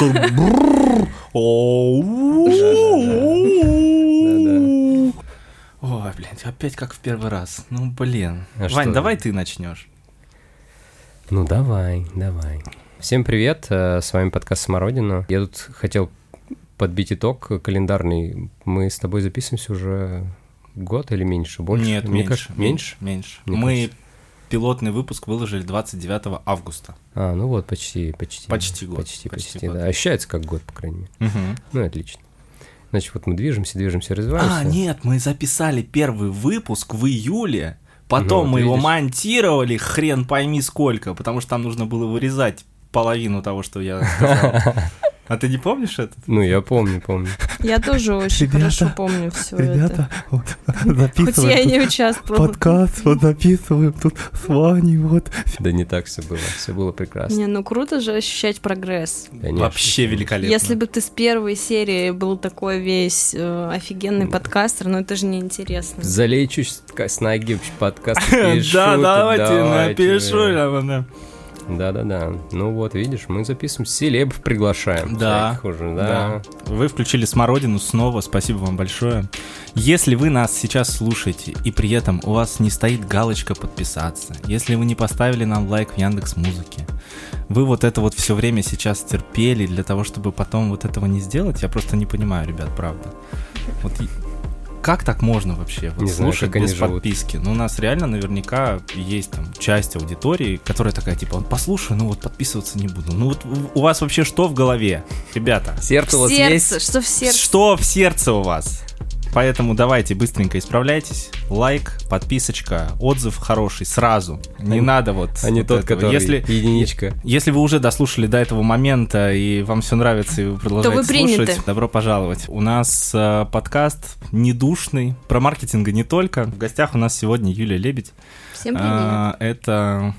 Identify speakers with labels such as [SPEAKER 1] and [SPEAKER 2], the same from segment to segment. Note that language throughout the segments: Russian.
[SPEAKER 1] Ой, блин, опять как в первый раз. Ну, блин. Вань, давай ты начнешь.
[SPEAKER 2] Ну, давай. Всем привет, с вами подкаст «Смородина». Я тут хотел подбить итог календарный. Мы с тобой записываемся уже год или меньше? Больше?
[SPEAKER 1] Нет, меньше. Мы пилотный выпуск выложили 29 августа.
[SPEAKER 2] Ну вот, почти год.
[SPEAKER 1] Почти год.
[SPEAKER 2] Да. Ощущается как год, по крайней мере. Ну, отлично. Значит, вот мы движемся, развиваемся.
[SPEAKER 1] Нет, мы записали первый выпуск в июле, потом мы его монтировали, хрен пойми сколько, потому что там нужно было вырезать половину того, что я сказал. А ты не помнишь это?
[SPEAKER 2] Ну, я помню.
[SPEAKER 3] Я тоже очень хорошо помню все это.
[SPEAKER 4] Ребята, вот записываем.
[SPEAKER 3] Хоть я и не участвовала.
[SPEAKER 4] Подкаст, вот записываем тут с Ваней, вот.
[SPEAKER 2] Да не так все было прекрасно.
[SPEAKER 3] Не, ну круто же ощущать прогресс.
[SPEAKER 2] Конечно.
[SPEAKER 1] Вообще великолепно.
[SPEAKER 3] Если бы ты с первой серии был такой весь офигенный подкастер, ну это же неинтересно.
[SPEAKER 2] Залей чуть с ноги подкаст пишу.
[SPEAKER 1] Да, давайте напишу.
[SPEAKER 2] Да. Ну вот, видишь, мы записываем, селебов приглашаем.
[SPEAKER 1] Да. Вы включили «Смородину» снова, спасибо вам большое. Если вы нас сейчас слушаете, и при этом у вас не стоит галочка «Подписаться», если вы не поставили нам лайк в Яндекс.Музыке, вы вот это вот все время сейчас терпели для того, чтобы потом вот этого не сделать, я просто не понимаю, ребят, правда. Вот как так можно вообще вот слушать без подписки? Ну, у нас реально наверняка есть там часть аудитории, которая такая, типа, послушаю, ну вот подписываться не буду. Ну вот у вас вообще что в голове, ребята?
[SPEAKER 2] Сердце у вас есть?
[SPEAKER 3] Что в сердце?
[SPEAKER 1] Что в сердце у вас? Поэтому давайте быстренько исправляйтесь. Лайк, подписочка, отзыв хороший сразу. Не надо вот.
[SPEAKER 2] А не тот, который единичка.
[SPEAKER 1] Если вы уже дослушали до этого момента и вам все нравится и вы продолжаете слушать, добро пожаловать. У нас подкаст недушный, про маркетинг не только. В гостях у нас сегодня Юлия Лебедь.
[SPEAKER 3] Всем привет.
[SPEAKER 1] Это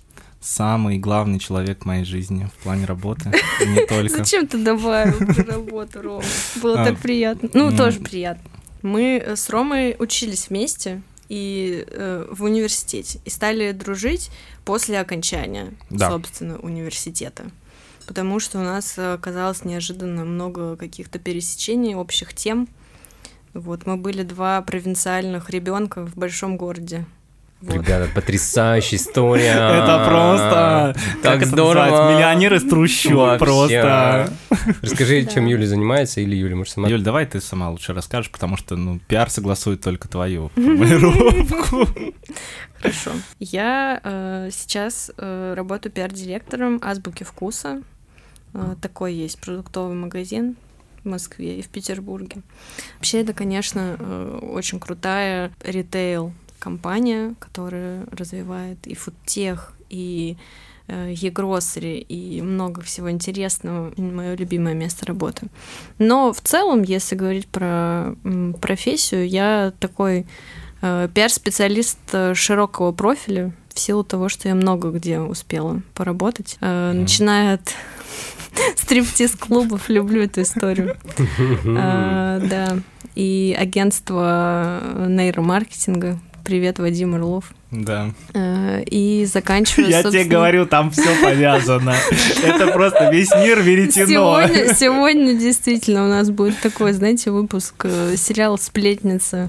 [SPEAKER 1] самый главный человек в моей жизни в плане работы, не только.
[SPEAKER 3] Зачем ты добавил про работу, Рома? Было так приятно. Ну, тоже приятно. Мы с Ромой учились вместе и в университете и стали дружить после окончания, собственно, университета. Потому что у нас оказалось неожиданно много каких-то пересечений, общих тем. Вот, мы были два провинциальных ребенка в большом городе. Вот.
[SPEAKER 2] Ребята, потрясающая история.
[SPEAKER 1] Это просто...
[SPEAKER 2] Так здорово.
[SPEAKER 1] Миллионер из трущоб просто.
[SPEAKER 2] Расскажи, чем Юля занимается, или Юля, может, сама...
[SPEAKER 1] Юль, давай ты сама лучше расскажешь, потому что, пиар согласует только твою формулировку.
[SPEAKER 3] Хорошо. Я сейчас работаю пиар-директором «Азбуки вкуса». Такой есть продуктовый магазин в Москве и в Петербурге. Вообще, это, конечно, очень крутая ритейл-компания, которая развивает и фудтех, и e-grocery, и много всего интересного. Мое любимое место работы. Но в целом, если говорить про профессию, я такой пиар-специалист широкого профиля, в силу того, что я много где успела поработать. Начиная от стриптиз-клубов, люблю эту историю. Да. И агентство нейромаркетинга. Привет, Вадим Орлов.
[SPEAKER 1] Да.
[SPEAKER 3] И заканчиваю,
[SPEAKER 1] Я тебе говорю, там все повязано. Это просто весь мир веретено.
[SPEAKER 3] Сегодня действительно у нас будет такой, знаете, выпуск сериала «Сплетница».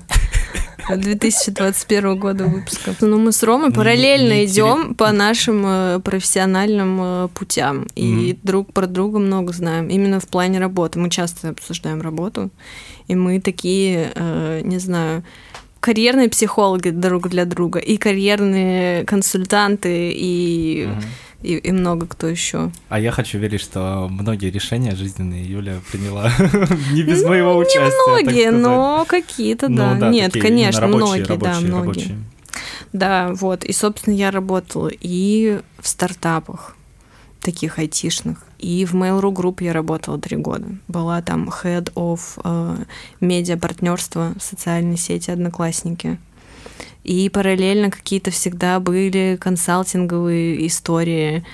[SPEAKER 3] 2021 года выпуска. Но мы с Ромой параллельно идем по нашим профессиональным путям. И друг про друга много знаем. Именно в плане работы. Мы часто обсуждаем работу. И мы такие, не знаю, карьерные психологи друг для друга, и карьерные консультанты, и много кто еще.
[SPEAKER 1] А я хочу верить, что многие решения жизненные Юля приняла не без моего участия.
[SPEAKER 3] Не многие, но какие-то, да. Нет, конечно, многие, да, многие. Да, вот. И, собственно, я работала и в стартапах, таких айтишных, и в Mail.ru Group я работала 3 года. Была там head of медиапартнерства в социальной сети «Одноклассники». И параллельно какие-то всегда были консалтинговые истории.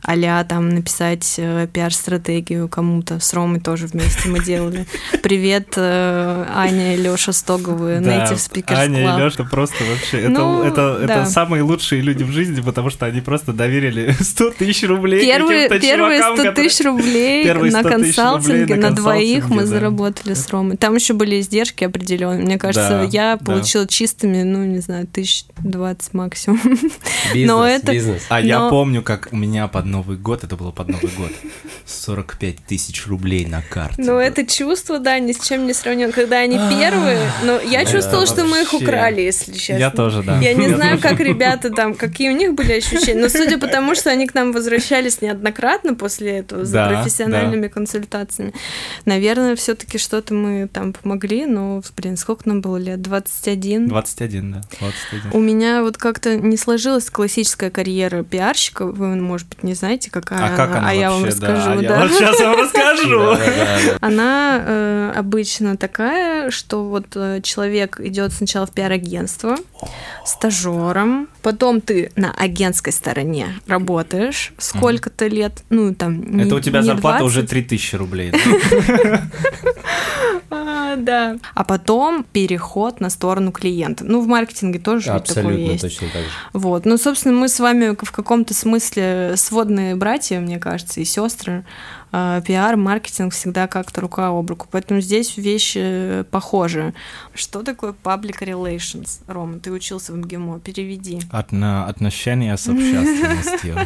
[SPEAKER 3] а-ля там написать пиар-стратегию кому-то. С Ромой тоже вместе мы делали. Привет, Аня и Лёша Стоговы, Native Speakers Club.
[SPEAKER 1] Аня и Лёша просто вообще, это самые лучшие люди в жизни, потому что они просто доверили 100 тысяч рублей каким-то
[SPEAKER 3] Первые
[SPEAKER 1] чувакам,
[SPEAKER 3] 100 тысяч рублей на консалтинге, на двоих мы заработали с Ромой. Там еще были издержки определенные. Мне кажется, я получила чистыми, не знаю, 1020 максимум.
[SPEAKER 2] Бизнес.
[SPEAKER 1] Я помню, как у меня под Новый год, это было под Новый год, 45 тысяч рублей на карте.
[SPEAKER 3] Это чувство, да, ни с чем не сравнено. Когда они первые, но я чувствовала, что мы их украли, если честно.
[SPEAKER 1] Я тоже, да.
[SPEAKER 3] Я не знаю, как ребята там, какие у них были ощущения, но судя по тому, что они к нам возвращались неоднократно после этого за профессиональными консультациями, наверное, все-таки что-то мы там помогли, но, сколько нам было лет? 21?
[SPEAKER 1] 21, да. 21.
[SPEAKER 3] У меня вот как-то не сложилась классическая карьера пиарщика, вы, может быть, не знаете, какая
[SPEAKER 1] как она
[SPEAKER 3] я вам
[SPEAKER 1] вообще,
[SPEAKER 3] расскажу.
[SPEAKER 1] Я вот сейчас вам расскажу.
[SPEAKER 3] Она обычно такая, что вот человек идет сначала в пиар-агентство стажером, потом ты на агентской стороне работаешь сколько-то лет,
[SPEAKER 1] это у тебя зарплата уже 3000 рублей.
[SPEAKER 3] Да. А потом переход на сторону клиента. В маркетинге тоже такое есть.
[SPEAKER 2] Абсолютно точно так же.
[SPEAKER 3] Вот. Собственно, мы с вами в каком-то смысле сводные братья, мне кажется, и сестры. Пиар, маркетинг всегда как-то рука об руку. Поэтому здесь вещи похожи. Что такое public relations? Рома, ты учился в МГИМО, переведи.
[SPEAKER 1] Отношения с общественностью.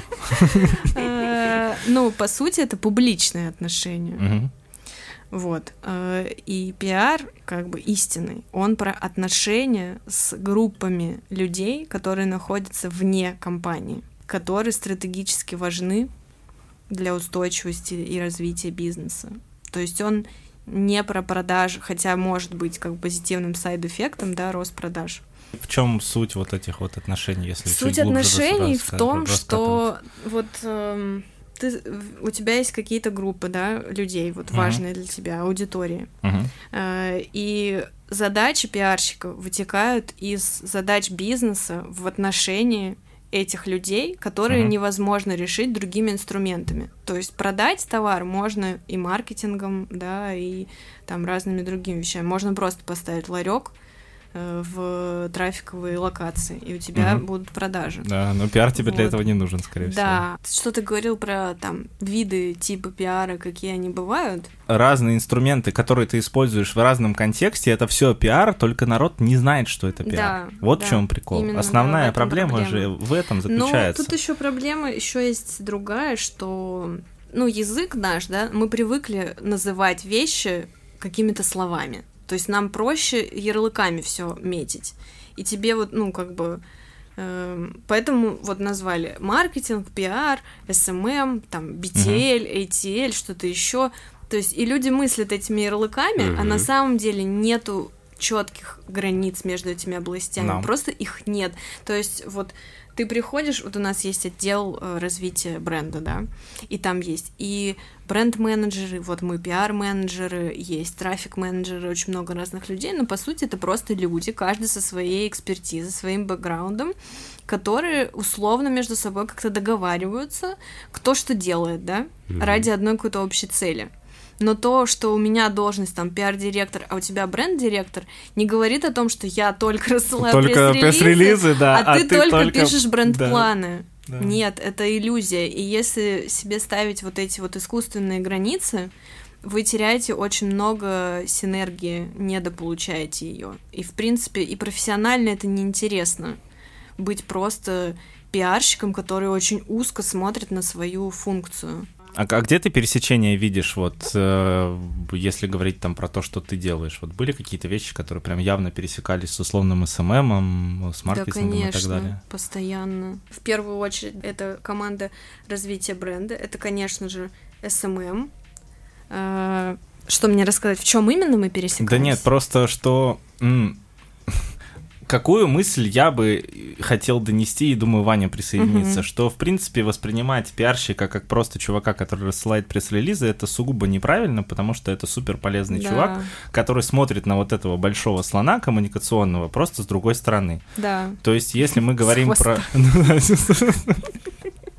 [SPEAKER 3] По сути, это публичные отношения. Вот. И пиар, истинный, он про отношения с группами людей, которые находятся вне компании, которые стратегически важны для устойчивости и развития бизнеса. То есть он не про продажи, хотя может быть позитивным сайд-эффектом, рост продаж.
[SPEAKER 1] В чем суть вот этих вот отношений, если
[SPEAKER 3] суть отношений в том, что у тебя есть какие-то группы, людей, важные для тебя, аудитории. И задачи пиарщика вытекают из задач бизнеса в отношении этих людей, которые невозможно решить другими инструментами. То есть продать товар можно и маркетингом, и там разными другими вещами. Можно просто поставить ларек в трафиковые локации, и у тебя будут продажи.
[SPEAKER 1] Да, но пиар тебе для этого не нужен, скорее всего.
[SPEAKER 3] Да. Что ты говорил про виды, типы пиара, какие они бывают?
[SPEAKER 1] Разные инструменты, которые ты используешь в разном контексте, это все пиар, только народ не знает, что это пиар. В чем прикол.
[SPEAKER 3] Именно,
[SPEAKER 1] основная проблема же в этом заключается.
[SPEAKER 3] Но тут еще проблема, еще есть другая, что язык наш, мы привыкли называть вещи какими-то словами. То есть нам проще ярлыками все метить. И тебе поэтому назвали маркетинг, пиар, SMM, BTL, ATL, что-то еще. То есть и люди мыслят этими ярлыками, а на самом деле нету четких границ между этими областями. Просто их нет. То есть ты приходишь, у нас есть отдел развития бренда, и там есть и бренд-менеджеры, мы пиар-менеджеры, есть трафик-менеджеры, очень много разных людей, но по сути это просто люди, каждый со своей экспертизой, своим бэкграундом, которые условно между собой как-то договариваются, кто что делает, ради одной какой-то общей цели. Но то, что у меня должность пиар-директор, а у тебя бренд-директор, не говорит о том, что я только рассылаю пресс-релизы, а ты только пишешь бренд-планы. Да. Нет, это иллюзия. И если себе ставить эти искусственные границы, вы теряете очень много синергии, недополучаете ее. И, в принципе, и профессионально это неинтересно. Быть просто пиарщиком, который очень узко смотрит на свою функцию.
[SPEAKER 1] А где ты пересечения видишь, если говорить про то, что ты делаешь? Были какие-то вещи, которые прям явно пересекались с условным СММом, с маркетингом,
[SPEAKER 3] да, конечно,
[SPEAKER 1] и так далее?
[SPEAKER 3] Постоянно. В первую очередь, это команда развития бренда, это, конечно же, СММ. Что мне рассказать, в чем именно мы пересекались?
[SPEAKER 1] Да нет, просто что... Какую мысль я бы хотел донести, и думаю, Ваня присоединится, что, в принципе, воспринимать пиарщика как просто чувака, который рассылает пресс-релизы, это сугубо неправильно, потому что это супер полезный чувак, который смотрит на этого большого слона коммуникационного просто с другой стороны.
[SPEAKER 3] Да.
[SPEAKER 1] То есть, если мы говорим про...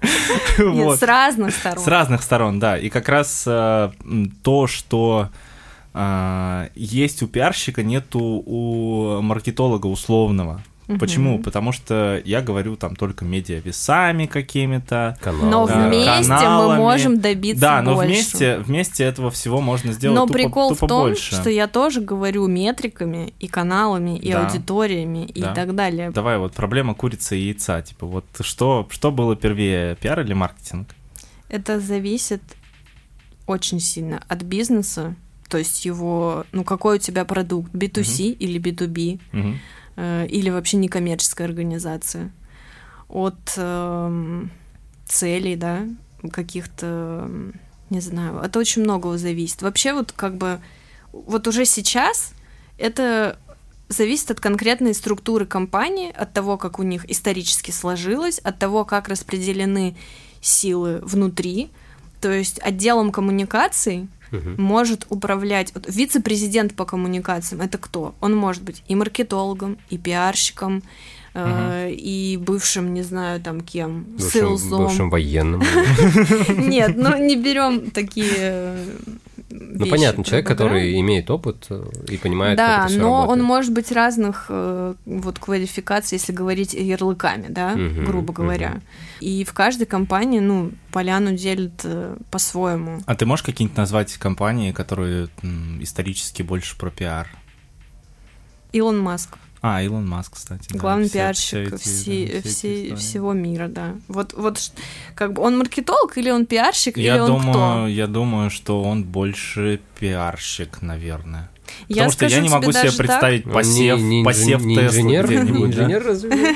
[SPEAKER 3] Нет,
[SPEAKER 1] Вот.
[SPEAKER 3] с разных сторон.
[SPEAKER 1] С разных сторон, да. И как раз то, что есть у пиарщика, нету у маркетолога условного. Почему? Потому что я говорю там только медиавесами какими-то.
[SPEAKER 3] Но вместе мы
[SPEAKER 1] каналами.
[SPEAKER 3] можем добиться
[SPEAKER 1] Да, но
[SPEAKER 3] больше.
[SPEAKER 1] вместе этого всего можно сделать
[SPEAKER 3] Но
[SPEAKER 1] тупо,
[SPEAKER 3] прикол
[SPEAKER 1] тупо
[SPEAKER 3] в том,
[SPEAKER 1] больше.
[SPEAKER 3] что я тоже говорю метриками и каналами, и
[SPEAKER 1] Да.
[SPEAKER 3] аудиториями, и
[SPEAKER 1] Да.
[SPEAKER 3] так далее.
[SPEAKER 1] Давай, вот проблема курицы и яйца. Типа, вот что было первее, пиар или маркетинг?
[SPEAKER 3] Это зависит очень сильно от бизнеса, то есть его, ну, какой у тебя продукт, B2C или B2B,
[SPEAKER 1] Мгм.
[SPEAKER 3] или вообще некоммерческая организация, от целей, да, каких-то, не знаю, от очень многого зависит. Вообще вот как бы, вот уже сейчас это зависит от конкретной структуры компании, от того, как у них исторически сложилось, от того, как распределены силы внутри. То есть отделом коммуникаций может управлять... Вот вице-президент по коммуникациям — это кто? Он может быть и маркетологом, и пиарщиком, и бывшим, не знаю, там кем, сейлзом.
[SPEAKER 2] Бывшим военным.
[SPEAKER 3] Нет, ну не берем такие
[SPEAKER 2] Ну,
[SPEAKER 3] вещи,
[SPEAKER 2] понятно, человек,
[SPEAKER 3] грубо говоря.
[SPEAKER 2] который имеет опыт и понимает,
[SPEAKER 3] Да,
[SPEAKER 2] как это всё
[SPEAKER 3] но
[SPEAKER 2] работает.
[SPEAKER 3] он может быть разных вот квалификаций, если говорить ярлыками, да,
[SPEAKER 2] Мгм,
[SPEAKER 3] грубо говоря. И в каждой компании, ну, поляну делят по-своему.
[SPEAKER 1] А ты можешь какие-нибудь назвать компании, которые исторически больше про пиар?
[SPEAKER 3] Илон Маск,
[SPEAKER 1] Илон Маск, кстати. да,
[SPEAKER 3] главный
[SPEAKER 1] все
[SPEAKER 3] пиарщик
[SPEAKER 1] эти истории.
[SPEAKER 3] всего мира, да. Вот как бы он маркетолог или он пиарщик, или он кто?
[SPEAKER 1] Я думаю, что он больше пиарщик, наверное.
[SPEAKER 3] Я
[SPEAKER 1] Потому что я
[SPEAKER 3] скажу
[SPEAKER 1] не
[SPEAKER 3] тебе
[SPEAKER 1] могу себе
[SPEAKER 3] даже
[SPEAKER 1] представить
[SPEAKER 2] Он
[SPEAKER 1] посев
[SPEAKER 2] не
[SPEAKER 1] Теслы
[SPEAKER 2] инженер, не
[SPEAKER 1] где-нибудь, да?
[SPEAKER 2] инженер разве?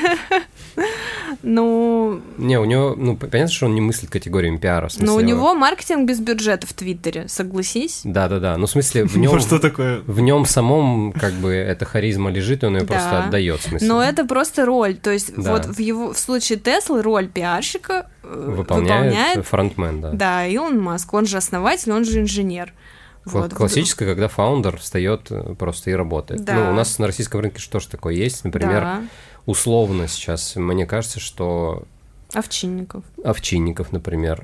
[SPEAKER 3] Ну,
[SPEAKER 2] Не, у него, ну, понятно, что он не мыслит категориями пиара, в смысле.
[SPEAKER 3] но у него маркетинг без бюджета в Твиттере, согласись.
[SPEAKER 2] Да-да-да, ну, в смысле, в нем...
[SPEAKER 1] Ну, что такое?
[SPEAKER 2] В нем самом, как бы, эта харизма лежит, и он ее просто
[SPEAKER 3] Да.
[SPEAKER 2] отдает, в смысле.
[SPEAKER 3] Но это просто роль. То есть
[SPEAKER 2] Да.
[SPEAKER 3] вот в случае Теслы роль пиарщика
[SPEAKER 2] Выполняет фронтмен, да.
[SPEAKER 3] Да, Илон Маск, он же основатель, он же инженер. Вот.
[SPEAKER 2] Классическое, когда фаундер встает просто и работает.
[SPEAKER 3] Да.
[SPEAKER 2] Ну, у нас на российском рынке что ж такое есть? Например,
[SPEAKER 3] Да.
[SPEAKER 2] условно сейчас, мне кажется, что
[SPEAKER 3] Овчинников.
[SPEAKER 2] Овчинников, например,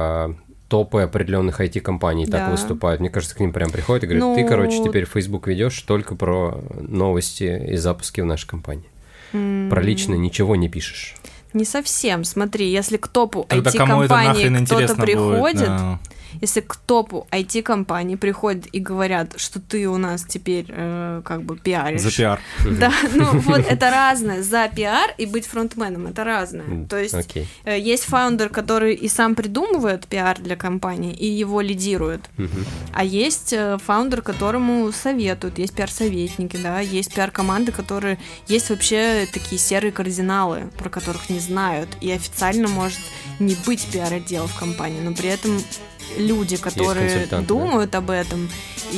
[SPEAKER 2] топы определенных IT-компаний так
[SPEAKER 3] Да.
[SPEAKER 2] выступают. Мне кажется, к ним прям приходят и говорят,
[SPEAKER 3] Ну,
[SPEAKER 2] ты, короче, теперь Facebook ведешь только про новости и запуски в нашей компании. Про личное ничего не пишешь.
[SPEAKER 3] Не совсем. Смотри, если к топу
[SPEAKER 1] Тогда кому это
[SPEAKER 3] IT-компании
[SPEAKER 1] нахрен
[SPEAKER 3] кто-то
[SPEAKER 1] интересно
[SPEAKER 3] приходит,
[SPEAKER 1] будет? Да.
[SPEAKER 3] если к топу IT-компании приходят и говорят, что ты у нас теперь как бы пиаришь.
[SPEAKER 1] За пиар.
[SPEAKER 3] Да, ну вот это разное. За пиар и быть фронтменом — это разное. То есть
[SPEAKER 2] Окей.
[SPEAKER 3] есть фаундер, который и сам придумывает пиар для компании и его лидирует. А есть фаундер, которому советуют, есть пиар-советники, да, есть пиар-команды, которые... Есть вообще такие серые кардиналы, про которых не знают, и официально может не быть пиар-отдела в компании, но при этом люди, которые
[SPEAKER 2] консультанты,
[SPEAKER 3] думают об этом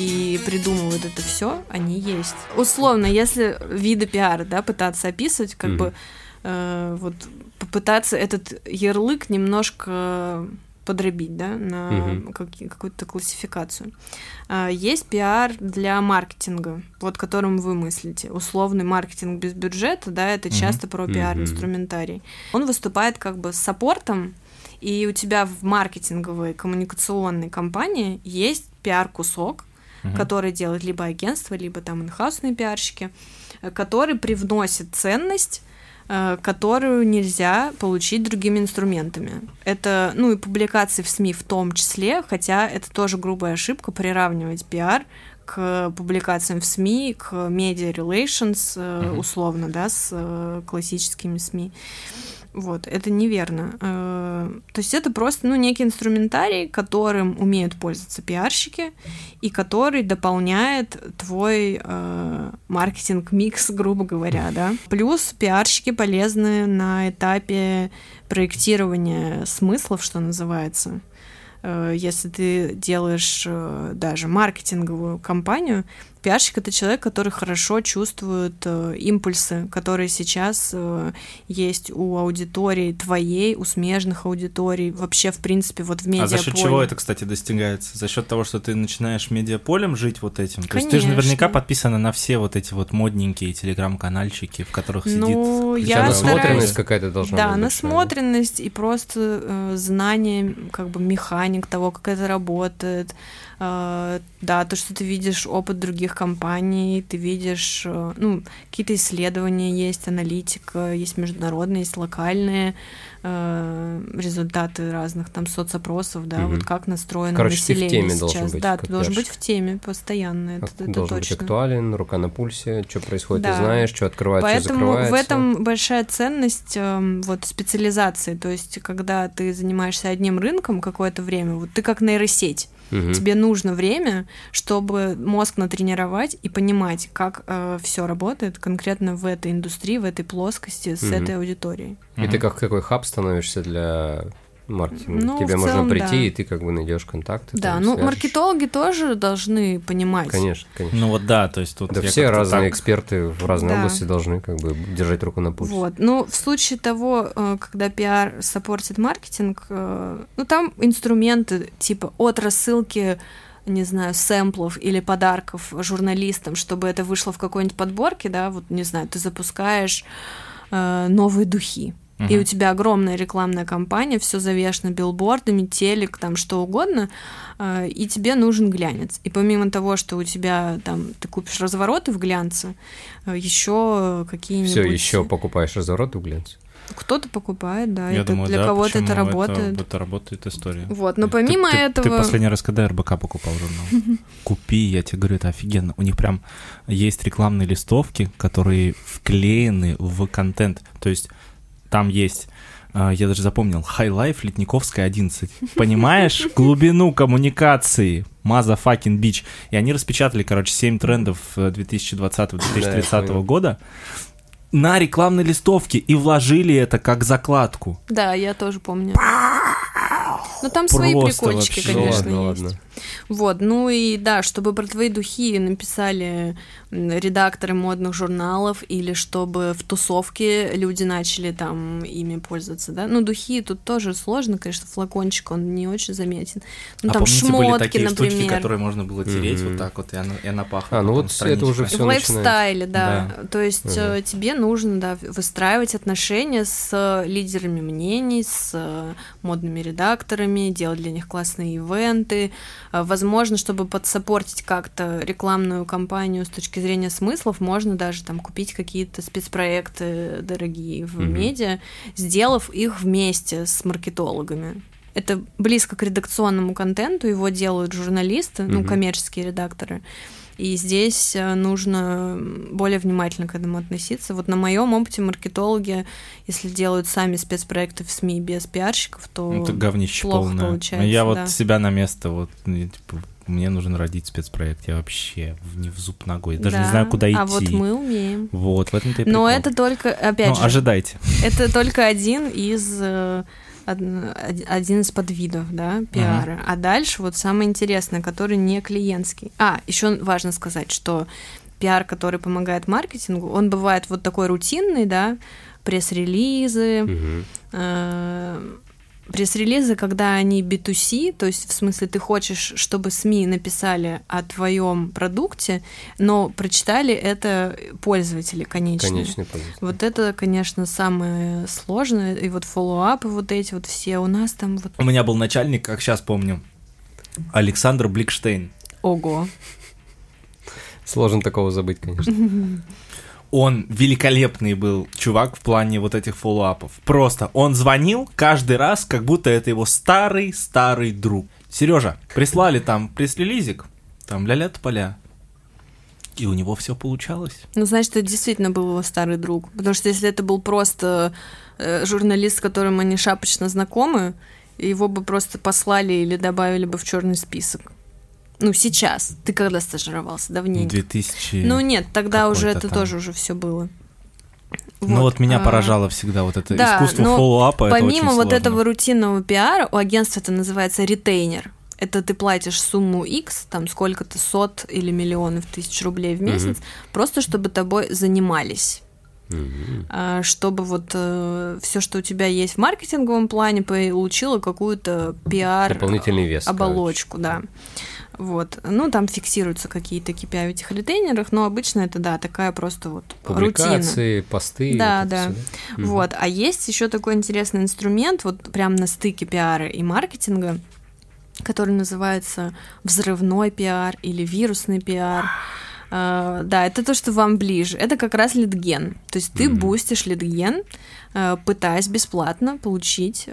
[SPEAKER 3] и придумывают это все, они есть. Условно, если виды пиара, да, пытаться описывать, как бы вот попытаться этот ярлык немножко подробить, да, на какую-то классификацию. Есть пиар для маркетинга, вот которым вы мыслите. Условный маркетинг без бюджета, да, это часто про пиар-инструментарий. Он выступает как бы с саппортом, и у тебя в маркетинговой коммуникационной компании есть пиар-кусок, который делает либо агентство, либо там инхаусные пиарщики, который привносит ценность, которую нельзя получить другими инструментами. Это, ну, и публикации в СМИ в том числе, хотя это тоже грубая ошибка приравнивать пиар к публикациям в СМИ, к media relations, условно, да, с классическими СМИ. Вот, это неверно. То есть это просто, ну, некий инструментарий, которым умеют пользоваться пиарщики, и который дополняет твой маркетинг-микс, грубо говоря, да. Плюс пиарщики полезны на этапе проектирования смыслов, что называется. Если ты делаешь даже маркетинговую кампанию, пиарщик — это человек, который хорошо чувствует импульсы, которые сейчас есть у аудитории твоей, у смежных аудиторий, вообще, в принципе, вот в медиаполе.
[SPEAKER 1] А за счет чего это, кстати, достигается? За счет того, что ты начинаешь медиаполем жить вот этим? То есть ты же наверняка подписана на все вот эти вот модненькие телеграм-канальчики, в которых сидит...
[SPEAKER 2] Насмотренность какая-то должна быть.
[SPEAKER 3] Да, насмотренность и просто знание, как бы механик того, как это работает. Да, то, что ты видишь опыт других компаний, ты видишь, какие-то исследования есть, аналитика, есть международные, есть локальные результаты разных там соцопросов, да, вот как настроено население
[SPEAKER 2] ты в теме
[SPEAKER 3] сейчас.
[SPEAKER 2] Должен быть,
[SPEAKER 3] да, ты должен быть в теме постоянно, это
[SPEAKER 2] должен
[SPEAKER 3] точно.
[SPEAKER 2] быть актуален, рука на пульсе, что происходит,
[SPEAKER 3] да.
[SPEAKER 2] ты знаешь, что открывается, что закрывается.
[SPEAKER 3] Поэтому в этом большая ценность вот специализации, то есть когда ты занимаешься одним рынком какое-то время, вот ты как нейросеть, тебе нужно время, чтобы мозг натренировать и понимать, как все работает конкретно в этой индустрии, в этой плоскости с этой аудиторией.
[SPEAKER 2] И ты как какой хаб становишься для маркетинга?
[SPEAKER 3] Ну,
[SPEAKER 2] Тебе можно
[SPEAKER 3] целом,
[SPEAKER 2] прийти,
[SPEAKER 3] да.
[SPEAKER 2] и ты как бы найдешь контакты.
[SPEAKER 3] Да,
[SPEAKER 2] там,
[SPEAKER 3] ну
[SPEAKER 2] свяжешь.
[SPEAKER 3] маркетологи тоже должны понимать.
[SPEAKER 2] Конечно, конечно.
[SPEAKER 1] Ну вот да, то есть тут...
[SPEAKER 2] Да все разные эксперты в разной области должны как бы держать руку на пульсе.
[SPEAKER 3] Вот, ну в случае того, когда пиар саппортит маркетинг, ну там инструменты типа от рассылки, не знаю, сэмплов или подарков журналистам, чтобы это вышло в какой-нибудь подборке, да, вот, не знаю, ты запускаешь новые духи, и у тебя огромная рекламная кампания, все завешено билбордами, телек, там что угодно, и тебе нужен глянец. И помимо того, что у тебя там ты купишь развороты в глянце, еще какие-нибудь...
[SPEAKER 2] Все, еще покупаешь развороты в глянце.
[SPEAKER 3] Кто-то покупает, да,
[SPEAKER 1] Я
[SPEAKER 3] это
[SPEAKER 1] думаю,
[SPEAKER 3] для
[SPEAKER 1] да,
[SPEAKER 3] кого-то это работает.
[SPEAKER 1] Это работает история.
[SPEAKER 3] Вот, но помимо этого...
[SPEAKER 1] Ты последний раз когда РБК покупал журнал? Купи, я тебе говорю, это офигенно. У них прям есть рекламные листовки, которые вклеены в контент. То есть там есть, я даже запомнил, High Life, Летниковская, 11. Понимаешь глубину коммуникации? Motherfucking bitch. И они распечатали, 7 трендов 2020-2030 года на рекламной листовке и вложили это как закладку.
[SPEAKER 3] Да, я тоже помню. Ну, там свои прикольчики,
[SPEAKER 1] вообще.
[SPEAKER 3] конечно,
[SPEAKER 2] Ну,
[SPEAKER 3] есть.
[SPEAKER 2] ладно.
[SPEAKER 3] Вот, ну и да, чтобы про твои духи написали редакторы модных журналов или чтобы в тусовке люди начали там ими пользоваться, да. Ну, духи тут тоже сложно, конечно, флакончик, он не очень заметен. Ну, там
[SPEAKER 1] помните,
[SPEAKER 3] шмотки,
[SPEAKER 1] были такие
[SPEAKER 3] например.
[SPEAKER 1] штучки, которые можно было тереть вот так вот, и она пахла.
[SPEAKER 2] Ну вот это уже все
[SPEAKER 3] В лайфстайле, да. То есть тебе нужно, да, выстраивать отношения с лидерами мнений, с модными редакторами, делать для них классные ивенты. Возможно, чтобы подсаппортить как-то рекламную кампанию с точки зрения смыслов, можно даже там купить какие-то спецпроекты дорогие в медиа, сделав их вместе с маркетологами. Это близко к редакционному контенту, его делают журналисты, ну, коммерческие редакторы. И здесь нужно более внимательно к этому относиться. Вот на моем опыте маркетологи, если делают сами спецпроекты в СМИ без пиарщиков, то
[SPEAKER 1] это говнище
[SPEAKER 3] плохо
[SPEAKER 1] полное.
[SPEAKER 3] получается.
[SPEAKER 1] Я
[SPEAKER 3] да.
[SPEAKER 1] вот себя на место, вот, типа, мне нужен родить спецпроект, я вообще не в зуб ногой, даже не знаю, куда идти.
[SPEAKER 3] А вот мы умеем.
[SPEAKER 1] Вот, в этом-то и прикол.
[SPEAKER 3] Но это только, опять же,
[SPEAKER 1] ожидайте.
[SPEAKER 3] Это только один из подвидов, да, пиара. А дальше вот самое интересное, который не клиентский. Еще важно сказать, что пиар, который помогает маркетингу, он бывает вот такой рутинный, да, пресс-релизы, пресс-релизы, когда они B2C, то есть в смысле ты хочешь, чтобы СМИ написали о твоем продукте, но прочитали это пользователи конечные.
[SPEAKER 2] Конечный пользователь.
[SPEAKER 3] Вот это, конечно, самое сложное, и вот фоллоуапы вот эти вот все у нас там вот...
[SPEAKER 1] У меня был начальник, как сейчас помню, Александр Бликштейн.
[SPEAKER 3] Ого.
[SPEAKER 2] Сложно такого забыть, конечно.
[SPEAKER 1] Он великолепный был чувак в плане вот этих фоллоуапов. Просто он звонил каждый раз, как будто это его старый друг. Сережа, прислали там пресс-релизик, там ля-ля тополя. И у него все получалось.
[SPEAKER 3] Ну, значит, это действительно был его старый друг. Потому что если это был просто журналист, с которым они шапочно знакомы, его бы просто послали или добавили бы в черный список. Ну, сейчас. Ты когда стажировался? Давненько.
[SPEAKER 1] 2000...
[SPEAKER 3] Ну, нет, тогда уже это
[SPEAKER 1] там.
[SPEAKER 3] тоже уже все было.
[SPEAKER 1] Ну вот меня поражало всегда вот это
[SPEAKER 3] да,
[SPEAKER 1] искусство
[SPEAKER 3] но
[SPEAKER 1] фоллоуапа, это очень
[SPEAKER 3] помимо вот
[SPEAKER 1] сложно.
[SPEAKER 3] этого рутинного пиара, у агентства это называется ретейнер. Это ты платишь сумму X, там сколько-то сот или миллионов тысяч рублей в месяц, просто чтобы тобой занимались. Чтобы вот все, что у тебя есть в маркетинговом плане, получило какую-то
[SPEAKER 2] дополнительный вес,
[SPEAKER 3] оболочку, да. Вот. Ну, там фиксируются какие-то KPI в этих ретейнерах, но обычно это, да, такая просто вот
[SPEAKER 2] публикации,
[SPEAKER 3] рутина.
[SPEAKER 2] посты.
[SPEAKER 3] Да, да. Вот. А есть еще такой интересный инструмент, вот прям на стыке пиара и маркетинга, который называется взрывной пиар или вирусный пиар. Да, это то, что вам ближе. Это как раз лидген. То есть ты бустишь лидген, пытаясь бесплатно получить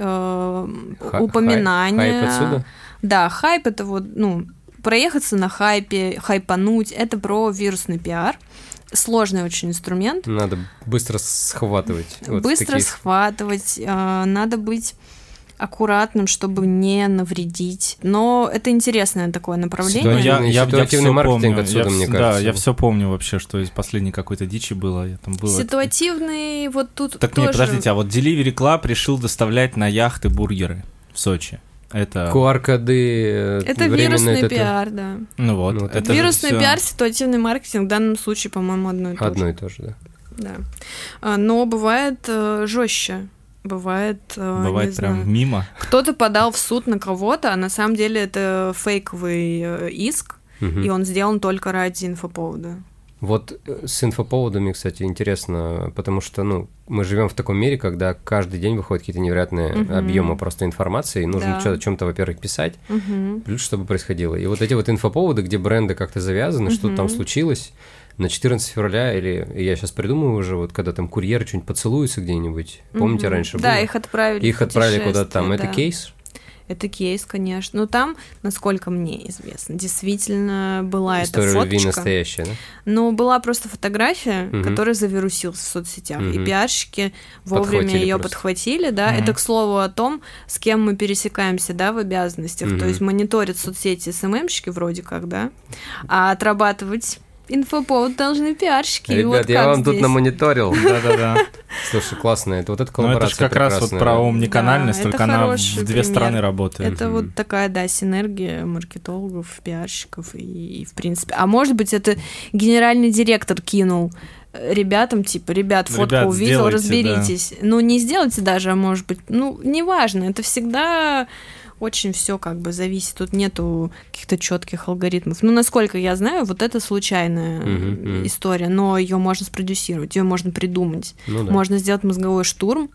[SPEAKER 3] упоминание.
[SPEAKER 2] Хайп отсюда?
[SPEAKER 3] Да, хайп — это вот, ну, проехаться на хайпе, хайпануть. Это про вирусный пиар. Сложный очень инструмент.
[SPEAKER 2] Надо быстро схватывать.
[SPEAKER 3] Быстро схватывать. Надо быть аккуратным, чтобы не навредить. Но это интересное такое направление.
[SPEAKER 2] Ситуативный маркетинг отсюда, мне кажется.
[SPEAKER 1] Да, я все помню вообще, что из последней какой-то дичи было.
[SPEAKER 3] Ситуативный вот тут
[SPEAKER 1] так
[SPEAKER 3] тоже...
[SPEAKER 1] нет, подождите, а вот Delivery Club решил доставлять на яхты бургеры в Сочи. Это...
[SPEAKER 2] QR-коды.
[SPEAKER 3] Это вирусный пиар, да.
[SPEAKER 1] Ну вот.
[SPEAKER 3] Ну, это вирусный пиар, ситуативный маркетинг в данном случае, по-моему, одно и то же.
[SPEAKER 2] Одно и то же, да.
[SPEAKER 3] Да. Но бывает жестче. Бывает
[SPEAKER 1] прям
[SPEAKER 3] знаю,
[SPEAKER 1] мимо.
[SPEAKER 3] Кто-то подал в суд на кого-то, а на самом деле это фейковый иск, и он сделан только ради инфоповода.
[SPEAKER 2] Вот с инфоповодами, кстати, интересно, потому что, ну, мы живем в таком мире, когда каждый день выходят какие-то невероятные объемы просто информации, и нужно о чем-то, во-первых, писать, плюс чтобы происходило. И вот эти вот инфоповоды, где бренды как-то завязаны, что-то там случилось, на 14 февраля, или я сейчас придумаю уже, вот когда там курьеры что-нибудь поцелуются где-нибудь, помните, раньше было?
[SPEAKER 3] Да, их отправили
[SPEAKER 2] куда-то там,
[SPEAKER 3] да.
[SPEAKER 2] Это кейс?
[SPEAKER 3] Это кейс, конечно. Но там, насколько мне известно, действительно была
[SPEAKER 2] история
[SPEAKER 3] эта фоточка.
[SPEAKER 2] История настоящая, да?
[SPEAKER 3] Но была просто фотография, которая завирусилась в соцсетях. И пиарщики вовремя ее подхватили, да. Это, к слову, о том, с кем мы пересекаемся, да, в обязанностях. То есть мониторят соцсети СММщики вроде как, да, а отрабатывать инфоповод должны пиарщики.
[SPEAKER 2] Ребят,
[SPEAKER 3] вот
[SPEAKER 2] я вам
[SPEAKER 3] здесь.
[SPEAKER 2] тут намониторил.
[SPEAKER 1] Да-да-да.
[SPEAKER 2] Слушай, классно, это вот эта коллаборация.
[SPEAKER 1] Ну, это же как раз вот про омниканальность,
[SPEAKER 3] да,
[SPEAKER 1] только она в две стороны работает.
[SPEAKER 3] Это вот такая, да, синергия маркетологов, пиарщиков и в принципе. А может быть, это генеральный директор кинул ребятам, типа, ребят, фотку увидел, разберитесь. Да. Ну, не сделайте даже, а может быть, ну, неважно, это всегда... Очень все как бы зависит, тут нету каких-то четких алгоритмов. Ну, насколько я знаю, вот это случайная история, но ее можно спродюсировать, ее можно придумать. Ну, да. Можно сделать мозговой штурм.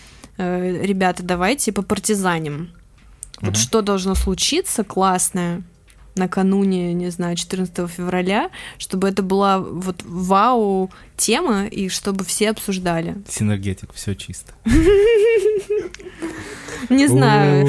[SPEAKER 3] Ребята, давайте попартизаним. Вот что должно случиться классное накануне, не знаю, 14 февраля, чтобы это была вот вау-тема, и чтобы все обсуждали.
[SPEAKER 1] Синергетик, все чисто.
[SPEAKER 3] Не знаю.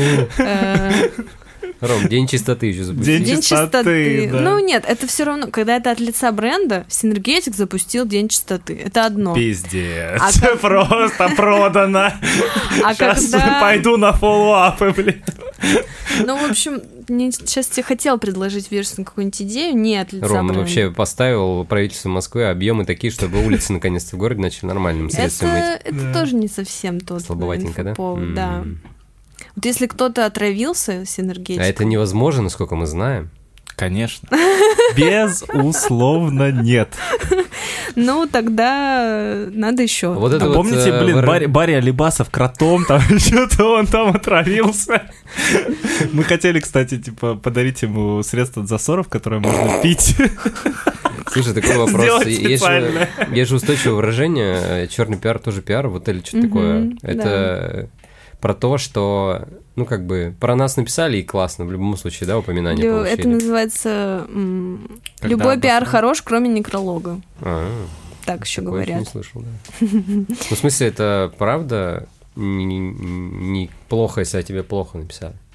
[SPEAKER 2] Ром, день чистоты еще запустил.
[SPEAKER 3] День чистоты.
[SPEAKER 1] Да.
[SPEAKER 3] Ну нет, это все равно, когда это от лица бренда, Синергетик запустил День чистоты. Это одно.
[SPEAKER 1] Пиздец. Просто продано. Сейчас пойду на фоллоуапы, блин.
[SPEAKER 3] Ну, в общем, сейчас тебе хотел предложить вирусную какую-нибудь идею, не от лица
[SPEAKER 2] Ром,
[SPEAKER 3] бренда.
[SPEAKER 2] вообще поставил правительство Москвы объемы такие, чтобы улицы наконец-то в городе начали нормальным средством мыть.
[SPEAKER 3] Это тоже не совсем тот
[SPEAKER 2] слабоватенько, да?
[SPEAKER 3] Повод, да. Вот если кто-то отравился синергетиком...
[SPEAKER 2] А это невозможно, насколько мы знаем.
[SPEAKER 1] Конечно. Безусловно, нет.
[SPEAKER 3] Ну, тогда надо еще.
[SPEAKER 2] Вот это
[SPEAKER 1] помните, блин, Барри Алибасов кротом, там что-то он там отравился. Мы хотели, кстати, типа, подарить ему средство от засоров, которое можно пить.
[SPEAKER 2] Слушай, такой вопрос. Есть же устойчивое выражение, черный пиар тоже пиар, вот или что-то такое. Это... Про то, что, ну, как бы, про нас написали, и классно, в любом случае, да, упоминание получили.
[SPEAKER 3] Это называется «Любой пиар хорош, кроме некролога». Так еще говорят.
[SPEAKER 2] Я не слышал, да. Ну, в смысле, это правда неплохо, если о тебе плохо написали?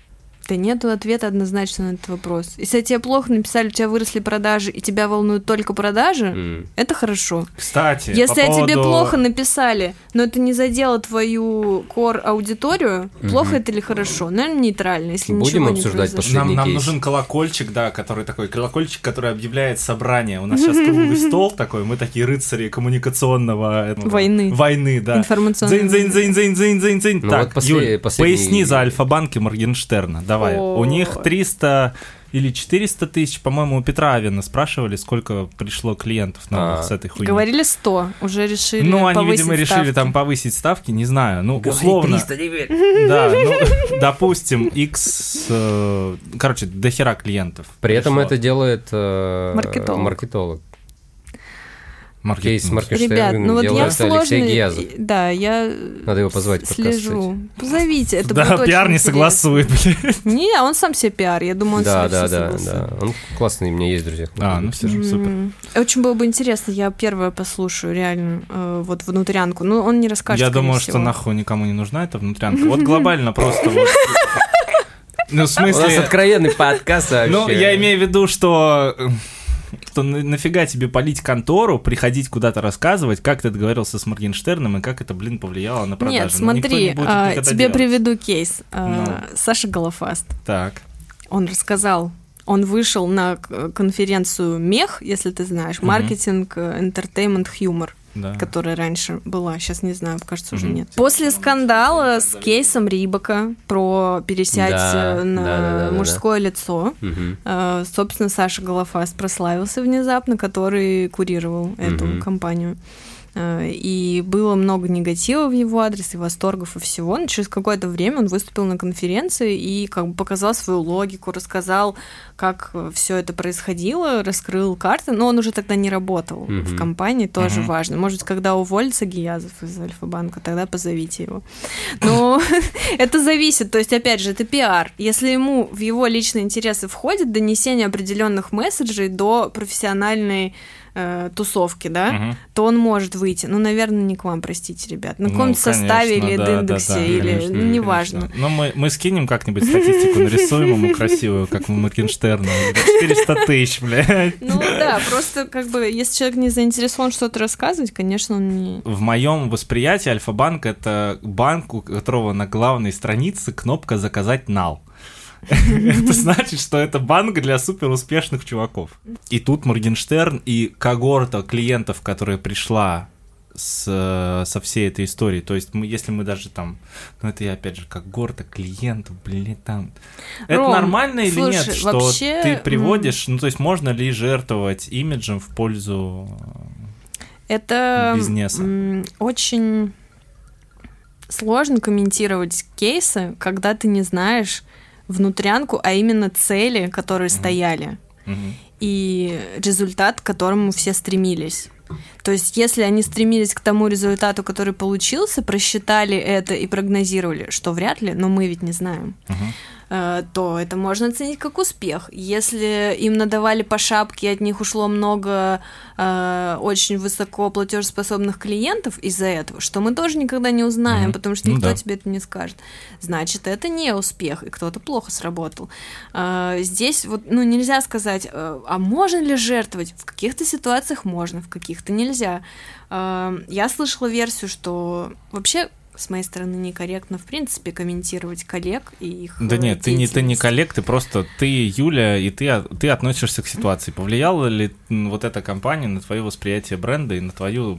[SPEAKER 3] Да нету ответа однозначно на этот вопрос. Если тебе плохо написали, у тебя выросли продажи, и тебя волнуют только продажи, это хорошо.
[SPEAKER 1] Кстати,
[SPEAKER 3] если тебе плохо написали, но это не задело твою core-аудиторию, плохо это или хорошо? Наверное, нейтрально, если
[SPEAKER 2] Будем
[SPEAKER 3] ничего
[SPEAKER 2] обсуждать
[SPEAKER 3] не произошло.
[SPEAKER 1] Нам нужен колокольчик, да, который такой, колокольчик, который объявляет собрание. У нас сейчас круглый стол такой, мы такие рыцари коммуникационного... Войны, да.
[SPEAKER 3] Информационной.
[SPEAKER 1] Дзынь.
[SPEAKER 2] Ну
[SPEAKER 1] Так,
[SPEAKER 2] вот
[SPEAKER 1] Юль,
[SPEAKER 2] последний...
[SPEAKER 1] поясни за Альфа-банк и Моргенштерна. Давай. У них 300 или 400 тысяч, по-моему, у Петра Авина спрашивали, сколько пришло клиентов новых с этой хуйни.
[SPEAKER 3] Говорили 100, уже решили
[SPEAKER 1] Ну, они,
[SPEAKER 3] повысить
[SPEAKER 1] видимо, решили
[SPEAKER 3] ставки.
[SPEAKER 1] там повысить ставки, не знаю, ну, условно.
[SPEAKER 2] 300 теперь.
[SPEAKER 1] Да, ну, допустим, короче, дохера клиентов.
[SPEAKER 2] При этом
[SPEAKER 1] пришло.
[SPEAKER 2] это делает
[SPEAKER 3] Маркетолог.
[SPEAKER 2] Кейс
[SPEAKER 1] Маркетинг.
[SPEAKER 2] Моргенштерн
[SPEAKER 3] Ребят, ну вот я
[SPEAKER 2] делает
[SPEAKER 3] сложный...
[SPEAKER 2] Алексей Гиязов.
[SPEAKER 3] Да, я
[SPEAKER 2] Надо его позвать в подкаст,
[SPEAKER 3] слежу. Позовите, это
[SPEAKER 1] Да,
[SPEAKER 3] будет очень
[SPEAKER 1] пиар не
[SPEAKER 3] интересно.
[SPEAKER 1] согласует, блядь.
[SPEAKER 3] Не, он сам себе пиар, я думаю, он
[SPEAKER 2] Да,
[SPEAKER 3] себе
[SPEAKER 2] да,
[SPEAKER 3] всё
[SPEAKER 2] да,
[SPEAKER 3] согласен.
[SPEAKER 2] да. Он классный, у меня есть друзья.
[SPEAKER 1] Ну все же, супер.
[SPEAKER 3] Очень было бы интересно, я первая послушаю, реально, вот внутрянку. Ну, он не расскажет,
[SPEAKER 1] Я
[SPEAKER 3] скорее
[SPEAKER 1] думаю,
[SPEAKER 3] всего.
[SPEAKER 1] что нахуй никому не нужна эта внутрянка. Вот глобально просто вот... Ну, в
[SPEAKER 2] У нас
[SPEAKER 1] смысле...
[SPEAKER 2] откровенный подкаст вообще.
[SPEAKER 1] Ну, я имею в виду, что нафига тебе палить контору, приходить куда-то рассказывать, как ты договорился с Моргенштерном и как это, блин, повлияло на продажи.
[SPEAKER 3] Нет,
[SPEAKER 1] Ну, никто не
[SPEAKER 3] смотри,
[SPEAKER 1] будет никогда
[SPEAKER 3] тебе
[SPEAKER 1] делать.
[SPEAKER 3] приведу кейс.
[SPEAKER 1] Ну.
[SPEAKER 3] Sasha Голофаст.
[SPEAKER 1] Так.
[SPEAKER 3] Он рассказал, он вышел на конференцию МЕХ, если ты знаешь, маркетинг, entertainment, humor.
[SPEAKER 1] Да.
[SPEAKER 3] Которая раньше была, сейчас не знаю, кажется, уже нет. После скандала с кейсом Рибака про пересядь на мужское лицо, собственно, Саша Голофаст прославился внезапно, который курировал эту компанию. И было много негатива в его адрес, и восторгов, и всего. Но через какое-то время он выступил на конференции и как бы показал свою логику, рассказал, как все это происходило, раскрыл карты. Но он уже тогда не работал в компании, тоже важно. Может быть, когда уволится Гиязов из Альфа-банка, тогда позовите его. Но это зависит. То есть, опять же, это пиар. Если ему в его личные интересы входит донесение определенных месседжей до профессиональной тусовки, да, то он может выйти. Ну, наверное, не к вам, простите, ребят. На каком-то составе или индексе, или
[SPEAKER 1] конечно,
[SPEAKER 3] ну, неважно.
[SPEAKER 1] Ну, мы скинем как-нибудь статистику, нарисуем ему красивую, как у Моргенштерна. 400 тысяч, блядь.
[SPEAKER 3] Ну, да, просто как бы, если человек не заинтересован что-то рассказывать, конечно, он не...
[SPEAKER 1] В моем восприятии Альфа-банк — это банк, у которого на главной странице кнопка «Заказать нал». Это значит, что это банк для суперуспешных чуваков. И тут Моргенштерн и когорта клиентов, которая пришла со всей этой историей. То есть, если мы даже там... Ну, это я, опять же, как когорта клиентов, блин, там... Это
[SPEAKER 3] Ром,
[SPEAKER 1] нормально или
[SPEAKER 3] слушай,
[SPEAKER 1] нет, что
[SPEAKER 3] вообще...
[SPEAKER 1] ты приводишь... Ну, то есть, можно ли жертвовать имиджем в пользу
[SPEAKER 3] Это
[SPEAKER 1] бизнеса?
[SPEAKER 3] очень сложно комментировать кейсы, когда ты не знаешь внутрянку, а именно цели, которые стояли, и результат, к которому все стремились. То есть, если они стремились к тому результату, который получился, просчитали это и прогнозировали, что вряд ли, но мы ведь не знаем, то это можно оценить как успех. Если им надавали по шапке, от них ушло много очень высоко платежеспособных клиентов из-за этого, что мы тоже никогда не узнаем, потому что никто тебе это не скажет. Значит, это не успех, и кто-то плохо сработал. Здесь вот, ну, нельзя сказать, а можно ли жертвовать? В каких-то ситуациях можно, в каких-то нельзя. Я слышала версию, что вообще с моей стороны некорректно, в принципе, комментировать коллег и их
[SPEAKER 1] Да нет, ты не коллег, ты Юля, и ты относишься к ситуации. Повлияла ли вот эта компания на твое восприятие бренда и на твое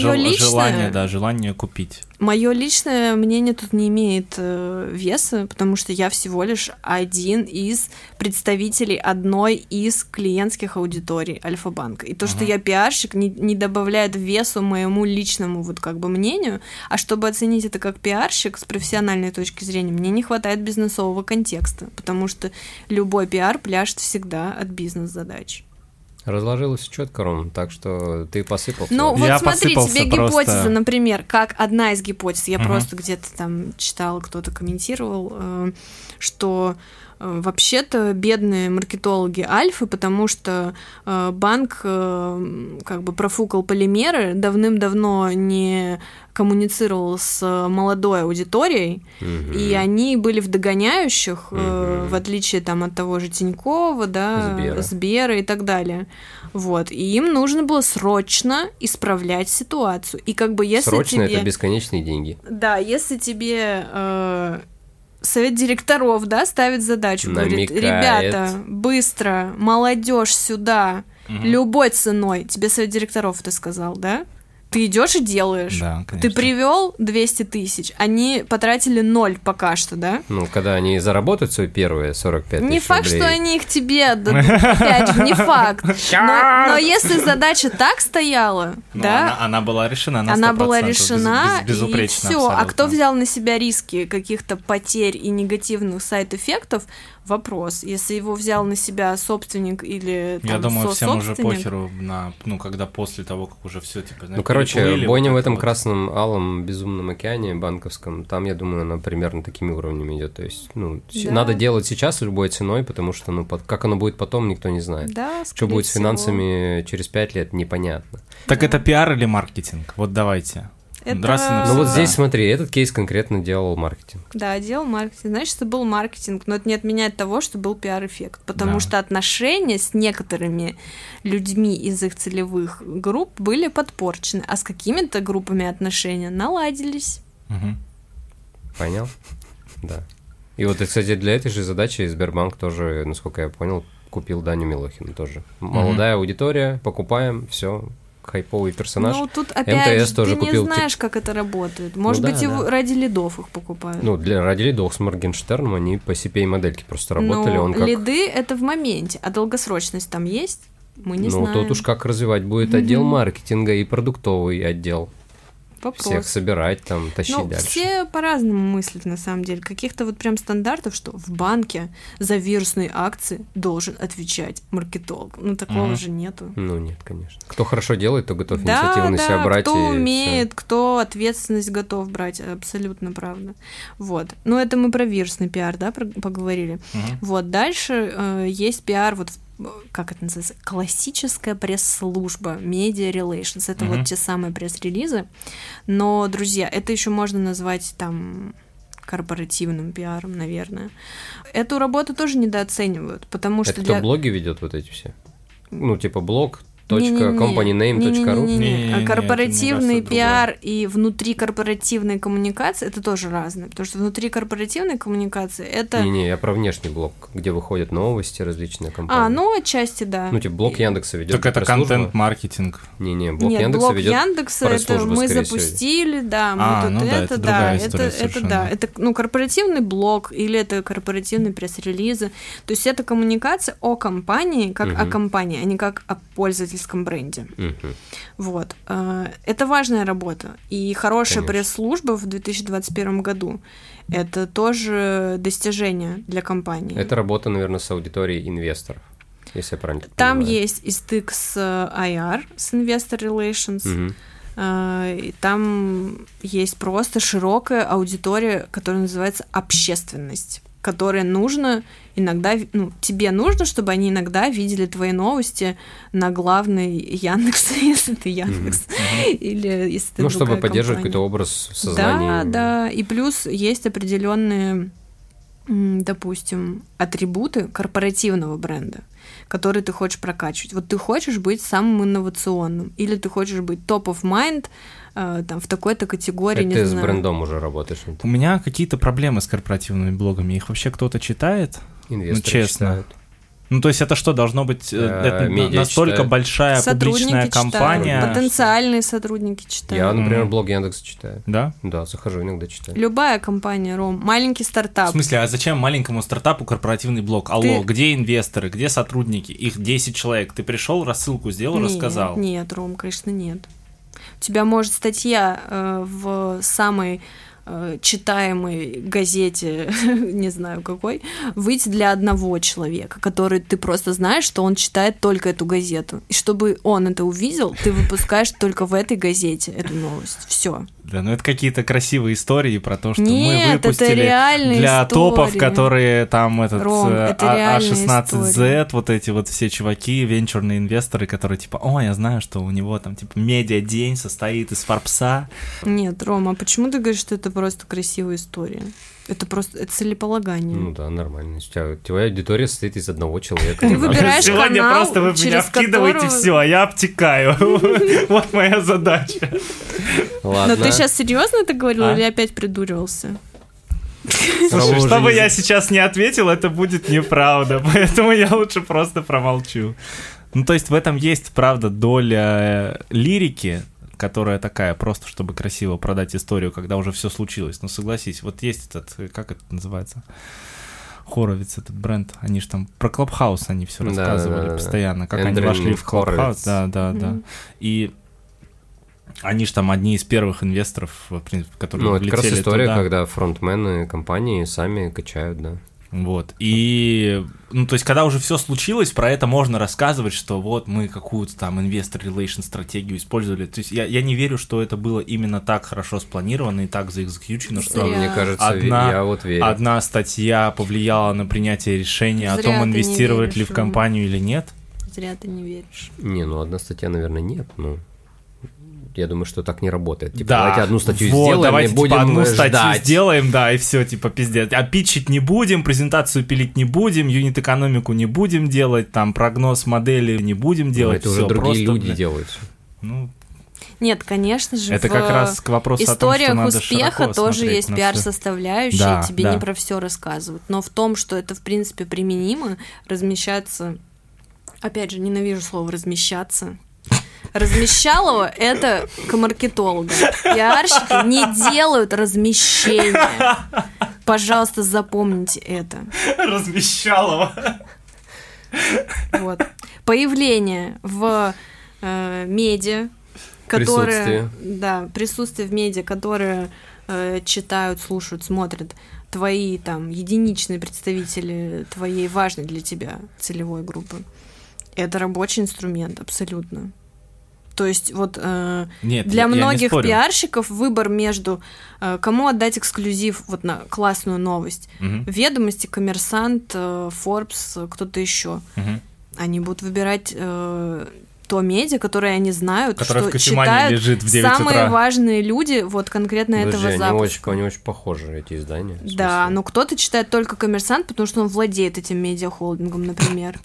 [SPEAKER 1] желание купить?
[SPEAKER 3] Мое личное мнение тут не имеет веса, потому что я всего лишь один из представителей одной из клиентских аудиторий Альфа-банка. И то, что я пиарщик, не добавляет весу моему личному вот как бы мнению, а чтобы оценить это как пиарщик с профессиональной точки зрения, мне не хватает бизнесового контекста, потому что любой пиар пляшет всегда от бизнес-задач.
[SPEAKER 2] Разложилось четко, Ром, так что ты посыпался.
[SPEAKER 3] Ну вот
[SPEAKER 1] я
[SPEAKER 3] смотри, тебе гипотеза,
[SPEAKER 1] просто...
[SPEAKER 3] например, как одна из гипотез, я просто где-то там читала, кто-то комментировал, что вообще-то бедные маркетологи Альфы, потому что банк как бы профукал полимеры, давным-давно не коммуницировал с молодой аудиторией, и они были в догоняющих, в отличие там от того же Тинькова, да, Сбера и так далее. Вот. И им нужно было срочно исправлять ситуацию. И как бы если
[SPEAKER 2] срочно
[SPEAKER 3] тебе...
[SPEAKER 2] это бесконечные деньги.
[SPEAKER 3] Да, если тебе совет директоров, да, ставит задачу, говорит, ребята, быстро, молодежь сюда, любой ценой. Тебе совет директоров это сказал, да? Ты идешь и делаешь.
[SPEAKER 1] Да, конечно.
[SPEAKER 3] Ты привел 200 тысяч, они потратили 0 пока что, да?
[SPEAKER 2] Ну, когда они заработают свои первые 45 тысяч
[SPEAKER 3] Не факт,
[SPEAKER 2] рублей.
[SPEAKER 3] что они их тебе отдадут, опять же, не факт. Но если задача так стояла, да?
[SPEAKER 1] Она была решена на 100%.
[SPEAKER 3] Она была решена, и
[SPEAKER 1] все.
[SPEAKER 3] все. А кто взял на себя риски каких-то потерь и негативных сайд-эффектов? Вопрос. Если его взял на себя собственник или там,
[SPEAKER 1] я думаю, всем уже
[SPEAKER 3] сособственник.
[SPEAKER 1] похеру на, ну, когда после того, как уже все типа.
[SPEAKER 2] Ну, короче, бойня
[SPEAKER 1] вот
[SPEAKER 2] в этом
[SPEAKER 1] вот.
[SPEAKER 2] красном, алом, безумном океане банковском, там, я думаю, она примерно такими уровнями идет. То есть, ну,
[SPEAKER 3] Да.
[SPEAKER 2] надо делать сейчас любой ценой, потому что, ну, как оно будет потом, никто не знает.
[SPEAKER 3] Да,
[SPEAKER 2] Что будет с
[SPEAKER 3] всего.
[SPEAKER 2] финансами через 5 лет, непонятно.
[SPEAKER 1] Так это пиар или маркетинг? Вот давайте.
[SPEAKER 3] Это...
[SPEAKER 1] Раз и навсегда.
[SPEAKER 2] Ну вот здесь, смотри, этот кейс конкретно делал маркетинг.
[SPEAKER 3] Да, делал маркетинг. Значит, это был маркетинг, но это не отменяет того, что был пиар-эффект. Потому
[SPEAKER 1] Да.
[SPEAKER 3] что отношения с некоторыми людьми из их целевых групп были подпорчены, а с какими-то группами отношения наладились.
[SPEAKER 1] Мгм.
[SPEAKER 2] Понял? Да. И вот, кстати, для этой же задачи Сбербанк тоже, насколько я понял, купил Даню Милохина тоже. Молодая аудитория, покупаем, все. Хайповый персонаж.
[SPEAKER 3] Ну, тут опять
[SPEAKER 2] МТС
[SPEAKER 3] же,
[SPEAKER 2] тоже
[SPEAKER 3] ты не
[SPEAKER 2] купил
[SPEAKER 3] знаешь, как это работает. Может
[SPEAKER 2] Ну
[SPEAKER 3] быть,
[SPEAKER 2] да,
[SPEAKER 3] его
[SPEAKER 2] да.
[SPEAKER 3] ради лидов их покупают.
[SPEAKER 2] Ну, ради лидов с Моргенштерном они по CPA-модельке просто работали.
[SPEAKER 3] Но
[SPEAKER 2] Он как...
[SPEAKER 3] лиды — это в моменте, а долгосрочность там есть? Мы не знаем.
[SPEAKER 2] Ну, тут уж как развивать будет отдел маркетинга и продуктовый отдел.
[SPEAKER 3] Вопрос.
[SPEAKER 2] Всех собирать, там, тащить
[SPEAKER 3] Ну,
[SPEAKER 2] дальше.
[SPEAKER 3] все по-разному мыслят, на самом деле. Каких-то вот прям стандартов, что в банке за вирусные акции должен отвечать маркетолог. Ну, такого же нету.
[SPEAKER 2] Ну, нет, конечно. Кто хорошо делает, то готов
[SPEAKER 3] Да,
[SPEAKER 2] инициативу на себя брать.
[SPEAKER 3] кто
[SPEAKER 2] и
[SPEAKER 3] умеет, кто ответственность готов брать, абсолютно правда. Вот. Ну, это мы про вирусный пиар, да, поговорили. Вот, дальше есть пиар вот как это называется, классическая пресс-служба, media relations. Это вот те самые пресс-релизы. Но, друзья, это еще можно назвать там корпоративным пиаром, наверное. Эту работу тоже недооценивают, потому что
[SPEAKER 2] Это кто блоги ведет вот эти все? Ну, типа блог, companyname.ru.
[SPEAKER 1] Не-не-не.
[SPEAKER 3] Корпоративный
[SPEAKER 1] это, мне кажется,
[SPEAKER 3] пиар и внутрикорпоративная коммуникация — это тоже разное, потому что внутрикорпоративная коммуникация — это...
[SPEAKER 2] Не-не, я про внешний блог, где выходят новости, различные компании.
[SPEAKER 3] ну, отчасти, да.
[SPEAKER 2] Ну, типа блог Яндекса ведет.
[SPEAKER 1] Так это контент-маркетинг.
[SPEAKER 2] Не-не, блог
[SPEAKER 3] Нет,
[SPEAKER 2] Яндекса
[SPEAKER 3] блог
[SPEAKER 2] ведет.
[SPEAKER 3] Яндекса — это
[SPEAKER 2] пресс-служба,
[SPEAKER 3] мы
[SPEAKER 2] скорее
[SPEAKER 3] запустили, да, мы
[SPEAKER 1] ну да, это другая история
[SPEAKER 3] это
[SPEAKER 1] совершенно.
[SPEAKER 3] да, это, ну, корпоративный блог или это корпоративные пресс-релизы, то есть это коммуникация о компании, как о компании, а не как о пользовательском бренде. Вот. Это важная работа. И хорошая
[SPEAKER 2] Конечно.
[SPEAKER 3] пресс-служба в 2021 году — это тоже достижение для компании.
[SPEAKER 2] Это работа, наверное, с аудиторией инвесторов, если я правильно
[SPEAKER 3] Там
[SPEAKER 2] понимаю.
[SPEAKER 3] есть и стык с IR, с Investor Relations. И там есть просто широкая аудитория, которая называется общественность, которая нужно иногда, ну, тебе нужно, чтобы они иногда видели твои новости на главной Яндекс, если ты Яндекс, или если ты
[SPEAKER 2] Ну, чтобы
[SPEAKER 3] другая
[SPEAKER 2] поддерживать
[SPEAKER 3] компания.
[SPEAKER 2] какой-то образ в сознании.
[SPEAKER 3] Да, и плюс есть определенные, допустим, атрибуты корпоративного бренда, которые ты хочешь прокачивать. Вот ты хочешь быть самым инновационным, или ты хочешь быть top of mind там, в такой-то категории,
[SPEAKER 2] Это
[SPEAKER 3] не
[SPEAKER 2] ты с
[SPEAKER 3] знаю.
[SPEAKER 2] брендом уже работаешь.
[SPEAKER 1] У меня какие-то проблемы с корпоративными блогами. Их вообще кто-то читает?
[SPEAKER 2] Инвесторы
[SPEAKER 1] честно.
[SPEAKER 2] читают.
[SPEAKER 1] Ну, то есть это что, должно быть это
[SPEAKER 2] медиа
[SPEAKER 1] настолько
[SPEAKER 2] читают.
[SPEAKER 1] большая публичная
[SPEAKER 3] Сотрудники
[SPEAKER 1] компания?
[SPEAKER 3] читают, потенциальные сотрудники читают.
[SPEAKER 2] Я, например, блог Яндекса читаю.
[SPEAKER 1] Да?
[SPEAKER 2] Да, захожу, иногда читаю.
[SPEAKER 3] Любая компания, Ром, маленький
[SPEAKER 1] В
[SPEAKER 3] стартап.
[SPEAKER 1] смысле, а зачем маленькому стартапу корпоративный блог? Алло, где инвесторы, где сотрудники? Их 10 человек. Ты пришел, рассылку сделал, рассказал.
[SPEAKER 3] Нет, Ром, конечно, нет. У тебя может статья в самой читаемой газете, не знаю какой, выйти для одного человека, который ты просто знаешь, что он читает только эту газету. И чтобы он это увидел, ты выпускаешь только в этой газете эту новость. Все.
[SPEAKER 1] Да, ну это какие-то красивые истории про то, что
[SPEAKER 3] Нет,
[SPEAKER 1] мы выпустили
[SPEAKER 3] это реальные
[SPEAKER 1] для
[SPEAKER 3] истории.
[SPEAKER 1] топов, которые там
[SPEAKER 3] Ром, это реальная
[SPEAKER 1] A16Z,
[SPEAKER 3] история.
[SPEAKER 1] вот эти вот все чуваки, венчурные инвесторы, которые типа, о, я знаю, что у него там типа медиа-день состоит из Форбса.
[SPEAKER 3] Нет, Рома, а почему ты говоришь, что это просто красивая история? Это просто это целеполагание.
[SPEAKER 2] Ну да, нормально. Твоя аудитория состоит из одного человека.
[SPEAKER 3] Ты выбираешь
[SPEAKER 1] Сегодня
[SPEAKER 3] канал,
[SPEAKER 1] просто вы в меня
[SPEAKER 3] через
[SPEAKER 1] вкидываете
[SPEAKER 3] которого-
[SPEAKER 1] все, а я обтекаю. Вот моя задача.
[SPEAKER 2] Ладно.
[SPEAKER 3] Но ты сейчас серьезно это говорил
[SPEAKER 1] А?
[SPEAKER 3] или опять придуривался?
[SPEAKER 1] Слушай,
[SPEAKER 2] Уже
[SPEAKER 1] чтобы
[SPEAKER 2] не-
[SPEAKER 1] я сейчас не ответил, это будет неправда, поэтому я лучше просто промолчу. Ну, то есть в этом есть, правда, доля лирики, которая такая, просто чтобы красиво продать историю, когда уже все случилось. Ну, согласись, вот есть этот, как это называется, Хоровиц, этот бренд, они же там про Клабхаус они все
[SPEAKER 2] Да,
[SPEAKER 1] рассказывали
[SPEAKER 2] да.
[SPEAKER 1] постоянно, как они
[SPEAKER 2] Эндрю
[SPEAKER 1] вошли в Клабхаус.
[SPEAKER 2] Хоровиц.
[SPEAKER 1] Да.
[SPEAKER 3] Мгм.
[SPEAKER 1] И они же там одни из первых инвесторов, в принципе, которые
[SPEAKER 2] Ну, это как раз
[SPEAKER 1] влетели
[SPEAKER 2] история,
[SPEAKER 1] туда.
[SPEAKER 2] когда фронтмены компании сами качают, да.
[SPEAKER 1] Вот. И, ну, то есть, когда уже все случилось, про это можно рассказывать, что вот мы какую-то там investor relation стратегию использовали. То есть, я не верю, что это было именно так хорошо спланировано и так заэкзекьючено, что
[SPEAKER 3] Зря.
[SPEAKER 2] Мне кажется,
[SPEAKER 1] Одна-
[SPEAKER 2] я вот верю.
[SPEAKER 1] одна статья повлияла на принятие решения о
[SPEAKER 3] Зря
[SPEAKER 1] том,
[SPEAKER 3] ты не
[SPEAKER 1] инвестировать ли
[SPEAKER 3] веришь,
[SPEAKER 1] в компанию или нет.
[SPEAKER 3] Зря ты не веришь.
[SPEAKER 2] Не, ну одна статья, наверное, нет, ну... Я думаю, что так не работает. Типа,
[SPEAKER 1] Да,
[SPEAKER 2] давайте одну статью
[SPEAKER 1] вот,
[SPEAKER 2] сделаем
[SPEAKER 1] давайте,
[SPEAKER 2] и будем
[SPEAKER 1] типа, одну
[SPEAKER 2] ждать.
[SPEAKER 1] статью сделаем, да, и все, типа, пиздец. А питчить не будем, презентацию пилить не будем, юнит-экономику не будем делать, там, прогноз модели не будем
[SPEAKER 2] Ну,
[SPEAKER 1] делать.
[SPEAKER 2] это
[SPEAKER 1] всё,
[SPEAKER 2] уже другие
[SPEAKER 1] просто,
[SPEAKER 2] люди
[SPEAKER 1] бля,
[SPEAKER 2] делают.
[SPEAKER 1] Ну,
[SPEAKER 3] Нет, конечно же,
[SPEAKER 1] это
[SPEAKER 3] в
[SPEAKER 1] как раз к вопросу о том, что
[SPEAKER 3] историях
[SPEAKER 1] надо
[SPEAKER 3] успеха
[SPEAKER 1] широко
[SPEAKER 3] тоже
[SPEAKER 1] смотреть
[SPEAKER 3] есть
[SPEAKER 1] на всё.
[SPEAKER 3] пиар-составляющая,
[SPEAKER 1] Да,
[SPEAKER 3] тебе
[SPEAKER 1] да.
[SPEAKER 3] не про все рассказывают. Но в том, что это, в принципе, применимо, размещаться... Опять же, ненавижу слово «размещаться». Размещалово — это к маркетологу. Пиарщики не делают размещения. Пожалуйста, запомните это.
[SPEAKER 1] Размещалово.
[SPEAKER 3] Вот. Появление в медиа, которые... Да, присутствие в медиа, которые читают, слушают, смотрят твои там единичные представители твоей важной для тебя целевой группы. Это рабочий инструмент, абсолютно. То есть вот
[SPEAKER 1] Нет,
[SPEAKER 3] для
[SPEAKER 1] я не
[SPEAKER 3] многих
[SPEAKER 1] спорю.
[SPEAKER 3] пиарщиков выбор между кому отдать эксклюзив вот на классную новость.
[SPEAKER 1] Мгм,
[SPEAKER 3] Ведомости, Коммерсант, Forbes, кто-то еще.
[SPEAKER 1] мгм.
[SPEAKER 3] Они будут выбирать то медиа, которое они знают,
[SPEAKER 1] Которое в
[SPEAKER 3] что
[SPEAKER 1] кофемании
[SPEAKER 3] читают
[SPEAKER 1] лежит в 9
[SPEAKER 3] самые
[SPEAKER 1] утра.
[SPEAKER 3] важные люди вот конкретно этого
[SPEAKER 2] Подожди,
[SPEAKER 3] запуска.
[SPEAKER 2] они очень похожи, эти издания. в смысле.
[SPEAKER 3] Да, но кто-то читает только Коммерсант, потому что он владеет этим медиахолдингом, например.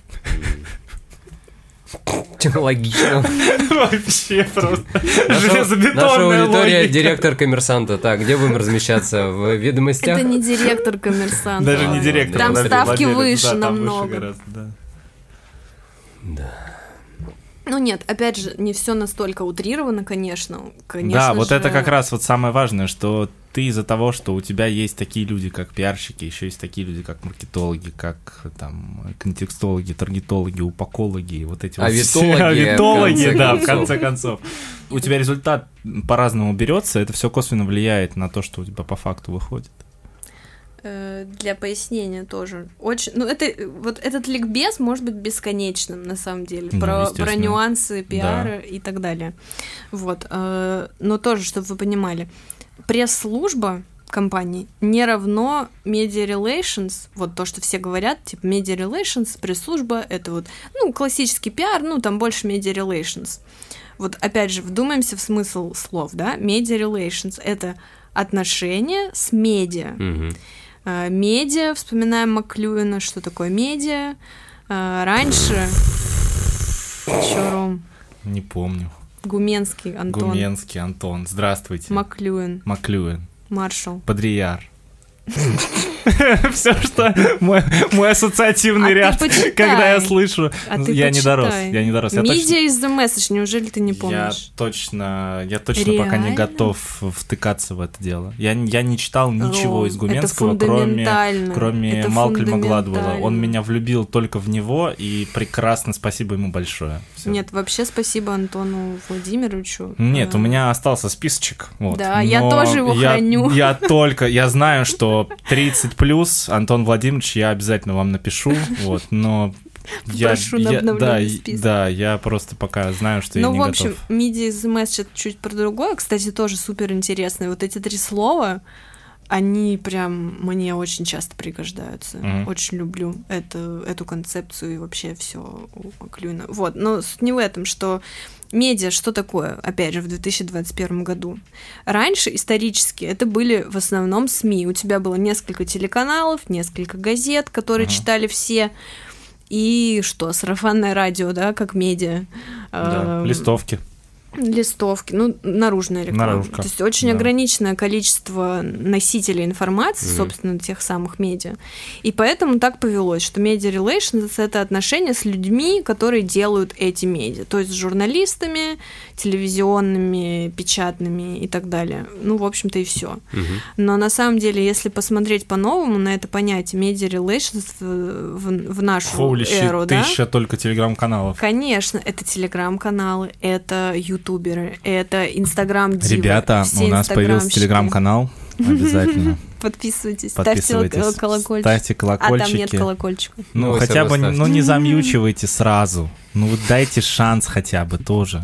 [SPEAKER 2] Логично.
[SPEAKER 1] Вообще просто
[SPEAKER 2] Наша
[SPEAKER 1] железобетонная
[SPEAKER 2] аудитория
[SPEAKER 1] логика.
[SPEAKER 2] директор Коммерсанта. Так, где будем размещаться? В ведомостях?
[SPEAKER 3] Это не директор Коммерсанта.
[SPEAKER 1] Даже не директор.
[SPEAKER 3] Там
[SPEAKER 1] подожди,
[SPEAKER 3] ставки
[SPEAKER 1] владелец,
[SPEAKER 3] выше
[SPEAKER 1] да, там
[SPEAKER 3] намного.
[SPEAKER 1] выше гораздо, да.
[SPEAKER 2] Да.
[SPEAKER 3] Ну нет, опять же, не все настолько утрировано, конечно.
[SPEAKER 1] Да, вот
[SPEAKER 3] же.
[SPEAKER 1] это как раз вот самое важное, что ты из-за того, что у тебя есть такие люди, как пиарщики, еще есть такие люди, как маркетологи, как там контекстологи, таргетологи, упакологи, вот эти вот все.
[SPEAKER 2] Авитологи,
[SPEAKER 1] Авитологи,
[SPEAKER 2] в конце
[SPEAKER 1] да, в
[SPEAKER 2] концов.
[SPEAKER 1] конце концов. У тебя результат по-разному берется, это все косвенно влияет на то, что у тебя по факту выходит.
[SPEAKER 3] Для пояснения тоже. Очень, ну, это вот этот ликбез может быть бесконечным, на самом деле,
[SPEAKER 1] Ну,
[SPEAKER 3] про
[SPEAKER 1] естественно.
[SPEAKER 3] нюансы пиара и так далее. Вот. Но тоже, чтобы вы понимали, пресс-служба компании не равно media relations, вот то, что все говорят, типа media relations, пресс-служба, это вот, ну, классический пиар, ну, там больше media relations. Вот опять же, вдумаемся в смысл слов, да, media relations — это отношения с медиа.
[SPEAKER 2] Мгм.
[SPEAKER 3] Медиа, вспоминаем Маклюина, что такое медиа. Раньше... Чё, Ром?
[SPEAKER 1] Не помню.
[SPEAKER 3] Гуменский Антон.
[SPEAKER 1] Гуменский Антон, здравствуйте.
[SPEAKER 3] Маклюин.
[SPEAKER 1] Маклюин,
[SPEAKER 3] Маршал.
[SPEAKER 1] Бодрияр. Все, что мой ассоциативный
[SPEAKER 3] А ты
[SPEAKER 1] ряд,
[SPEAKER 3] почитай.
[SPEAKER 1] когда я слышу.
[SPEAKER 3] А ты
[SPEAKER 1] Я не дорос,
[SPEAKER 3] почитай.
[SPEAKER 1] я не дорос. Я
[SPEAKER 3] Media is the message, неужели ты не
[SPEAKER 1] Я
[SPEAKER 3] помнишь?
[SPEAKER 1] точно пока не
[SPEAKER 3] Реально?
[SPEAKER 1] готов втыкаться в это дело. Я не читал ничего
[SPEAKER 3] Ром,
[SPEAKER 1] из Гуменского,
[SPEAKER 3] это фундаментально.
[SPEAKER 1] кроме
[SPEAKER 3] Это
[SPEAKER 1] Малкольма Гладуэлла.
[SPEAKER 3] фундаментально.
[SPEAKER 1] Он меня влюбил только в него, и прекрасно, спасибо ему большое. Всё.
[SPEAKER 3] Нет, вообще спасибо Антону Владимировичу.
[SPEAKER 1] Нет, у меня остался списочек. Вот.
[SPEAKER 3] Да, я
[SPEAKER 1] Но
[SPEAKER 3] тоже его храню.
[SPEAKER 1] Я знаю, что 30+, Антон Владимирович, я обязательно вам напишу, вот, но
[SPEAKER 3] Прошу на обновление списка.
[SPEAKER 1] Да, я просто пока знаю, что я не
[SPEAKER 3] в
[SPEAKER 1] готов.
[SPEAKER 3] общем, Media is a Mess чуть про другое. Кстати, тоже супер интересно. Вот эти 3 слова, они прям мне очень часто пригождаются. Очень люблю эту концепцию и вообще все клюйно. Вот, но суть не в этом, что медиа, что такое, опять же, в 2021 году? Раньше, исторически, это были в основном СМИ. У тебя было несколько телеканалов, несколько газет, которые читали все. И что, сарафанное радио, да, как медиа.
[SPEAKER 1] Да, листовки.
[SPEAKER 3] Листовки, наружная реклама.
[SPEAKER 1] Наружка.
[SPEAKER 3] То есть очень ограниченное количество носителей информации, собственно, тех самых медиа. И поэтому так повелось, что media relations — это отношения с людьми, которые делают эти медиа. То есть с журналистами, телевизионными, печатными и так далее. В общем-то, и все. Но на самом деле, если посмотреть по-новому на это понятие media relations в нашу эру, да?
[SPEAKER 1] 1000 только телеграм-каналов.
[SPEAKER 3] Конечно, это телеграм-каналы, это ютуберы, это инстаграм-дивы.
[SPEAKER 1] Ребята, у нас появился телеграм-канал, обязательно.
[SPEAKER 3] Подписывайтесь, ставьте колокольчик.
[SPEAKER 1] Ставьте колокольчики.
[SPEAKER 3] А там нет колокольчика.
[SPEAKER 1] Хотя бы, не замьючивайте сразу. Дайте шанс хотя бы тоже.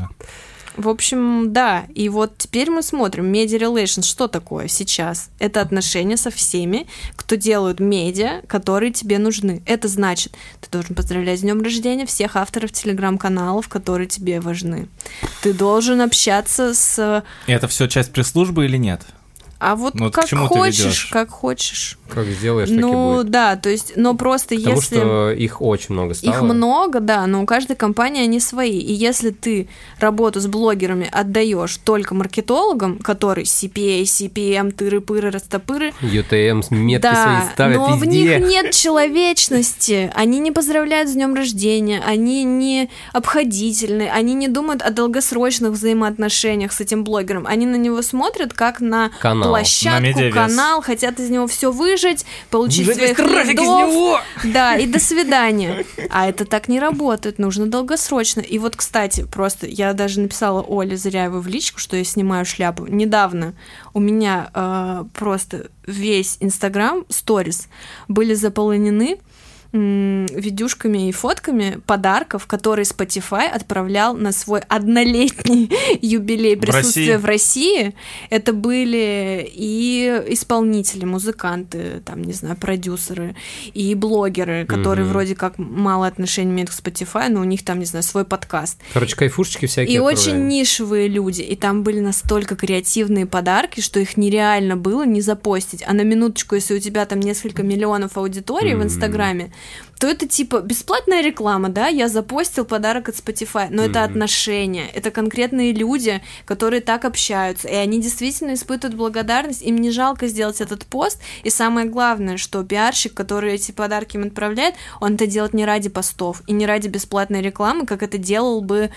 [SPEAKER 3] В общем, да, и вот теперь мы смотрим media relations, что такое сейчас. Это отношения со всеми, кто делают медиа, которые тебе нужны. Это значит, ты должен поздравлять с днем рождения всех авторов телеграм-каналов, которые тебе важны. Ты должен общаться с...
[SPEAKER 1] И это все часть пресс-службы или нет?
[SPEAKER 3] А вот как хочешь, как хочешь.
[SPEAKER 2] Как сделаешь, так и будет.
[SPEAKER 3] Да, то есть, но просто
[SPEAKER 2] Потому
[SPEAKER 3] если...
[SPEAKER 2] что их очень много стало.
[SPEAKER 3] Их много, да, но у каждой компании они свои. И если ты работу с блогерами отдаешь только маркетологам, которые CPA, CPM, тыры-пыры, растопыры...
[SPEAKER 2] UTM, метки свои ставят
[SPEAKER 3] но
[SPEAKER 2] везде.
[SPEAKER 3] в них нет человечности. Они не поздравляют с днем рождения, они не обходительны, они не думают о долгосрочных взаимоотношениях с этим блогером. Они на него смотрят как на площадку, канал, хотят из него все выжать, получить своих лидов. Да, и до свидания. А это так не работает, нужно долгосрочно. И вот, кстати, просто я даже написала Оле Зыряевой в личку, что я снимаю шляпу. Недавно у меня просто весь Инстаграм, сторис были заполонены видюшками и фотками подарков, которые Spotify отправлял на свой 1-летний юбилей присутствия в России. Это были и исполнители, музыканты, там, не знаю, продюсеры, и блогеры, которые вроде как мало отношения имеют к Spotify, но у них там, не знаю, свой подкаст.
[SPEAKER 2] Короче, кайфушечки всякие.
[SPEAKER 3] И очень нишевые люди. И там были настолько креативные подарки, что их нереально было не запостить. А на минуточку, если у тебя там несколько миллионов аудиторий в Инстаграме, то это типа бесплатная реклама, да, я запостил подарок от Spotify, но это отношения, это конкретные люди, которые так общаются, и они действительно испытывают благодарность, им не жалко сделать этот пост, и самое главное, что пиарщик, который эти подарки им отправляет, он это делает не ради постов и не ради бесплатной рекламы, как это делал бы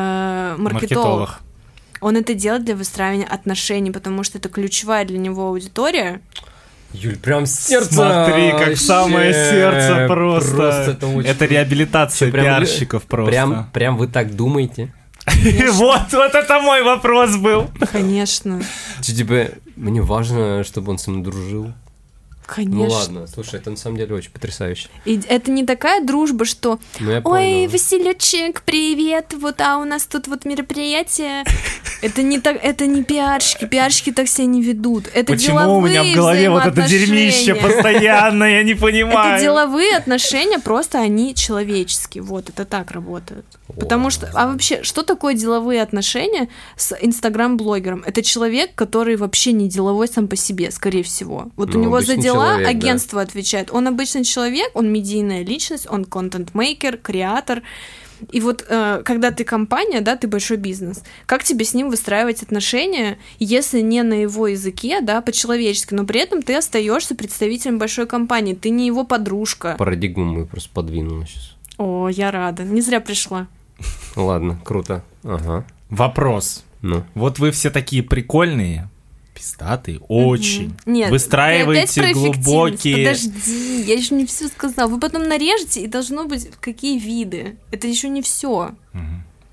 [SPEAKER 3] маркетолог. Он это делает для выстраивания отношений, потому что это ключевая для него аудитория.
[SPEAKER 2] Юль, прям сердце.
[SPEAKER 1] Смотри, как самое сердце просто. Это реабилитация пиарщиков просто.
[SPEAKER 2] Прям вы так думаете?
[SPEAKER 1] Вот это мой вопрос был.
[SPEAKER 3] Конечно.
[SPEAKER 2] Типа, мне важно, чтобы он со мной дружил.
[SPEAKER 3] Конечно.
[SPEAKER 2] Ну ладно, слушай, это на самом деле очень потрясающе.
[SPEAKER 3] И это не такая дружба, что «Ой, Василючек, привет, вот, а у нас тут вот мероприятие». Это не пиарщики, пиарщики так себя не ведут. Это
[SPEAKER 1] почему у меня в голове вот это дерьмище постоянно, я не понимаю.
[SPEAKER 3] Это деловые отношения, просто они человеческие, вот, это так работает. Потому что, а вообще, что такое деловые отношения с инстаграм-блогером? Это человек, который вообще не деловой сам по себе, скорее всего. Вот у него за дела агентство отвечает. Он обычный человек, он медийная личность, он контент-мейкер, креатор. И вот когда ты компания, да, ты большой бизнес, как тебе с ним выстраивать отношения, если не на его языке, да, по-человечески, но при этом ты остаешься представителем большой компании, ты не его подружка.
[SPEAKER 2] Парадигму мы просто подвинули сейчас.
[SPEAKER 3] О, я рада, не зря пришла.
[SPEAKER 2] Ладно, круто. Ага.
[SPEAKER 1] Вопрос.
[SPEAKER 2] Ну.
[SPEAKER 1] Вот вы все такие прикольные, пиздатые, очень.
[SPEAKER 3] Нет,
[SPEAKER 1] выстраиваете глубокие...
[SPEAKER 3] Подожди, я еще не все сказала. Вы потом нарежете, и должно быть какие виды. Это еще не все.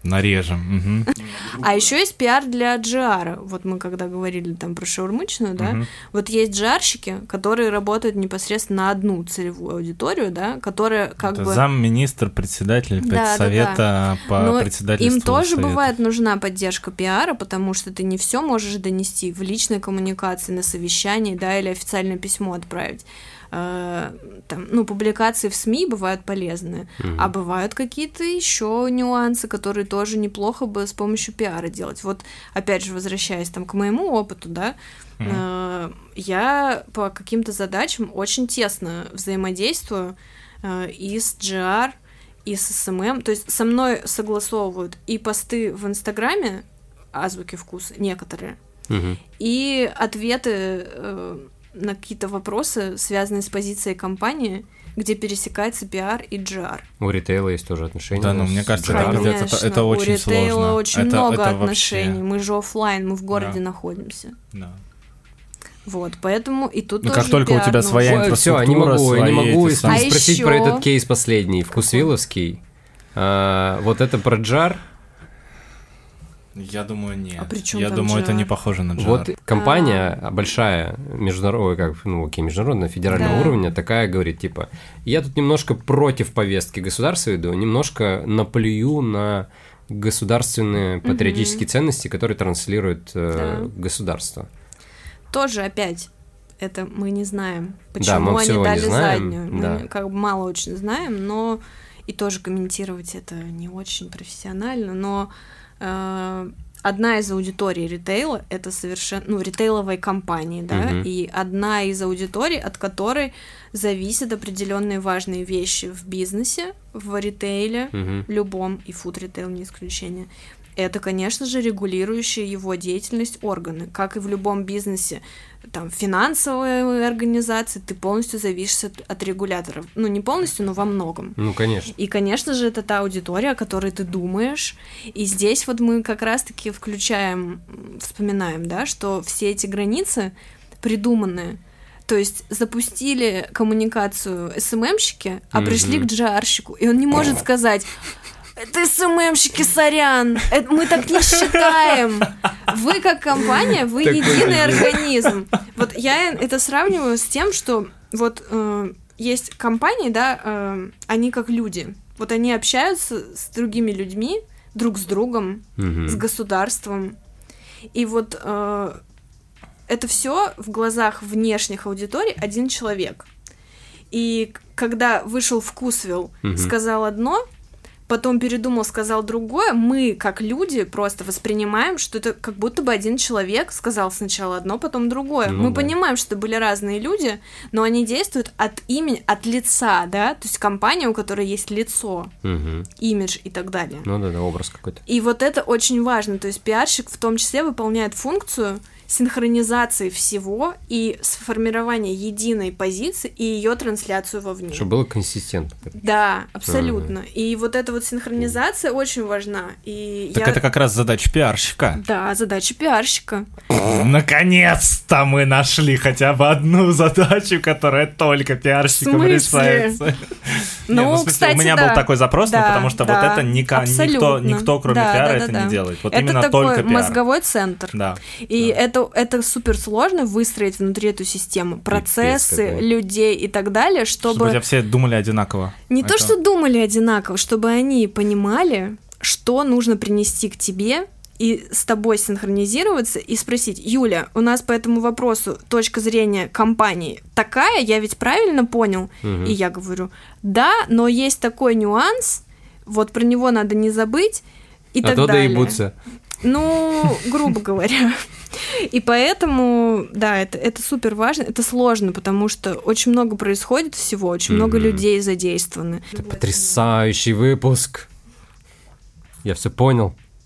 [SPEAKER 1] Нарежем.
[SPEAKER 3] А еще есть пиар для GR. Вот мы когда говорили там про шаурмычную, да, вот есть GR-щики, которые работают непосредственно на одну целевую аудиторию, да, которая как
[SPEAKER 1] Это
[SPEAKER 3] бы...
[SPEAKER 1] замминистр, председатель педсовета по председательству
[SPEAKER 3] им тоже
[SPEAKER 1] совета.
[SPEAKER 3] бывает нужна поддержка пиара, потому что ты не все можешь донести в личной коммуникации, на совещании, да, или официальное письмо отправить. Там, ну, публикации в СМИ бывают полезные, а бывают какие-то еще нюансы, которые тоже неплохо бы с помощью пиара делать. Вот, опять же, возвращаясь там к моему опыту, да, я по каким-то задачам очень тесно взаимодействую и с GR, и с СММ, то есть со мной согласовывают и посты в Инстаграме Азбуки Вкуса, некоторые, и ответы на какие-то вопросы, связанные с позицией компании, где пересекается пиар и GR.
[SPEAKER 2] У ритейла есть тоже отношения.
[SPEAKER 1] Да, но мне кажется, это
[SPEAKER 3] у
[SPEAKER 1] очень
[SPEAKER 3] ритейла
[SPEAKER 1] сложно.
[SPEAKER 3] очень
[SPEAKER 1] это
[SPEAKER 3] много
[SPEAKER 1] это
[SPEAKER 3] отношений.
[SPEAKER 1] Вообще...
[SPEAKER 3] Мы же офлайн, мы в городе
[SPEAKER 1] Да.
[SPEAKER 3] находимся.
[SPEAKER 1] Да.
[SPEAKER 3] Вот, поэтому и тут
[SPEAKER 1] Ну,
[SPEAKER 3] тоже
[SPEAKER 1] как только у
[SPEAKER 3] пиар
[SPEAKER 1] тебя
[SPEAKER 3] нужен.
[SPEAKER 1] своя
[SPEAKER 2] Всё,
[SPEAKER 1] инфраструктура,
[SPEAKER 2] не могу
[SPEAKER 1] эти самые-
[SPEAKER 2] спросить
[SPEAKER 3] ещё-
[SPEAKER 2] про этот кейс последний, вкусвилловский. Вот это про джар.
[SPEAKER 1] Я думаю, нет.
[SPEAKER 3] А при чём
[SPEAKER 1] Я
[SPEAKER 3] там
[SPEAKER 1] думаю, это
[SPEAKER 3] GR?
[SPEAKER 1] не похоже на GR.
[SPEAKER 2] Вот компания большая, международная, международная, федерального
[SPEAKER 3] Да.
[SPEAKER 2] уровня, такая говорит, типа, я тут немножко против повестки государства иду, немножко наплюю на государственные патриотические ценности, которые транслирует государство.
[SPEAKER 3] Тоже опять, это мы не знаем,
[SPEAKER 2] Да,
[SPEAKER 3] почему
[SPEAKER 2] мы
[SPEAKER 3] они
[SPEAKER 2] всего не
[SPEAKER 3] дали
[SPEAKER 2] знаем,
[SPEAKER 3] заднюю.
[SPEAKER 2] да.
[SPEAKER 3] Мы как бы мало очень знаем, но и тоже комментировать это не очень профессионально, но одна из аудиторий ритейла — это совершенно, ну, ритейловой компании, да, и одна из аудиторий, от которой зависят определенные важные вещи в бизнесе, в ритейле, любом, и фуд-ритейл не исключение. Это, конечно же, регулирующие его деятельность органы. Как и в любом бизнесе, там, финансовой организации, ты полностью зависишь от регуляторов. Ну, не полностью, но во многом.
[SPEAKER 2] Ну, конечно.
[SPEAKER 3] И, конечно же, это та аудитория, о которой ты думаешь. И здесь вот мы как раз-таки вспоминаем, да, что все эти границы придуманы. То есть запустили коммуникацию СММщики, а пришли к GR-щику, и он не может сказать: это СММщики, сорян, мы так не считаем. Вы как компания, вы единый организм. Вот я это сравниваю с тем, что вот есть компании, да, они как люди. Вот они общаются с другими людьми, друг с другом, с государством. И вот это все в глазах внешних аудиторий один человек. И когда вышел Вкусвилл, сказал одно, потом передумал, сказал другое, мы, как люди, просто воспринимаем, что это как будто бы один человек сказал сначала одно, потом другое.
[SPEAKER 2] Ну,
[SPEAKER 3] мы
[SPEAKER 2] да.
[SPEAKER 3] понимаем, что это были разные люди, но они действуют от имени, от лица, да, то есть компания, у которой есть лицо, имидж и так далее.
[SPEAKER 2] Ну да, образ какой-то.
[SPEAKER 3] И вот это очень важно, то есть пиарщик в том числе выполняет функцию синхронизации всего и сформирования единой позиции и ее трансляцию вовне.
[SPEAKER 2] Чтобы было консистентно.
[SPEAKER 3] Да, абсолютно. И вот эта вот синхронизация очень важна. И
[SPEAKER 1] Так это как раз задача пиарщика.
[SPEAKER 3] Да, задача пиарщика.
[SPEAKER 1] Наконец-то мы нашли хотя бы одну задачу, которая только пиарщикам
[SPEAKER 3] В смысле?
[SPEAKER 1] решается.
[SPEAKER 3] Ну,
[SPEAKER 1] Не, в смысле,
[SPEAKER 3] кстати,
[SPEAKER 1] у меня
[SPEAKER 3] да.
[SPEAKER 1] был такой запрос,
[SPEAKER 3] Да,
[SPEAKER 1] потому что
[SPEAKER 3] да,
[SPEAKER 1] вот это
[SPEAKER 3] абсолютно.
[SPEAKER 1] никто, кроме
[SPEAKER 3] Да,
[SPEAKER 1] пиара,
[SPEAKER 3] да,
[SPEAKER 1] это
[SPEAKER 3] да.
[SPEAKER 1] не делает. Вот
[SPEAKER 3] это
[SPEAKER 1] именно
[SPEAKER 3] такой
[SPEAKER 1] только пиар.
[SPEAKER 3] мозговой центр.
[SPEAKER 1] Да.
[SPEAKER 3] И это супер сложно выстроить внутри эту систему. Процессы,
[SPEAKER 2] какой.
[SPEAKER 3] людей и так далее,
[SPEAKER 1] Чтобы у тебя все думали одинаково.
[SPEAKER 3] Не то,
[SPEAKER 1] Это-
[SPEAKER 3] что думали одинаково, чтобы они понимали, что нужно принести к тебе, и с тобой синхронизироваться и спросить: Юля, у нас по этому вопросу точка зрения компании такая, я ведь правильно понял? И я говорю: да, но есть такой нюанс, вот про него надо не забыть, и так
[SPEAKER 2] то
[SPEAKER 3] далее.
[SPEAKER 2] доебутся.
[SPEAKER 3] Ну, грубо говоря. И поэтому, да, это супер важно, это сложно, потому что очень много происходит всего, очень много людей задействованы.
[SPEAKER 2] Это потрясающий выпуск. Я все понял.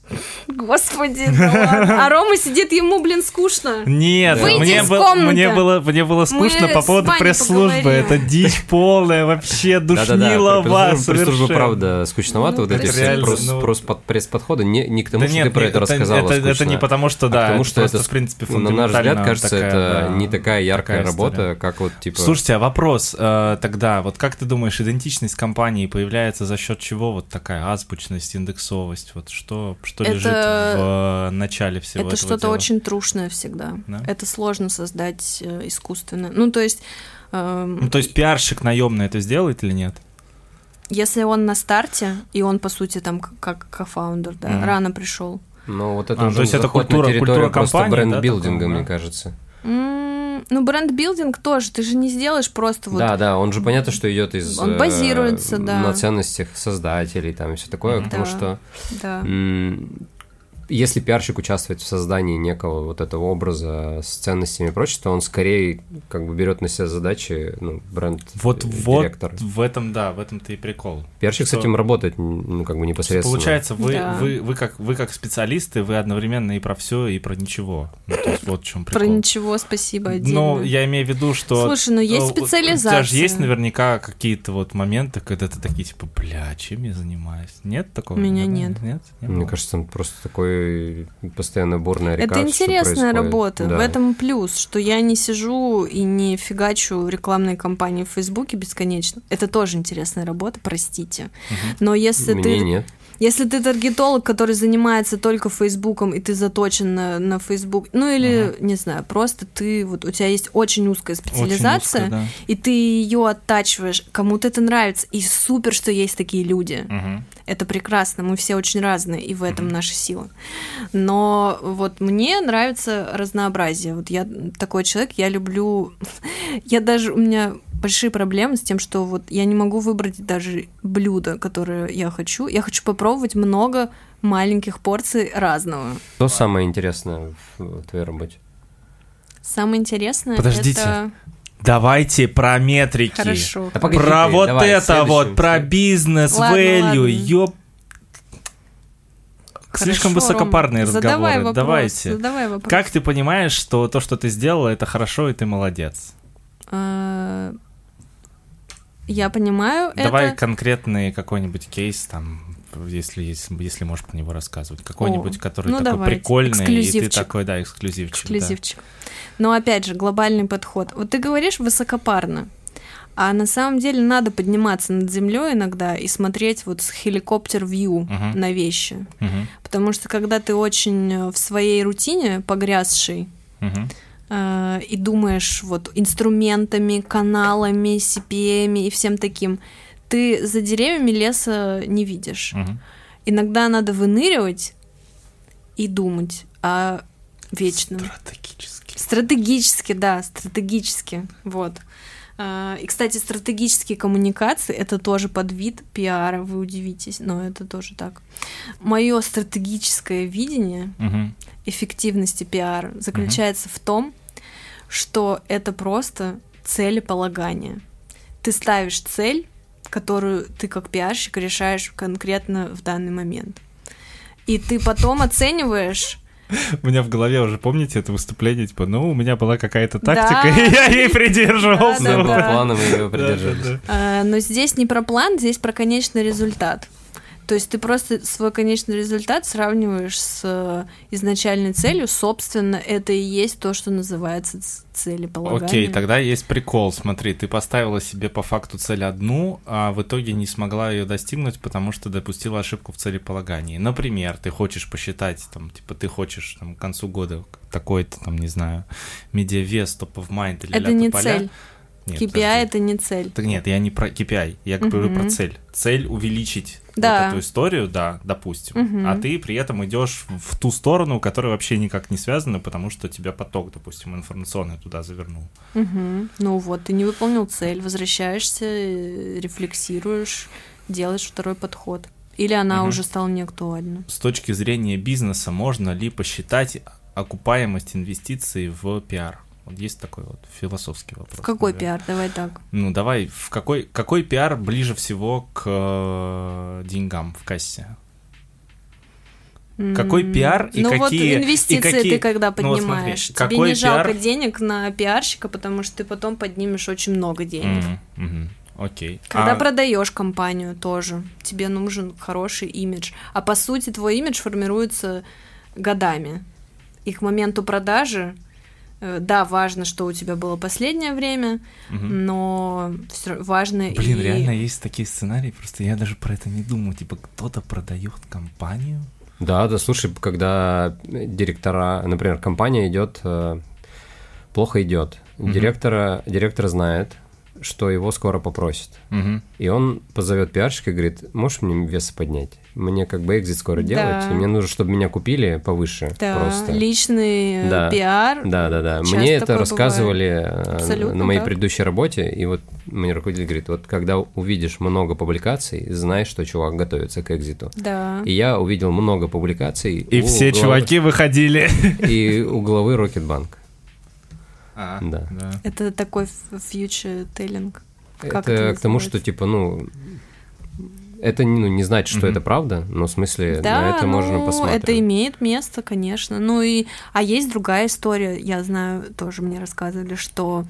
[SPEAKER 3] Господи, да ладно. А Рома сидит, ему, скучно.
[SPEAKER 1] Нет,
[SPEAKER 3] Выйди
[SPEAKER 1] мне
[SPEAKER 3] из комнаты.
[SPEAKER 1] мне было скучно
[SPEAKER 3] Мы
[SPEAKER 1] по поводу
[SPEAKER 3] с Ваней
[SPEAKER 1] пресс-службы.
[SPEAKER 3] поговорим.
[SPEAKER 1] Это дичь полная, вообще душнила вас
[SPEAKER 2] Пресс-служба,
[SPEAKER 1] совершенно.
[SPEAKER 2] правда, скучновато.
[SPEAKER 3] Ну,
[SPEAKER 2] Вот эти все
[SPEAKER 1] реально, ну.
[SPEAKER 2] пресс-подходы. Не к тому,
[SPEAKER 1] Да
[SPEAKER 2] что
[SPEAKER 1] нет,
[SPEAKER 2] ты про это рассказала
[SPEAKER 1] это
[SPEAKER 2] скучно,
[SPEAKER 1] не потому, что,
[SPEAKER 2] а
[SPEAKER 1] да,
[SPEAKER 2] к тому,
[SPEAKER 1] это
[SPEAKER 2] что
[SPEAKER 1] просто,
[SPEAKER 2] это,
[SPEAKER 1] в принципе,
[SPEAKER 2] на наш взгляд,
[SPEAKER 1] фундаментально
[SPEAKER 2] кажется,
[SPEAKER 1] такая,
[SPEAKER 2] это
[SPEAKER 1] да,
[SPEAKER 2] не такая яркая
[SPEAKER 1] такая история.
[SPEAKER 2] работа, как вот, типа...
[SPEAKER 1] Слушайте, а вопрос тогда, вот как ты думаешь, идентичность компании появляется за счет чего? Вот такая азбучность, индексовость, вот что лежит в начале всего этого
[SPEAKER 3] Это что-то
[SPEAKER 1] дела?
[SPEAKER 3] очень трушное всегда.
[SPEAKER 1] Да?
[SPEAKER 3] Это сложно создать искусственно. Ну, то есть...
[SPEAKER 1] Ну, то есть пиарщик наемный это сделает или нет?
[SPEAKER 3] Если он на старте, и он, по сути, там как кофаундер, да,
[SPEAKER 1] Мгм.
[SPEAKER 3] рано пришел.
[SPEAKER 2] Ну, вот это
[SPEAKER 1] то
[SPEAKER 2] уже
[SPEAKER 1] есть это
[SPEAKER 2] заход
[SPEAKER 1] культура
[SPEAKER 2] на территорию просто
[SPEAKER 1] компании, да,
[SPEAKER 2] бренд-билдинга,
[SPEAKER 1] такого,
[SPEAKER 2] мне
[SPEAKER 1] да?
[SPEAKER 2] кажется.
[SPEAKER 3] Ну, бренд-билдинг тоже. Ты же не сделаешь просто вот...
[SPEAKER 2] Да, он же понятно, что идет из...
[SPEAKER 3] Он базируется, да.
[SPEAKER 2] На ценностях создателей, там, и все такое, потому
[SPEAKER 3] Да,
[SPEAKER 2] что...
[SPEAKER 3] да.
[SPEAKER 2] Если пиарщик участвует в создании некого вот этого образа с ценностями и прочее, то он скорее как бы берет на себя задачи, ну, бренд-директор.
[SPEAKER 1] Вот в этом-то и прикол.
[SPEAKER 2] Пиарщик
[SPEAKER 1] Что-
[SPEAKER 2] с этим работает, ну, как бы непосредственно.
[SPEAKER 1] Получается,
[SPEAKER 3] Да.
[SPEAKER 1] вы как специалисты, вы одновременно и про все, и про ничего. Ну, то есть вот в чем прикол.
[SPEAKER 3] Про ничего спасибо отдельно.
[SPEAKER 1] Ну, я имею в виду, что...
[SPEAKER 3] Слушай, ну есть
[SPEAKER 1] у тебя
[SPEAKER 3] специализация.
[SPEAKER 1] же есть наверняка какие-то вот моменты, когда ты такие, типа, бля, чем я занимаюсь? Нет такого?
[SPEAKER 3] У меня
[SPEAKER 1] Да?
[SPEAKER 3] нет.
[SPEAKER 1] Нет? Не
[SPEAKER 2] Мне
[SPEAKER 1] было?
[SPEAKER 2] кажется, там просто такой постоянно бурная река.
[SPEAKER 3] Это
[SPEAKER 2] что
[SPEAKER 3] интересная
[SPEAKER 2] происходит.
[SPEAKER 3] работа.
[SPEAKER 2] Да.
[SPEAKER 3] В этом плюс, что я не сижу и не фигачу рекламные кампании в Фейсбуке бесконечно. Это тоже интересная работа, простите. Но если
[SPEAKER 2] Мне нет.
[SPEAKER 3] Если ты таргетолог, который занимается только Фейсбуком, и ты заточен на Фейсбук, ну или, не знаю, просто ты, вот у тебя есть очень узкая специализация,
[SPEAKER 1] Очень узко, да.
[SPEAKER 3] и ты ее оттачиваешь, кому-то это нравится, и супер, что есть такие люди.
[SPEAKER 1] Мгм.
[SPEAKER 3] Это прекрасно, мы все очень разные, и в этом наша сила. Но вот мне нравится разнообразие. Вот я такой человек, я люблю... у меня большие проблемы с тем, что вот я не могу выбрать даже блюдо, которое я хочу. Я хочу попробовать много маленьких порций разного.
[SPEAKER 2] Что самое интересное в твоей работе?
[SPEAKER 3] Самое интересное
[SPEAKER 1] Подождите.
[SPEAKER 3] это...
[SPEAKER 1] Давайте про метрики.
[SPEAKER 3] Хорошо.
[SPEAKER 2] Да погоди
[SPEAKER 1] Про
[SPEAKER 2] ты,
[SPEAKER 1] вот
[SPEAKER 2] давай,
[SPEAKER 1] это
[SPEAKER 2] следующий.
[SPEAKER 1] вот, про бизнес,
[SPEAKER 3] Ладно,
[SPEAKER 1] value,
[SPEAKER 3] ладно.
[SPEAKER 1] ёп. Слишком
[SPEAKER 3] Хорошо,
[SPEAKER 1] высокопарные
[SPEAKER 3] Ром, задавай
[SPEAKER 1] разговоры.
[SPEAKER 3] вопрос,
[SPEAKER 1] Давайте.
[SPEAKER 3] задавай вопрос.
[SPEAKER 1] Как ты понимаешь, что то, что ты сделала, это хорошо, и ты молодец?
[SPEAKER 3] Я понимаю
[SPEAKER 1] Давай
[SPEAKER 3] это...
[SPEAKER 1] конкретный какой-нибудь кейс, там, если можешь про него рассказывать. Какой-нибудь, который
[SPEAKER 3] ну
[SPEAKER 1] такой
[SPEAKER 3] давайте.
[SPEAKER 1] прикольный, и ты
[SPEAKER 3] Эксклюзивчик.
[SPEAKER 1] такой, да, эксклюзивчик.
[SPEAKER 3] Эксклюзивчик. Но опять же, глобальный подход. Вот ты говоришь высокопарно, а на самом деле надо подниматься над землей иногда и смотреть вот с хеликоптер-вью
[SPEAKER 1] Мгм.
[SPEAKER 3] на вещи.
[SPEAKER 1] Да. Мгм,
[SPEAKER 3] Потому что когда ты очень в своей рутине погрязший
[SPEAKER 1] мгм.
[SPEAKER 3] и думаешь вот инструментами, каналами, CPM и всем таким, ты за деревьями леса не видишь.
[SPEAKER 1] Мгм.
[SPEAKER 3] Иногда надо выныривать и думать о вечном.
[SPEAKER 1] Стратегически.
[SPEAKER 3] Стратегически, да, стратегически, вот. И, кстати, стратегические коммуникации — это тоже подвид пиара, вы удивитесь, но это тоже так. Мое стратегическое видение
[SPEAKER 1] Мгм.
[SPEAKER 3] эффективности пиара заключается в том, что это просто целеполагание. Ты ставишь цель, которую ты как пиарщик решаешь конкретно в данный момент. И ты потом оцениваешь...
[SPEAKER 1] У меня в голове уже, помните, это выступление, типа, ну, у меня была какая-то
[SPEAKER 3] Да.
[SPEAKER 1] тактика, и я ей придерживался.
[SPEAKER 3] Да,
[SPEAKER 2] Все
[SPEAKER 3] да,
[SPEAKER 2] по
[SPEAKER 3] да.
[SPEAKER 2] плану, мы его
[SPEAKER 1] Да, да,
[SPEAKER 2] придерживались.
[SPEAKER 1] да.
[SPEAKER 3] Но здесь не про план, здесь про конечный результат. То есть ты просто свой конечный результат сравниваешь с изначальной целью. Собственно, это и есть то, что называется целеполагание.
[SPEAKER 1] Окей, тогда есть прикол. Смотри, ты поставила себе по факту цель одну, а в итоге не смогла ее достигнуть, потому что допустила ошибку в целеполагании. Например, ты хочешь посчитать, там, типа, ты хочешь там, к концу года такой-то, там, не знаю, медиавес, топ-of-mind или
[SPEAKER 3] Это не
[SPEAKER 1] ля-тополя.
[SPEAKER 3] цель.
[SPEAKER 1] Нет,
[SPEAKER 3] KPI —
[SPEAKER 1] подожди.
[SPEAKER 3] это не цель.
[SPEAKER 1] Так нет, я не про KPI, я говорю про
[SPEAKER 3] Мгм.
[SPEAKER 1] цель. Цель увеличить
[SPEAKER 3] Да.
[SPEAKER 1] вот эту историю, да, допустим.
[SPEAKER 3] Мгм.
[SPEAKER 1] А ты при этом идешь в ту сторону, которая вообще никак не связана, потому что тебя поток, допустим, информационный туда завернул.
[SPEAKER 3] Мгм. Ну вот, ты не выполнил цель, возвращаешься, рефлексируешь, делаешь второй подход. Или она
[SPEAKER 1] Мгм.
[SPEAKER 3] уже стала неактуальна.
[SPEAKER 1] С точки зрения бизнеса, можно ли посчитать окупаемость инвестиций в пиар? Вот есть такой вот философский вопрос.
[SPEAKER 3] В какой
[SPEAKER 1] наверное.
[SPEAKER 3] пиар? Давай так.
[SPEAKER 1] Ну, давай, какой пиар ближе всего к деньгам в кассе? Какой пиар и
[SPEAKER 3] ну
[SPEAKER 1] какие...
[SPEAKER 3] вот инвестиции ты когда
[SPEAKER 1] Ну вот
[SPEAKER 3] поднимаешь,
[SPEAKER 1] смотри,
[SPEAKER 3] тебе
[SPEAKER 1] какой
[SPEAKER 3] не жалко
[SPEAKER 1] пиар?
[SPEAKER 3] денег на пиарщика, потому что ты потом поднимешь очень много денег.
[SPEAKER 1] Окей.
[SPEAKER 3] Когда продаешь компанию тоже, тебе нужен хороший имидж. А по сути твой имидж формируется годами. И к моменту продажи, да, важно, что у тебя было последнее время, но важно
[SPEAKER 1] Блин,
[SPEAKER 3] и...
[SPEAKER 1] реально есть такие сценарии, просто я даже про это не думаю. Типа, кто-то продает компанию?
[SPEAKER 2] Да, слушай, когда директора, например, компания идет, плохо идет, директор знает, что его скоро попросят. И он позовет пиарщика и говорит, можешь мне вес поднять? Мне как бы экзит скоро делать, и мне нужно, чтобы меня купили повыше.
[SPEAKER 3] Да,
[SPEAKER 2] просто.
[SPEAKER 3] личный пиар.
[SPEAKER 2] Да. Мне это рассказывали на моей предыдущей работе, и вот мне руководитель говорит, вот когда увидишь много публикаций, знай, что чувак готовится к экзиту.
[SPEAKER 3] Да.
[SPEAKER 2] И я увидел много публикаций.
[SPEAKER 1] И все чуваки выходили.
[SPEAKER 2] И у главы Рокетбанк.
[SPEAKER 1] Да.
[SPEAKER 3] Это такой future telling.
[SPEAKER 2] Это к тому, что типа, это не значит, что это правда, но в смысле на это можно посмотреть.
[SPEAKER 3] Это имеет место, конечно. А есть другая история, я знаю, тоже мне рассказывали, что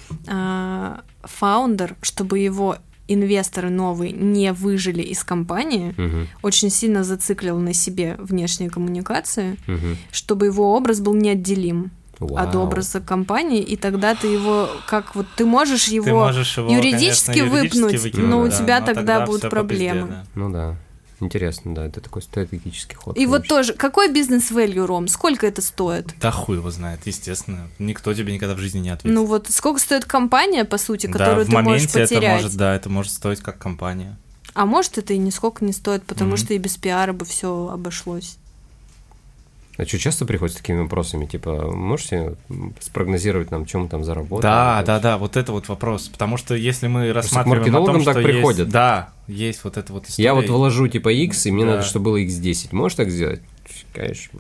[SPEAKER 3] фаундер, чтобы его инвесторы новые не выжили из компании, очень сильно зациклил на себе внешние коммуникации, чтобы его образ был неотделим от образа компании, и тогда ты его, ты можешь его юридически выпнуть, но у тебя тогда будут проблемы.
[SPEAKER 2] Ну да. Интересно, да, это такой стратегический ход.
[SPEAKER 3] И конечно. Вот тоже, какой бизнес-вэлью, Ром? Сколько это стоит?
[SPEAKER 1] Да хуй его знает, естественно. Никто тебе никогда в жизни не ответит.
[SPEAKER 3] Ну вот, сколько стоит компания, по сути, которую ты можешь потерять?
[SPEAKER 1] Это может стоить как компания.
[SPEAKER 3] А может, это и нисколько не стоит, потому что и без пиара бы все обошлось.
[SPEAKER 2] А что, часто приходят с такими вопросами? Типа, можете спрогнозировать нам, чем мы там заработаем?
[SPEAKER 1] Да, вот это вот вопрос. Потому что если мы рассматриваем
[SPEAKER 2] к маркетологам
[SPEAKER 1] что
[SPEAKER 2] так приходят.
[SPEAKER 1] Есть, да, есть вот эта вот история.
[SPEAKER 2] Я вот вложу типа X, и мне надо, чтобы было X10. Можешь так сделать? Конечно.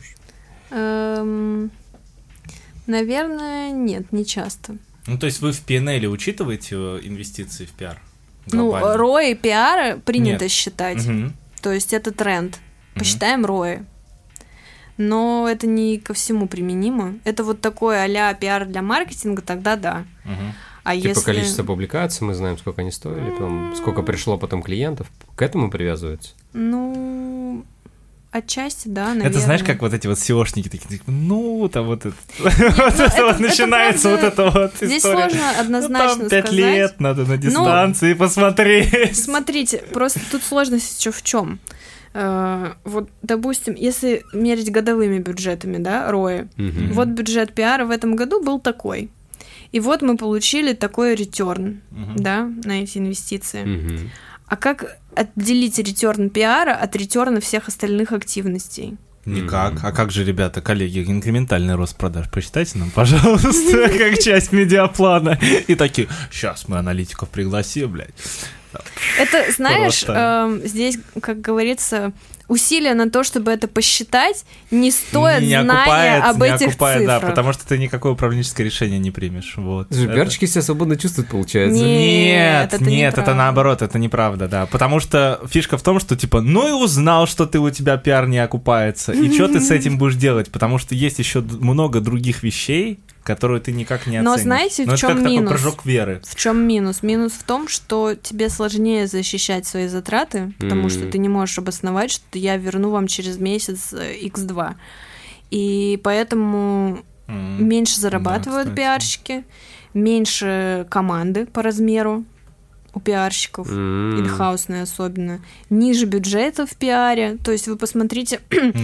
[SPEAKER 3] Наверное, нет, не часто.
[SPEAKER 1] Ну, то есть вы в P&L учитываете инвестиции в пиар?
[SPEAKER 3] Глобально? Ну, ROI пиара принято считать. То есть это тренд. Посчитаем ROI. Но это не ко всему применимо. Это вот такое а-ля пиар для маркетинга, тогда да. А
[SPEAKER 2] типа
[SPEAKER 3] если...
[SPEAKER 2] количество публикаций, мы знаем, сколько они стоили, потом, сколько пришло потом клиентов. К этому привязывается?
[SPEAKER 3] Ну, отчасти, да, наверное.
[SPEAKER 1] Это знаешь, как вот эти вот SEOшники такие, там вот это. Вот это вот начинается вот это вот история.
[SPEAKER 3] Здесь сложно однозначно сказать.
[SPEAKER 1] 5 лет надо на дистанции посмотреть.
[SPEAKER 3] Смотрите, просто тут сложность еще в чем. Вот, допустим, если мерить годовыми бюджетами, да, ROI, вот бюджет пиара в этом году был такой. И вот мы получили такой ретерн, да, на эти инвестиции. А как отделить ретерн пиара от ретерна всех остальных активностей?
[SPEAKER 1] Никак. А как же, ребята, коллеги, инкрементальный рост продаж? Посчитайте нам, пожалуйста, как часть медиаплана. И такие, сейчас мы аналитиков пригласим, блядь.
[SPEAKER 3] Это, знаешь, здесь, как говорится, усилия на то, чтобы это посчитать, не стоят знания об этих цифрах.
[SPEAKER 1] Да, потому что ты никакое управленческое решение не примешь. Вот.
[SPEAKER 2] Пиарщики себя свободно чувствуют, получается.
[SPEAKER 3] Нет,
[SPEAKER 1] это наоборот, это неправда, да. Потому что фишка в том, что типа, ну и узнал, что у тебя пиар не окупается, и что ты с этим будешь делать? Потому что есть еще много других вещей, которую ты никак не оценишь.
[SPEAKER 3] Но знаете, в чем минус?
[SPEAKER 1] Это как такой прыжок веры.
[SPEAKER 3] В чем минус? Минус в том, что тебе сложнее защищать свои затраты, потому что ты не можешь обосновать, что я верну вам через месяц X2. И поэтому меньше зарабатывают пиарщики, меньше команды по размеру у пиарщиков, инхаусные особенно, ниже бюджета в пиаре, то есть вы посмотрите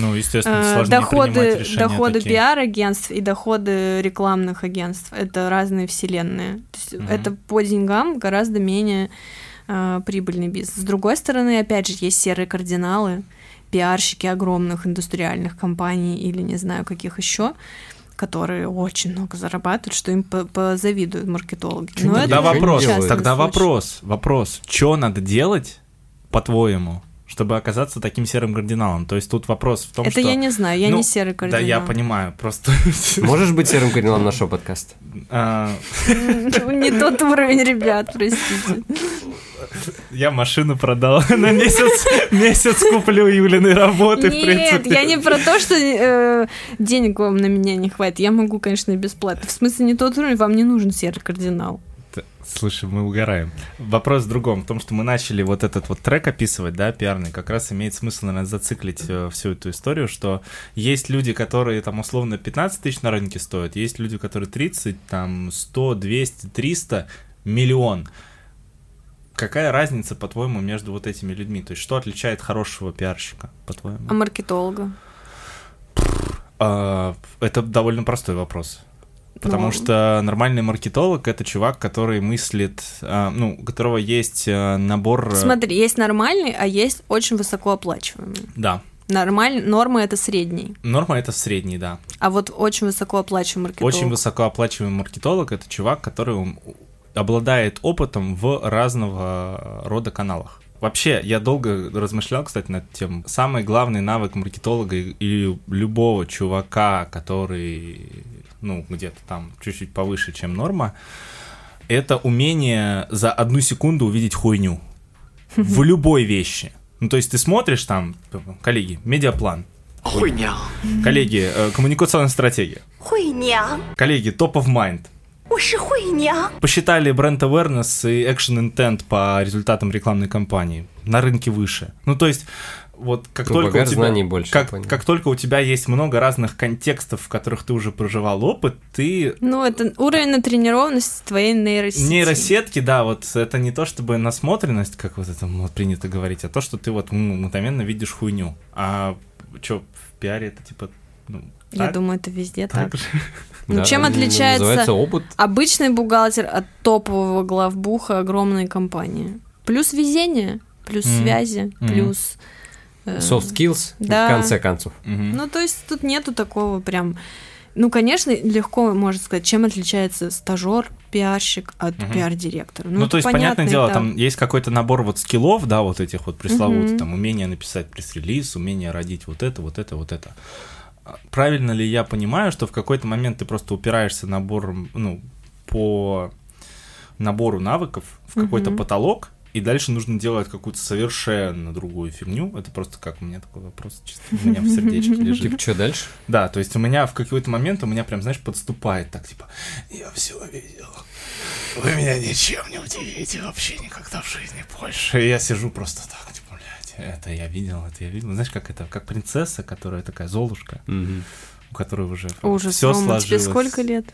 [SPEAKER 3] доходы пиар-агентств и доходы рекламных агентств, это разные вселенные, то есть это по деньгам гораздо менее прибыльный бизнес. С другой стороны, опять же, есть серые кардиналы, пиарщики огромных индустриальных компаний или не знаю каких еще, которые очень много зарабатывают, что им позавидуют маркетологи. Но
[SPEAKER 1] тогда вопрос, что надо делать, по-твоему, чтобы оказаться таким серым кардиналом? То есть тут вопрос в том,
[SPEAKER 3] это
[SPEAKER 1] что...
[SPEAKER 3] я не знаю, я не серый кардинал.
[SPEAKER 1] Да, я понимаю, просто...
[SPEAKER 2] Можешь быть серым кардиналом нашего подкаста?
[SPEAKER 3] Не тот уровень, ребят, простите.
[SPEAKER 1] Я машину продал на месяц куплю Юлиной работы, в принципе.
[SPEAKER 3] Нет, я не про то, что денег вам на меня не хватит. Я могу, конечно, и бесплатно. В смысле, не тот уровень, вам не нужен серый кардинал.
[SPEAKER 1] Слушай, мы угораем. Вопрос в другом, в том, что мы начали вот этот вот трек описывать, да, пиарный, как раз имеет смысл, наверное, зациклить всю эту историю, что есть люди, которые там условно 15 тысяч на рынке стоят, есть люди, которые 30, там 100, 200, 300, миллион. Какая разница, по-твоему, между вот этими людьми? То есть что отличает хорошего пиарщика, по-твоему?
[SPEAKER 3] А маркетолога?
[SPEAKER 1] Это довольно простой вопрос. Потому что нормальный маркетолог — это чувак, который мыслит, у которого есть набор...
[SPEAKER 3] Смотри, есть нормальный, а есть очень высокооплачиваемый.
[SPEAKER 1] Да.
[SPEAKER 3] Норма — это средний.
[SPEAKER 1] Норма — это средний, да.
[SPEAKER 3] А вот очень высокооплачиваемый маркетолог?
[SPEAKER 1] Очень высокооплачиваемый маркетолог — это чувак, который обладает опытом в разного рода каналах. Вообще, я долго размышлял, кстати, над тем. Самый главный навык маркетолога и любого чувака, который... где-то там чуть-чуть повыше, чем норма, это умение за 1 секунду увидеть хуйню в любой вещи. То есть ты смотришь там, коллеги, медиаплан.
[SPEAKER 5] Хуйня.
[SPEAKER 1] Коллеги, коммуникационная стратегия.
[SPEAKER 5] Хуйня.
[SPEAKER 1] Коллеги, top of mind. Посчитали бренд awareness и action intent по результатам рекламной кампании. На рынке выше. То есть... Вот как только, как только у тебя есть много разных контекстов, в которых ты уже проживал опыт, ты...
[SPEAKER 3] это уровень натренированности твоей нейросети.
[SPEAKER 1] Нейросетки, да, вот это не то чтобы насмотренность, как вот это принято говорить, а то, что ты вот мгновенно видишь хуйню. А что, в пиаре это типа...
[SPEAKER 3] Я думаю, это везде так.
[SPEAKER 2] Да,
[SPEAKER 3] чем отличается
[SPEAKER 2] опыт.
[SPEAKER 3] Обычный бухгалтер от топового главбуха огромной компании? Плюс везение, плюс связи, плюс...
[SPEAKER 2] Soft skills,
[SPEAKER 3] да.
[SPEAKER 2] В конце концов.
[SPEAKER 3] То есть тут нету такого прям... конечно, легко можно сказать, чем отличается стажер, пиарщик от пиар-директора.
[SPEAKER 1] То есть, понятное дело, там есть какой-то набор вот скиллов, да, вот этих вот пресловутых, там, умение написать пресс-релиз, умение родить вот это. Правильно ли я понимаю, что в какой-то момент ты просто упираешься по набору навыков в какой-то потолок, и дальше нужно делать какую-то совершенно другую фигню. Это просто как у меня такой вопрос, чисто у меня в сердечке лежит.
[SPEAKER 2] Типа, что дальше?
[SPEAKER 1] Да, то есть у меня в какой-то момент прям, знаешь, подступает так, типа, я все видел. Вы меня ничем не удивите вообще никогда в жизни больше. И я сижу просто так, типа, блядь, это я видел. Знаешь, как принцесса, которая такая Золушка, у которой уже все сложилось.
[SPEAKER 3] Тебе сколько лет?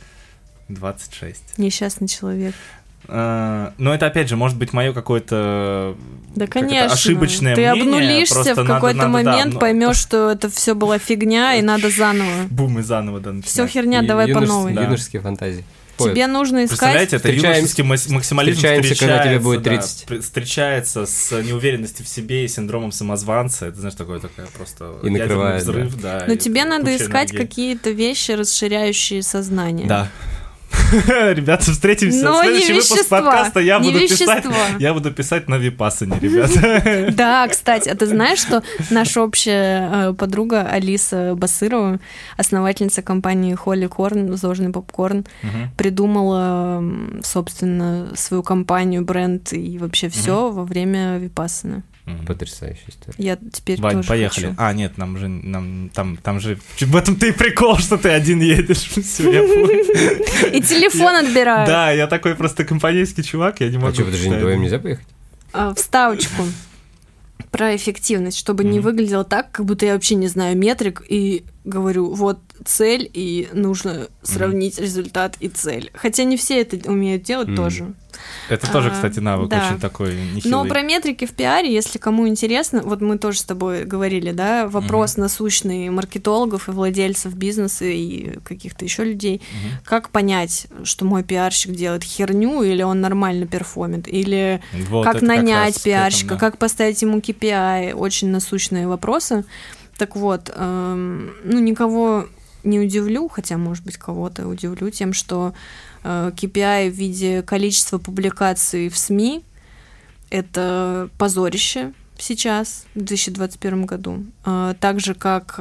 [SPEAKER 1] 26.
[SPEAKER 3] Несчастный человек.
[SPEAKER 1] Но это, опять же, может быть, мое какое-то ошибочное
[SPEAKER 3] мнение.
[SPEAKER 1] Ты
[SPEAKER 3] обнулишься в какой-то момент, поймешь, что это все была фигня, и надо заново.
[SPEAKER 1] Бум, и заново, да, начинать.
[SPEAKER 3] Все херня, давай по новой.
[SPEAKER 2] Юношеские фантазии.
[SPEAKER 3] Тебе нужно искать...
[SPEAKER 1] Представляете, это юношеский максимализм встречается,
[SPEAKER 2] когда тебе будет 30.
[SPEAKER 1] Да, встречается с неуверенностью в себе и синдромом самозванца. Это, знаешь, такая просто
[SPEAKER 2] и накрывает,
[SPEAKER 1] взрыв, да.
[SPEAKER 3] Но тебе надо искать какие-то вещи, расширяющие сознание.
[SPEAKER 1] Да. Ребята, встретимся.
[SPEAKER 3] Но
[SPEAKER 1] следующий выпуск подкаста я буду писать на випассане, ребята.
[SPEAKER 3] Да, кстати, а ты знаешь, что наша общая подруга Алиса Басырова, основательница компании Холли Корн, Зожный попкорн, придумала, собственно, свою компанию, бренд и вообще все во время випассаны.
[SPEAKER 2] Потрясающая история.
[SPEAKER 3] Я теперь
[SPEAKER 1] Вань,
[SPEAKER 3] тоже
[SPEAKER 1] поехали.
[SPEAKER 3] хочу.
[SPEAKER 1] А, нет, там же в этом-то и прикол, что ты один едешь. Все, я понял.
[SPEAKER 3] И телефон отбираю.
[SPEAKER 1] Да, я такой просто компанейский чувак, я не могу.
[SPEAKER 2] А что, подожди, вдвоем нельзя поехать?
[SPEAKER 3] Вставочку про эффективность, чтобы не выглядело так, как будто я вообще не знаю метрик и говорю, вот цель, и нужно сравнить результат и цель. Хотя не все это умеют делать тоже.
[SPEAKER 1] Это тоже, кстати, навык
[SPEAKER 3] да.
[SPEAKER 1] очень такой нехилый.
[SPEAKER 3] Но про метрики в пиаре, если кому интересно, вот мы тоже с тобой говорили, да, вопрос насущный маркетологов и владельцев бизнеса и каких-то еще людей, как понять, что мой пиарщик делает херню, или он нормально перформит, или
[SPEAKER 1] вот
[SPEAKER 3] как нанять
[SPEAKER 1] как
[SPEAKER 3] пиарщика,
[SPEAKER 1] этом, да.
[SPEAKER 3] как поставить ему KPI, очень насущные вопросы. Так вот, никого не удивлю, хотя, может быть, кого-то удивлю тем, что KPI в виде количества публикаций в СМИ — это позорище сейчас, в 2021 году. Так же, как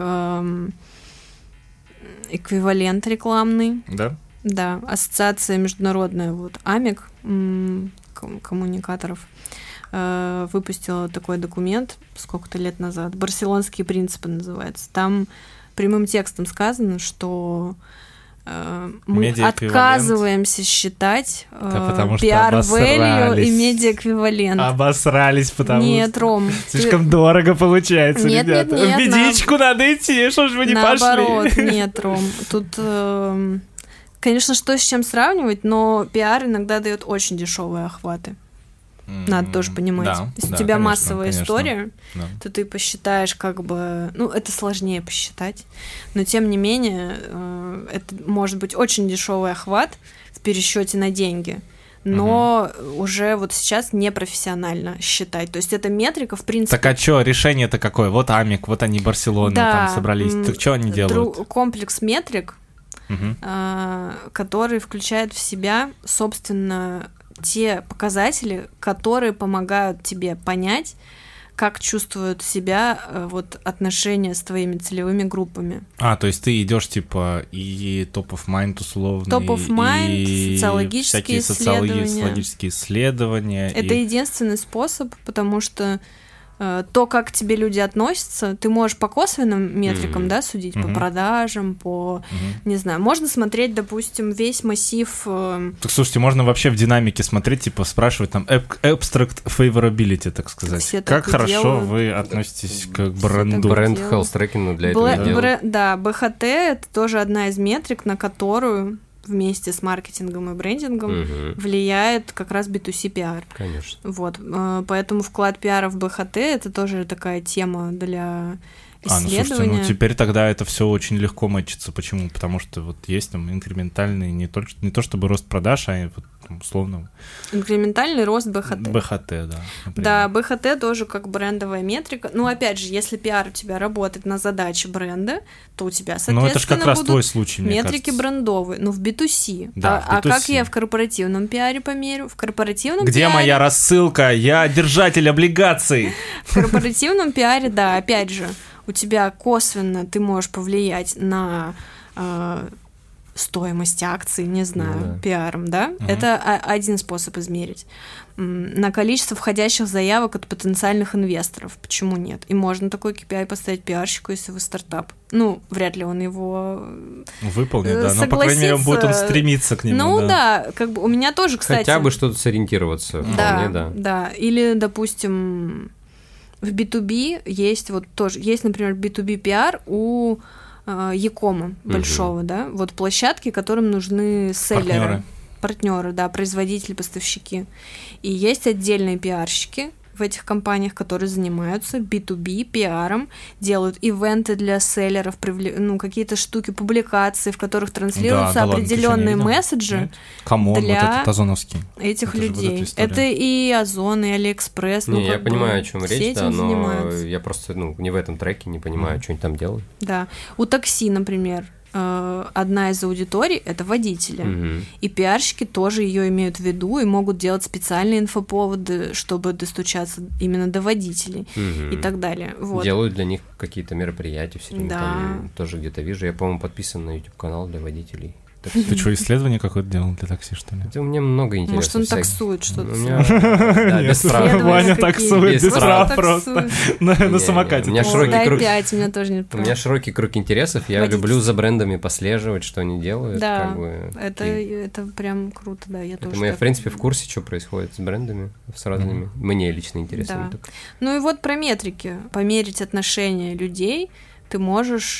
[SPEAKER 3] эквивалент рекламный.
[SPEAKER 1] Да?
[SPEAKER 3] Да, ассоциация международная, вот, АМИК, коммуникаторов. выпустила такой документ сколько-то лет назад. «Барселонские принципы» называется. Там прямым текстом сказано, что мы отказываемся считать PR-value и медиа-эквивалент.
[SPEAKER 1] Обосрались, потому
[SPEAKER 3] Нет,
[SPEAKER 1] что
[SPEAKER 3] Ром,
[SPEAKER 1] слишком дорого получается,
[SPEAKER 3] Нет,
[SPEAKER 1] ребята.
[SPEAKER 3] нет,
[SPEAKER 1] В медичку надо идти, что ж вы не
[SPEAKER 3] наоборот,
[SPEAKER 1] пошли?
[SPEAKER 3] нет, Ром. Тут, конечно, что с чем сравнивать, но PR иногда дает очень дешевые охваты. Надо тоже понимать.
[SPEAKER 1] Да,
[SPEAKER 3] Если
[SPEAKER 1] да,
[SPEAKER 3] у тебя
[SPEAKER 1] конечно,
[SPEAKER 3] массовая
[SPEAKER 1] конечно.
[SPEAKER 3] история,
[SPEAKER 1] Да.
[SPEAKER 3] то ты посчитаешь как бы... Ну, это сложнее посчитать, но тем не менее это может быть очень дешевый охват в пересчете на деньги, но уже вот сейчас непрофессионально считать. То есть эта метрика, в принципе...
[SPEAKER 1] Так а что, решение-то какое? Вот Амик, вот они Барселона там собрались. Так что они делают?
[SPEAKER 3] Комплекс метрик, который включает в себя, собственно, те показатели, которые помогают тебе понять, как чувствуют себя вот отношения с твоими целевыми группами.
[SPEAKER 1] То есть ты идешь типа и top of mind условно,
[SPEAKER 3] Top of mind,
[SPEAKER 1] и
[SPEAKER 3] социологические
[SPEAKER 1] всякие
[SPEAKER 3] исследования.
[SPEAKER 1] социологические исследования.
[SPEAKER 3] Это единственный способ, потому что то, как к тебе люди относятся, ты можешь по косвенным метрикам, да, судить, по продажам, по, не знаю, можно смотреть, допустим, весь массив...
[SPEAKER 1] Так, слушайте, можно вообще в динамике смотреть, типа спрашивать там abstract favorability, так сказать.
[SPEAKER 3] Все
[SPEAKER 1] как
[SPEAKER 3] так и
[SPEAKER 1] хорошо
[SPEAKER 3] делают.
[SPEAKER 1] вы относитесь к бренду?
[SPEAKER 2] Бренд health-трекинга для этого делают.
[SPEAKER 3] Да, БХТ — это тоже одна из метрик, на которую вместе с маркетингом и брендингом влияет как раз B2C PR.
[SPEAKER 2] Конечно.
[SPEAKER 3] Вот, поэтому вклад пиара в БХТ — это тоже такая тема для исследования.
[SPEAKER 1] Слушайте, теперь тогда это все очень легко матчится. Почему? Потому что вот есть там инкрементальный, не то чтобы рост продаж, а вот, условно...
[SPEAKER 3] Инкрементальный рост БХТ.
[SPEAKER 1] БХТ, да. Например.
[SPEAKER 3] Да, БХТ тоже как брендовая метрика. Ну, опять же, если пиар у тебя работает на задачи бренда, то у тебя, соответственно,
[SPEAKER 1] это же как раз твой случай, мне
[SPEAKER 3] метрики
[SPEAKER 1] кажется.
[SPEAKER 3] брендовые. Ну, в B2C.
[SPEAKER 1] Да, в B2C.
[SPEAKER 3] А как я в корпоративном пиаре померю? В корпоративном
[SPEAKER 1] Где
[SPEAKER 3] пиаре...
[SPEAKER 1] моя рассылка? Я держатель облигаций.
[SPEAKER 3] В корпоративном пиаре, да, опять же, у тебя косвенно ты можешь повлиять на стоимость акций, не знаю, пиаром, да? Это один способ измерить. На количество входящих заявок от потенциальных инвесторов. Почему нет? И можно такой KPI поставить пиарщику, если вы стартап. Ну, вряд ли он его
[SPEAKER 1] выполнит, да, но, по крайней мере, будет он стремиться к нему.
[SPEAKER 3] Ну, да, как бы у меня тоже, кстати...
[SPEAKER 2] Хотя бы что-то сориентироваться.
[SPEAKER 3] Да,
[SPEAKER 2] вполне,
[SPEAKER 3] да. Или, допустим, в B2B есть вот тоже, есть, например, B2B PR у Якома большого, да, вот площадки, которым нужны селлеры, партнеры, да, производители, поставщики. И есть отдельные пиарщики в этих компаниях, которые занимаются B2B пиаром, делают ивенты для селлеров, какие-то штуки, публикации, в которых транслируются определенные месседжи.
[SPEAKER 1] Камон,
[SPEAKER 3] для
[SPEAKER 1] вот этот озоновский.
[SPEAKER 3] Этих людей. Это и Озон, и Алиэкспресс.
[SPEAKER 2] Не, я понимаю, о чем речь, да, но
[SPEAKER 3] занимаются.
[SPEAKER 2] я просто не в этом треке не понимаю, что они там делают.
[SPEAKER 3] Да. У такси, например, одна из аудиторий — это водители. И пиарщики тоже ее имеют в виду и могут делать специальные инфоповоды, чтобы достучаться именно до водителей и так далее. Вот.
[SPEAKER 2] Делают для них какие-то мероприятия все время.
[SPEAKER 3] Да.
[SPEAKER 2] Там тоже где-то вижу. Я, по-моему, подписан на YouTube-канал для водителей.
[SPEAKER 1] Ты что, исследование какое-то делал для такси, что ли?
[SPEAKER 2] Это у меня много интересного.
[SPEAKER 3] Может, он
[SPEAKER 2] всяких.
[SPEAKER 3] таксует что-то.
[SPEAKER 2] У меня, да, без прав.
[SPEAKER 1] Ваня таксует, без прав просто. На самокате.
[SPEAKER 2] У меня широкий круг.
[SPEAKER 3] Дай 5, у меня тоже нет
[SPEAKER 2] У
[SPEAKER 3] прав.
[SPEAKER 2] меня широкий круг интересов. Я люблю за брендами послеживать, что они делают.
[SPEAKER 3] Да,
[SPEAKER 2] как бы.
[SPEAKER 3] это прям круто, да, я тоже.
[SPEAKER 2] Поэтому я, в принципе, в курсе, что происходит с брендами, с разными. Мне лично интересно.
[SPEAKER 3] Да. Ну и вот про метрики. Померить отношения людей ты можешь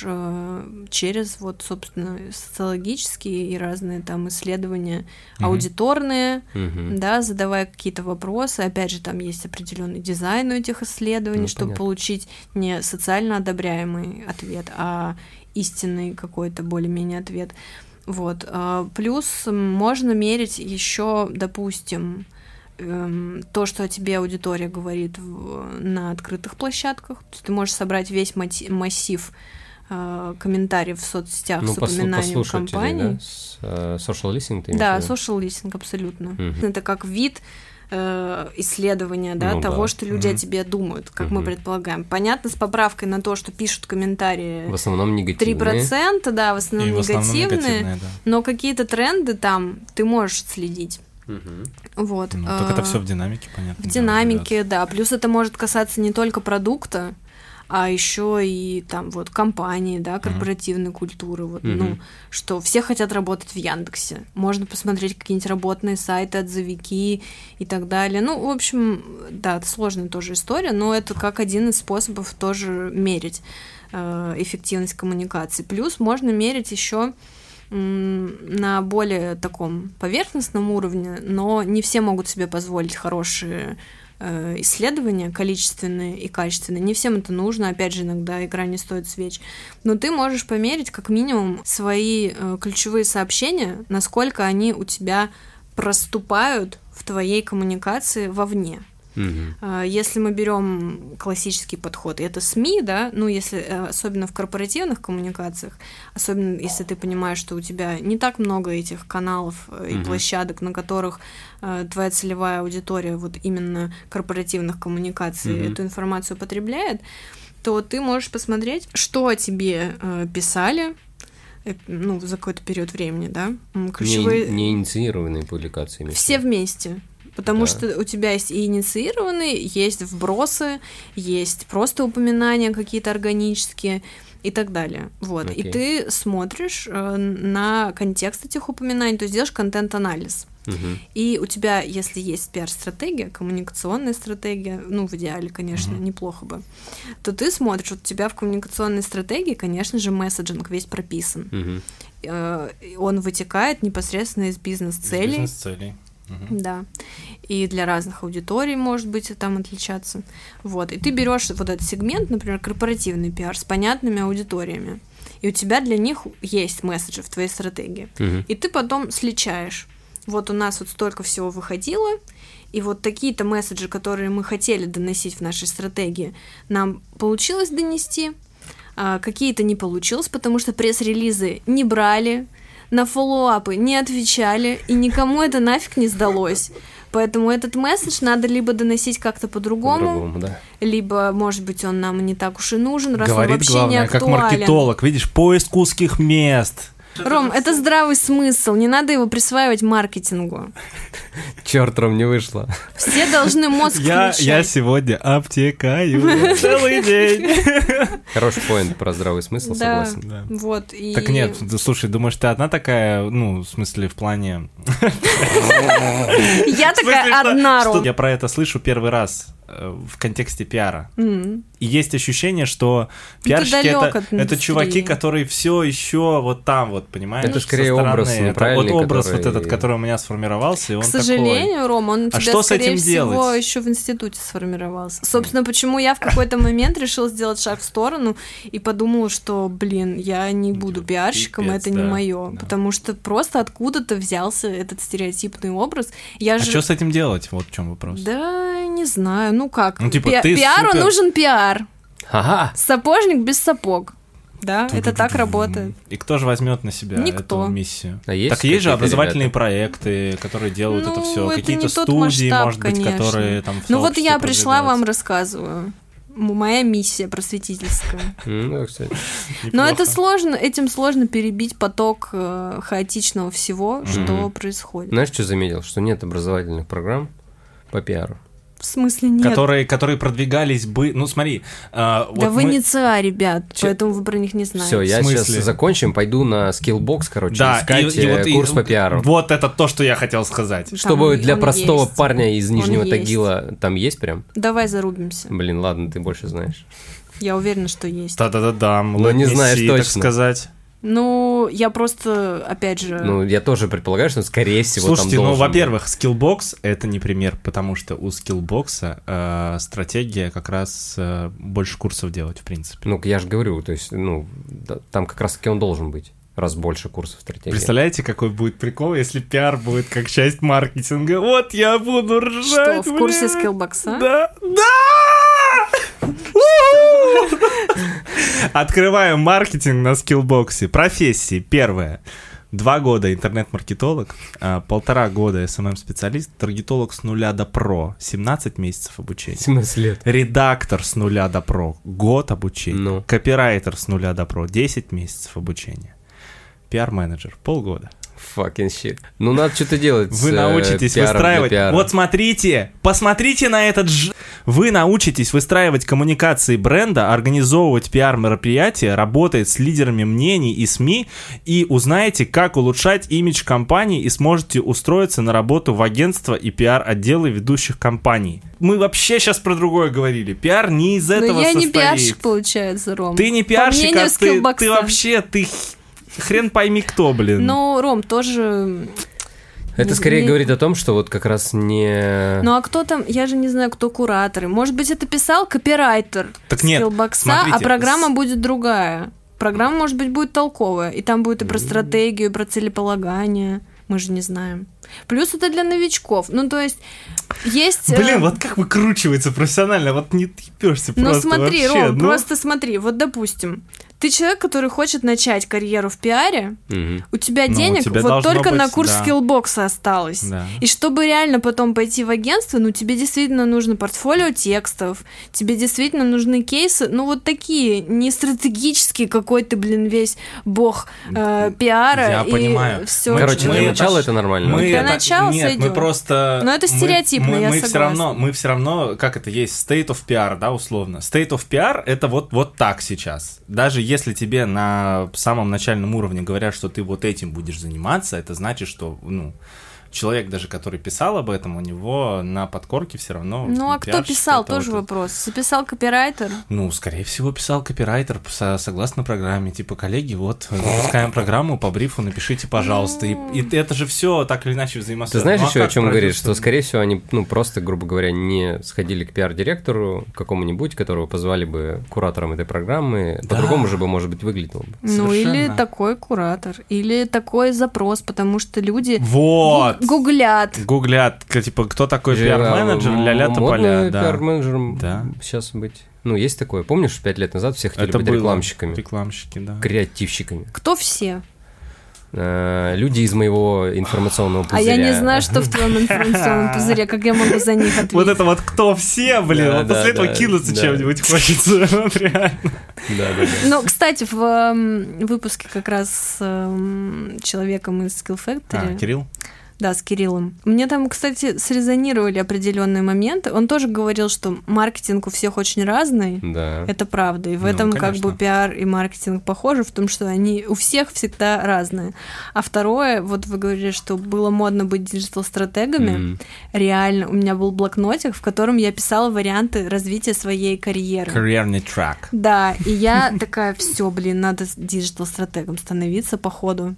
[SPEAKER 3] через, вот, собственно, социологические и разные там исследования аудиторные, да, задавая какие-то вопросы. Опять же, там есть определенный дизайн у этих исследований, чтобы получить не социально одобряемый ответ, а истинный какой-то более-менее ответ. Вот. Плюс можно мерить еще, допустим, то, что о тебе аудитория говорит на открытых площадках. То есть ты можешь собрать весь массив комментариев в соцсетях с упоминанием компаний.
[SPEAKER 2] Да? Social listening ты имеешь
[SPEAKER 3] Да,
[SPEAKER 2] в виду?
[SPEAKER 3] social listening, абсолютно. Это как вид исследования, да, того, что люди о тебе думают, как мы предполагаем. Понятно, с поправкой на то, что пишут комментарии
[SPEAKER 2] в основном негативные.
[SPEAKER 3] 3%, да, в основном негативные,
[SPEAKER 1] да.
[SPEAKER 3] но какие-то тренды там ты можешь следить. Вот.
[SPEAKER 1] Так это все в динамике, понятно.
[SPEAKER 3] В динамике, да. Плюс это может касаться не только продукта, а еще и там вот компании, да, корпоративной культуры, вот, ну, что все хотят работать в Яндексе. Можно посмотреть какие-нибудь работные сайты, отзывики и так далее. Ну, в общем, да, это сложная тоже история, но это как один из способов тоже мерить эффективность коммуникации. Плюс можно мерить еще на более таком поверхностном уровне, но не все могут себе позволить хорошие исследования, количественные и качественные. Не всем это нужно, опять же, иногда игра не стоит свеч. Но ты можешь померить как минимум свои ключевые сообщения, насколько они у тебя проступают в твоей коммуникации вовне. Если мы берем классический подход, и это СМИ, да, ну, если особенно в корпоративных коммуникациях, особенно если ты понимаешь, что у тебя не так много этих каналов и площадок, на которых твоя целевая аудитория вот именно корпоративных коммуникаций эту информацию потребляет, то ты можешь посмотреть, что о тебе писали, ну, за какой-то период времени, да,
[SPEAKER 2] ключевые... Не инициированные публикации.
[SPEAKER 3] Все вместе. Потому что у тебя есть и инициированные, есть вбросы, есть просто упоминания какие-то органические и так далее. Вот. И ты смотришь на контекст этих упоминаний, то есть делаешь контент-анализ. И у тебя, если есть пиар-стратегия, коммуникационная стратегия, ну, в идеале, конечно, неплохо бы, то ты смотришь, вот у тебя в коммуникационной стратегии, конечно же, месседжинг весь прописан. Он вытекает непосредственно из бизнес-целей.
[SPEAKER 1] Бизнес-целей.
[SPEAKER 3] Да. И для разных аудиторий, может быть, там отличаться. Вот. И ты берешь вот этот сегмент, например, корпоративный пиар с понятными аудиториями. И у тебя для них есть месседжи в твоей стратегии. И ты потом сличаешь. Вот у нас вот столько всего выходило, и вот такие-то месседжи, которые мы хотели доносить в нашей стратегии, нам получилось донести, а какие-то не получилось, потому что пресс-релизы не брали, на фоллоуапы не отвечали, и никому это нафиг не сдалось. Поэтому этот месседж надо либо доносить как-то по-другому,
[SPEAKER 2] да.
[SPEAKER 3] Либо, может быть, он нам не так уж и нужен, раз
[SPEAKER 1] говорит,
[SPEAKER 3] он вообще
[SPEAKER 1] главное,
[SPEAKER 3] не актуален.
[SPEAKER 1] как маркетолог, видишь, поиск узких мест.
[SPEAKER 3] Ром, это здравый смысл, не надо его присваивать маркетингу.
[SPEAKER 2] Черт, Ром, не вышло.
[SPEAKER 3] Все должны мозг включать.
[SPEAKER 1] Я сегодня обтекаю целый день.
[SPEAKER 2] Хороший поинт про здравый смысл, согласен.
[SPEAKER 1] Да.
[SPEAKER 3] Вот, и...
[SPEAKER 1] Так нет, слушай, думаешь, ты одна такая, ну, в смысле, в плане...
[SPEAKER 3] Я такая одна, Ром.
[SPEAKER 1] Я про это слышу первый раз в контексте пиара. И есть ощущение, что пиарщики это чуваки, которые все еще вот там вот, понимаешь?
[SPEAKER 2] Это скорее образ неправильный,
[SPEAKER 1] вот образ вот этот, который у меня сформировался, и он
[SPEAKER 3] такой. К сожалению, Ром, он у тебя, скорее всего,
[SPEAKER 1] делать?
[SPEAKER 3] еще в институте сформировался. Собственно, почему я в какой-то момент решила сделать шаг в сторону и подумала, что, блин, я не буду пиарщиком, это не мое, потому что просто откуда-то взялся этот стереотипный образ. А
[SPEAKER 1] что с этим делать? Вот в чем вопрос.
[SPEAKER 3] Да, не знаю. Ну как?
[SPEAKER 1] Ну, типа,
[SPEAKER 3] Пиару нужен пиар.
[SPEAKER 2] Ага.
[SPEAKER 3] Сапожник без сапог. Да, это так работает.
[SPEAKER 1] И кто же возьмет на себя эту миссию? Так есть же образовательные проекты, которые делают это все. Какие-то студии, может быть, которые там.
[SPEAKER 3] Ну вот я пришла, вам рассказываю. Моя миссия просветительская. Но это сложно, этим сложно перебить поток хаотичного всего, что происходит.
[SPEAKER 2] Знаешь, что заметил? Что нет образовательных программ по пиару.
[SPEAKER 3] В смысле нет?
[SPEAKER 1] Которые продвигались бы... Ну, смотри...
[SPEAKER 3] Да вот вы не ЦА, ребят, поэтому вы про них не знаете.
[SPEAKER 2] Все, я сейчас закончим, пойду на Skillbox, короче, искать курс по пиару.
[SPEAKER 1] Вот это то, что я хотел сказать.
[SPEAKER 2] Чтобы для простого парня из Нижнего Тагила там есть прям?
[SPEAKER 3] Давай зарубимся.
[SPEAKER 2] Блин, ладно, ты больше знаешь.
[SPEAKER 3] Я уверена, что есть.
[SPEAKER 1] Да-да-да,
[SPEAKER 2] но не знаешь точно.
[SPEAKER 1] Так сказать.
[SPEAKER 3] Ну, я просто, опять же...
[SPEAKER 2] Ну, я тоже предполагаю, что, скорее всего,
[SPEAKER 1] слушайте,
[SPEAKER 2] там должен
[SPEAKER 1] во-первых, Skillbox — это не пример, потому что у Skillbox стратегия как раз больше курсов делать, в принципе.
[SPEAKER 2] Ну, я же говорю, то есть, там как раз-таки он должен быть, раз больше курсов стратегии.
[SPEAKER 1] Представляете, какой будет прикол, если пиар будет как часть маркетинга? Вот я буду ржать,
[SPEAKER 3] что, в курсе Skillbox?
[SPEAKER 1] Да! Открываем маркетинг на Skillbox. Профессии. Первое. 2 года интернет-маркетолог, 1,5 года SMM-специалист, таргетолог с нуля до про, 17 месяцев обучения.
[SPEAKER 2] 17 лет.
[SPEAKER 1] Редактор с нуля до про, год обучения. Копирайтер с нуля до про, 10 месяцев обучения. Пиар-менеджер, полгода.
[SPEAKER 2] Fucking shit. Ну, надо что-то делать.
[SPEAKER 1] Вы научитесь выстраивать... Вот смотрите, посмотрите на этот Вы научитесь выстраивать коммуникации бренда, организовывать пиар-мероприятия, работать с лидерами мнений и СМИ, и узнаете, как улучшать имидж компании, и сможете устроиться на работу в агентство и пиар-отделы ведущих компаний. Мы вообще сейчас про другое говорили. Пиар не из этого состоит.
[SPEAKER 3] Но я не пиарщик, получается, Ром.
[SPEAKER 1] Ты не пиарщик, а ты вообще... Хрен пойми кто, блин.
[SPEAKER 3] Ну, Ром, тоже...
[SPEAKER 2] Это скорее говорит о том, что вот как раз не...
[SPEAKER 3] Ну, а кто там... Я же не знаю, кто кураторы. Может быть, это писал копирайтер Скиллбокса, а программа будет другая. Программа, может быть, будет толковая. И там будет и про стратегию, и про целеполагание. Мы же не знаем. Плюс это для новичков. Ну, то есть... Есть...
[SPEAKER 1] Блин, вот как выкручивается профессионально. Вот не ебёшься просто.
[SPEAKER 3] Ну, смотри,
[SPEAKER 1] вообще,
[SPEAKER 3] Ром, просто смотри. Вот, допустим... Ты человек, который хочет начать карьеру в пиаре, у тебя денег вот только на курс скиллбокса осталось. Да. И чтобы реально потом пойти в агентство, ну, тебе действительно нужно портфолио текстов, тебе действительно нужны кейсы, ну, вот такие, не стратегические, какой ты, блин, весь бог пиара.
[SPEAKER 1] Я понимаю.
[SPEAKER 3] Всё.
[SPEAKER 2] Короче, для начала это нормально.
[SPEAKER 3] Для начала
[SPEAKER 1] нет, мы просто...
[SPEAKER 3] Но это стереотипно, я согласна.
[SPEAKER 1] Мы все равно, как это есть, state of PR, да, условно. State of PR — это вот так сейчас. Даже если тебе на самом начальном уровне говорят, что ты вот этим будешь заниматься, это значит, что, ну, человек даже, который писал об этом, у него на подкорке все равно...
[SPEAKER 3] Ну, а кто писал, тоже вопрос. Записал копирайтер?
[SPEAKER 1] Ну, скорее всего, писал копирайтер согласно программе. Типа, коллеги, вот, запускаем программу, по брифу напишите, пожалуйста. И это же все так или иначе взаимосвязано.
[SPEAKER 2] Ты знаешь еще, о чем говоришь? Что, скорее всего, они, ну, просто, грубо говоря, не сходили к пиар-директору какому-нибудь, которого позвали бы куратором этой программы. Да. По-другому же бы, может быть, выглядело бы.
[SPEAKER 3] Ну, или такой куратор, или такой запрос, потому что люди...
[SPEAKER 1] Вот!
[SPEAKER 3] Гуглят,
[SPEAKER 1] типа, кто такой пиар-менеджер, ля-ля тополя.
[SPEAKER 2] Да. Пиар-менеджером сейчас быть. Ну, есть такое. Помнишь, 5 лет назад все хотели быть рекламщиками?
[SPEAKER 1] Рекламщики, да.
[SPEAKER 2] Креативщиками.
[SPEAKER 3] Кто все?
[SPEAKER 2] Люди из моего информационного пузыря.
[SPEAKER 3] А я не знаю, что в твоем информационном пузыре, как я могу за них ответить.
[SPEAKER 1] Вот это вот кто все, блин, после этого кинуться чем-нибудь хочется, реально.
[SPEAKER 2] Да.
[SPEAKER 3] Ну, кстати, в выпуске как раз с человеком из Skill Factory...
[SPEAKER 1] Кирилл?
[SPEAKER 3] Да, с Кириллом. Мне там, кстати, срезонировали определенные моменты. Он тоже говорил, что маркетинг у всех очень разный.
[SPEAKER 2] Да.
[SPEAKER 3] Это правда. И в этом
[SPEAKER 1] конечно.
[SPEAKER 3] как бы пиар и маркетинг похожи в том, что они у всех всегда разные. А второе, вот вы говорили, что было модно быть диджитал-стратегами. Реально, у меня был блокнотик, в котором я писала варианты развития своей карьеры.
[SPEAKER 1] Карьерный трек.
[SPEAKER 3] Да, и я такая, все, блин, надо диджитал-стратегом становиться по ходу.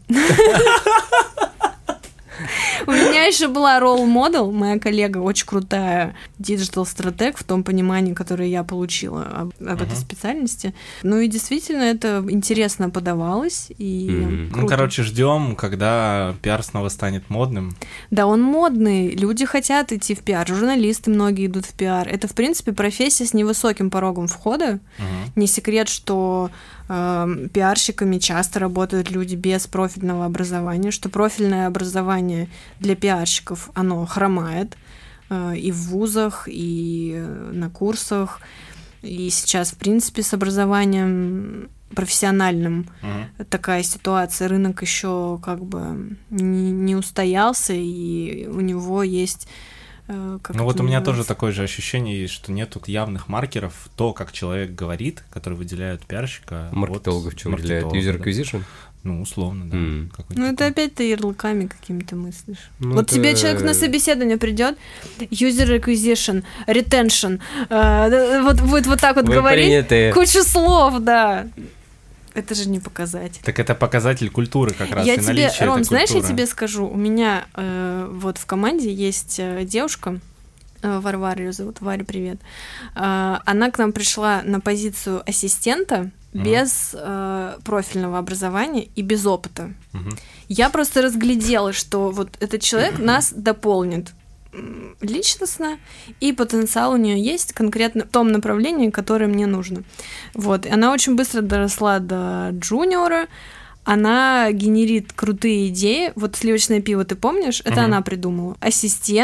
[SPEAKER 3] У меня еще была ролл-модел, моя коллега, очень крутая диджитал-стратег в том понимании, которое я получила об этой специальности. Ну и действительно это интересно подавалось. И
[SPEAKER 1] Ну, короче, ждем, когда пиар снова станет модным.
[SPEAKER 3] Да, он модный. Люди хотят идти в пиар. Журналисты многие идут в пиар. Это, в принципе, профессия с невысоким порогом входа. Не секрет, что пиарщиками часто работают люди без профильного образования, что профильное образование для пиарщиков, оно хромает и в вузах, и на курсах, и сейчас, в принципе, с образованием профессиональным такая ситуация, рынок еще как бы не устоялся, и у него есть...
[SPEAKER 1] Ну вот у меня тоже такое же ощущение есть, что нету явных маркеров, то, как человек говорит, которые выделяют пиарщика.
[SPEAKER 2] Маркетологов что выделяют? User acquisition?
[SPEAKER 1] Ну, условно, да.
[SPEAKER 3] Ну, это опять ты ярлыками какими-то мыслишь. Ну, вот тебе человек на собеседование придет, user acquisition, retention, вот будет вот так вот говорить, кучу слов, да. Это же не показатель.
[SPEAKER 1] Так это показатель культуры как раз,
[SPEAKER 3] я
[SPEAKER 1] и
[SPEAKER 3] тебе,
[SPEAKER 1] наличие
[SPEAKER 3] Ром,
[SPEAKER 1] этой
[SPEAKER 3] знаешь,
[SPEAKER 1] культуры.
[SPEAKER 3] я тебе скажу, у меня вот в команде есть девушка, Варвара ее зовут, Варя, привет. Она к нам пришла на позицию ассистента без профильного образования и без опыта. Я просто разглядела, что вот этот человек нас дополнит личностно, и потенциал у нее есть конкретно в том направлении, которое мне нужно. Вот. И она очень быстро доросла до джуниора, она генерит крутые идеи. Вот сливочное пиво, ты помнишь? Это она придумала. Ассистент,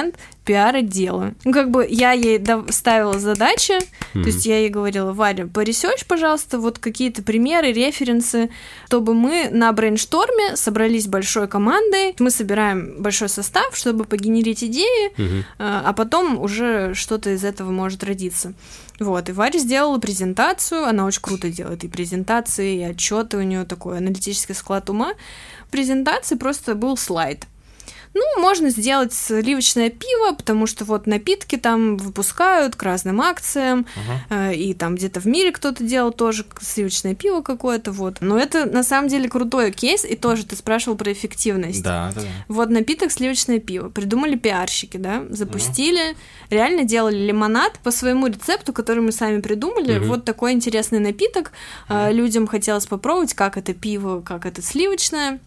[SPEAKER 3] пиар-отдела. Ну, как бы я ей ставила задачи, то есть я ей говорила: Варя, поресерч, пожалуйста, вот какие-то примеры, референсы, чтобы мы на брейншторме собрались большой командой, мы собираем большой состав, чтобы погенерить идеи, а потом уже что-то из этого может родиться. Вот, и Варя сделала презентацию, она очень круто делает и презентации, и отчеты, у нее такой аналитический склад ума. В презентации просто был слайд. Ну, можно сделать сливочное пиво, потому что вот напитки там выпускают к разным акциям, и там где-то в мире кто-то делал тоже сливочное пиво какое-то, вот. Но это на самом деле крутой кейс, и тоже ты спрашивал про эффективность.
[SPEAKER 1] Да.
[SPEAKER 3] Вот напиток сливочное пиво. Придумали пиарщики, да, запустили, реально делали лимонад по своему рецепту, который мы сами придумали. Вот такой интересный напиток. Людям хотелось попробовать, как это пиво, как это сливочное.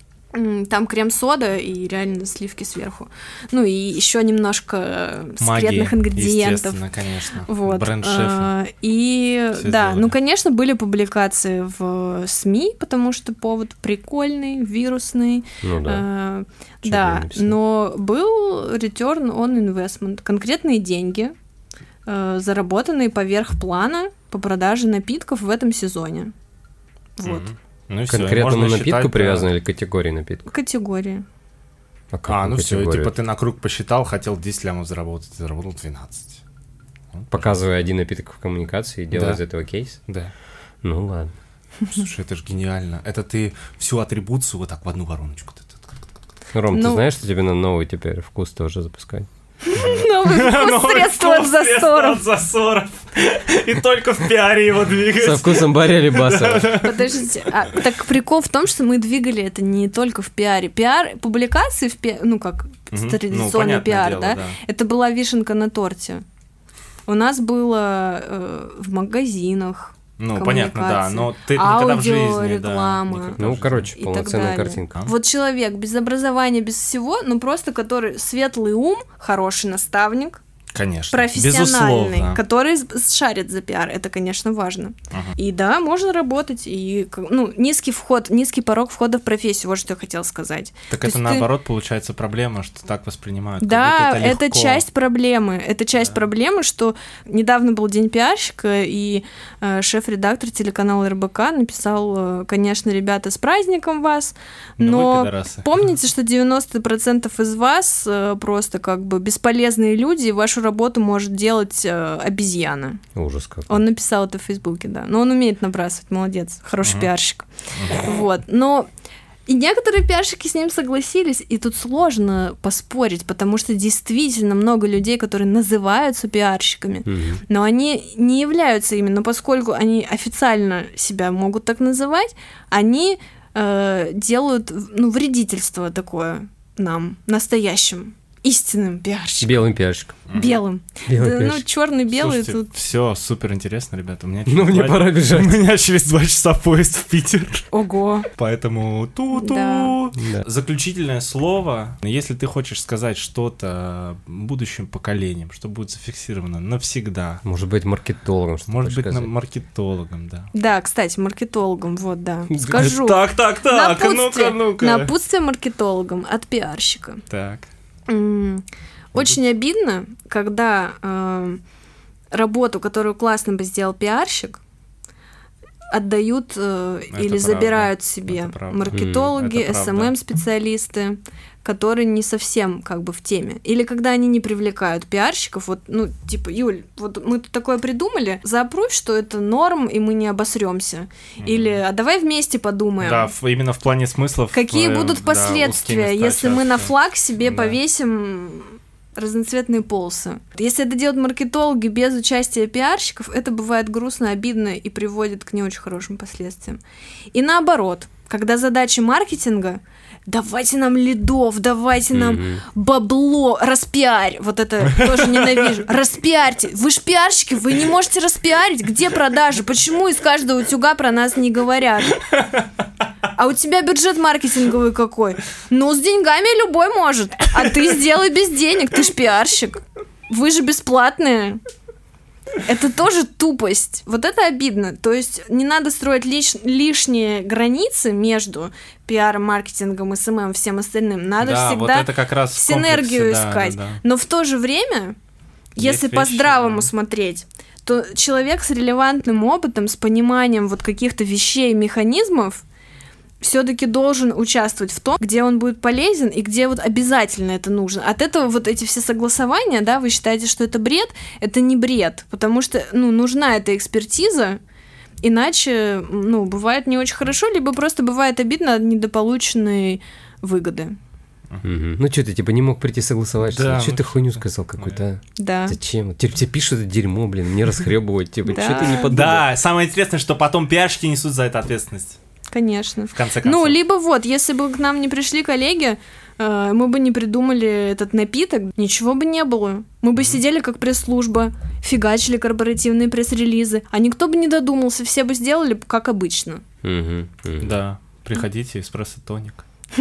[SPEAKER 3] Там крем-сода и реально сливки сверху. Ну и еще немножко секретных ингредиентов.
[SPEAKER 1] Естественно, конечно.
[SPEAKER 3] Вот.
[SPEAKER 1] Бренд-шефы.
[SPEAKER 3] И
[SPEAKER 1] Всё
[SPEAKER 3] да,
[SPEAKER 1] сделали.
[SPEAKER 3] ну, конечно, были публикации в СМИ, потому что повод прикольный, вирусный.
[SPEAKER 2] Ну да. Чё
[SPEAKER 3] Да,
[SPEAKER 2] бы не написать.
[SPEAKER 3] но был return on investment. Конкретные деньги, заработанные поверх плана по продаже напитков в этом сезоне. Вот.
[SPEAKER 1] Ну и
[SPEAKER 2] К
[SPEAKER 1] всё,
[SPEAKER 2] конкретному
[SPEAKER 1] можно
[SPEAKER 2] напитку
[SPEAKER 1] считать,
[SPEAKER 2] привязано или к категории напитка?
[SPEAKER 3] Категории.
[SPEAKER 2] А как
[SPEAKER 1] ну все,
[SPEAKER 2] категорию?
[SPEAKER 1] типа ты на круг посчитал, хотел 10 лямов заработать, ты заработал 12.
[SPEAKER 2] Показывая один напиток в коммуникации и делая
[SPEAKER 1] Да.
[SPEAKER 2] из этого кейс?
[SPEAKER 1] Да.
[SPEAKER 2] Ну ладно.
[SPEAKER 1] Слушай, это же гениально. Это ты всю атрибуцию вот так в одну вороночку.
[SPEAKER 2] Ну, Ром, ты
[SPEAKER 3] Ну-
[SPEAKER 2] знаешь, что тебе надо новый теперь вкус тоже запускать?
[SPEAKER 3] Новый вкус средства от засоров.
[SPEAKER 1] засоров. И только в пиаре его
[SPEAKER 2] Со
[SPEAKER 1] двигать.
[SPEAKER 2] вкусом Барри Алибасова.
[SPEAKER 3] Подождите, так прикол в том, что мы двигали это не только в пиаре. Пиар, публикации в пиаре, ну как традиционный
[SPEAKER 1] понятное
[SPEAKER 3] пиар,
[SPEAKER 1] дело,
[SPEAKER 3] да?
[SPEAKER 1] да.
[SPEAKER 3] Это была вишенка на торте. У нас было в магазинах.
[SPEAKER 1] Ну, понятно, да,
[SPEAKER 3] коммуникации,
[SPEAKER 1] но ты никогда в жизни, да.
[SPEAKER 3] реклама.
[SPEAKER 1] никогда в
[SPEAKER 2] Ну,
[SPEAKER 1] жизни.
[SPEAKER 2] короче,
[SPEAKER 3] И так
[SPEAKER 2] полноценная
[SPEAKER 3] далее.
[SPEAKER 2] картинка.
[SPEAKER 3] Вот человек без образования, без всего, но просто который светлый ум, хороший наставник,
[SPEAKER 1] Конечно,
[SPEAKER 3] профессиональный,
[SPEAKER 1] безусловно.
[SPEAKER 3] который шарит за пиар, это, конечно, важно. И да, можно работать, и низкий порог входа в профессию, вот что я хотела сказать.
[SPEAKER 1] Так
[SPEAKER 3] То
[SPEAKER 1] это
[SPEAKER 3] есть
[SPEAKER 1] наоборот получается проблема, что так воспринимают. как
[SPEAKER 3] Да,
[SPEAKER 1] будто
[SPEAKER 3] это
[SPEAKER 1] легко.
[SPEAKER 3] часть проблемы. Это часть проблемы, что недавно был день пиарщика, и шеф-редактор телеканала РБК написал: конечно, ребята, с праздником вас,
[SPEAKER 1] Ну вы
[SPEAKER 3] но
[SPEAKER 1] пидорасы.
[SPEAKER 3] помните, что 90% из вас просто как бы бесполезные люди, и вашу работу может делать обезьяна.
[SPEAKER 2] Ужас какой.
[SPEAKER 3] Он написал это в Фейсбуке, да. Но он умеет набрасывать, молодец, хороший пиарщик. Вот, но и некоторые пиарщики с ним согласились, и тут сложно поспорить, потому что действительно много людей, которые называются пиарщиками, но они не являются ими, но поскольку они официально себя могут так называть, они делают вредительство такое нам, настоящим, истинным пиарщикам.
[SPEAKER 2] Белым пиарщиком.
[SPEAKER 3] Белым.
[SPEAKER 2] Белый
[SPEAKER 3] Да,
[SPEAKER 2] пиарщик.
[SPEAKER 3] черный-белый
[SPEAKER 1] Слушайте,
[SPEAKER 3] тут.
[SPEAKER 1] все супер интересно, ребята. У меня
[SPEAKER 2] Ну,
[SPEAKER 1] через
[SPEAKER 2] мне
[SPEAKER 1] два-
[SPEAKER 2] пора бежать.
[SPEAKER 1] У меня через 2 часа поезд в Питер.
[SPEAKER 3] Ого.
[SPEAKER 1] Поэтому ту-ту.
[SPEAKER 3] Да.
[SPEAKER 2] Да.
[SPEAKER 1] Заключительное слово. Если ты хочешь сказать что-то будущим поколениям, что будет зафиксировано навсегда.
[SPEAKER 2] Может быть, маркетологом, что
[SPEAKER 1] Может
[SPEAKER 2] ты
[SPEAKER 1] быть,
[SPEAKER 2] хочешь сказать.
[SPEAKER 1] маркетологом, да.
[SPEAKER 3] Да, кстати, маркетологом, вот, да. Скажу.
[SPEAKER 1] Так,
[SPEAKER 3] Напутствие,
[SPEAKER 1] ну-ка.
[SPEAKER 3] напутствие маркетологам от пиарщика.
[SPEAKER 1] Так.
[SPEAKER 3] Очень обидно, когда работу, которую классно бы сделал пиарщик, отдают или
[SPEAKER 1] правда.
[SPEAKER 3] забирают себе
[SPEAKER 1] Это правда.
[SPEAKER 3] маркетологи,
[SPEAKER 1] Это правда.
[SPEAKER 3] SMM-специалисты, которые не совсем как бы в теме. Или когда они не привлекают пиарщиков, вот, ну, типа, Юль, вот мы тут такое придумали, зааппрув, что это норм, и мы не обосремся. Или, а давай вместе подумаем.
[SPEAKER 1] Да, именно в плане смыслов.
[SPEAKER 3] Какие будут
[SPEAKER 1] да,
[SPEAKER 3] последствия,
[SPEAKER 1] узкие места
[SPEAKER 3] если мы на
[SPEAKER 1] часто.
[SPEAKER 3] флаг себе
[SPEAKER 1] Да.
[SPEAKER 3] повесим разноцветные полосы? Если это делают маркетологи без участия пиарщиков, это бывает грустно, обидно и приводит к не очень хорошим последствиям. И наоборот, когда задача маркетинга — давайте нам лидов, давайте нам бабло, распиарь. Вот это тоже ненавижу. Распиарьте. Вы ж пиарщики, вы не можете распиарить. Где продажи? Почему из каждого утюга про нас не говорят? А у тебя бюджет маркетинговый какой? Ну, с деньгами любой может. А ты сделай без денег, ты ж пиарщик. Вы же бесплатные. Это тоже тупость. Вот это обидно. То есть не надо строить лишние границы между пиаром, маркетингом, СММ, всем остальным. Надо
[SPEAKER 1] Да,
[SPEAKER 3] всегда
[SPEAKER 1] вот это как раз в
[SPEAKER 3] синергию
[SPEAKER 1] комплексе,
[SPEAKER 3] искать.
[SPEAKER 1] да.
[SPEAKER 3] Но в то же время,
[SPEAKER 1] Есть
[SPEAKER 3] если
[SPEAKER 1] вещи,
[SPEAKER 3] по-здравому
[SPEAKER 1] да.
[SPEAKER 3] смотреть, то человек с релевантным опытом, с пониманием вот каких-то вещей, механизмов, все-таки должен участвовать в том, где он будет полезен и где вот обязательно это нужно. От этого вот эти все согласования, да, вы считаете, что это бред? Это не бред, потому что, нужна эта экспертиза, иначе, бывает не очень хорошо, либо просто бывает обидно от недополученной выгоды.
[SPEAKER 2] Ну что, ты типа не мог прийти согласовать?
[SPEAKER 1] Да,
[SPEAKER 2] что ты хуйню сказал какую-то? А?
[SPEAKER 3] Да.
[SPEAKER 2] Зачем? Тебе пишут это дерьмо, блин, мне расхребывать, типа, что ты не подумал?
[SPEAKER 1] Да, самое интересное, что потом пиарщики несут за это ответственность.
[SPEAKER 3] Конечно.
[SPEAKER 1] В конце концов.
[SPEAKER 3] Либо вот, если бы к нам не пришли коллеги, мы бы не придумали этот напиток, ничего бы не было. Мы бы сидели как пресс-служба, фигачили корпоративные пресс-релизы, а никто бы не додумался, все бы сделали как обычно.
[SPEAKER 1] Да, приходите, эспрессо-тоник.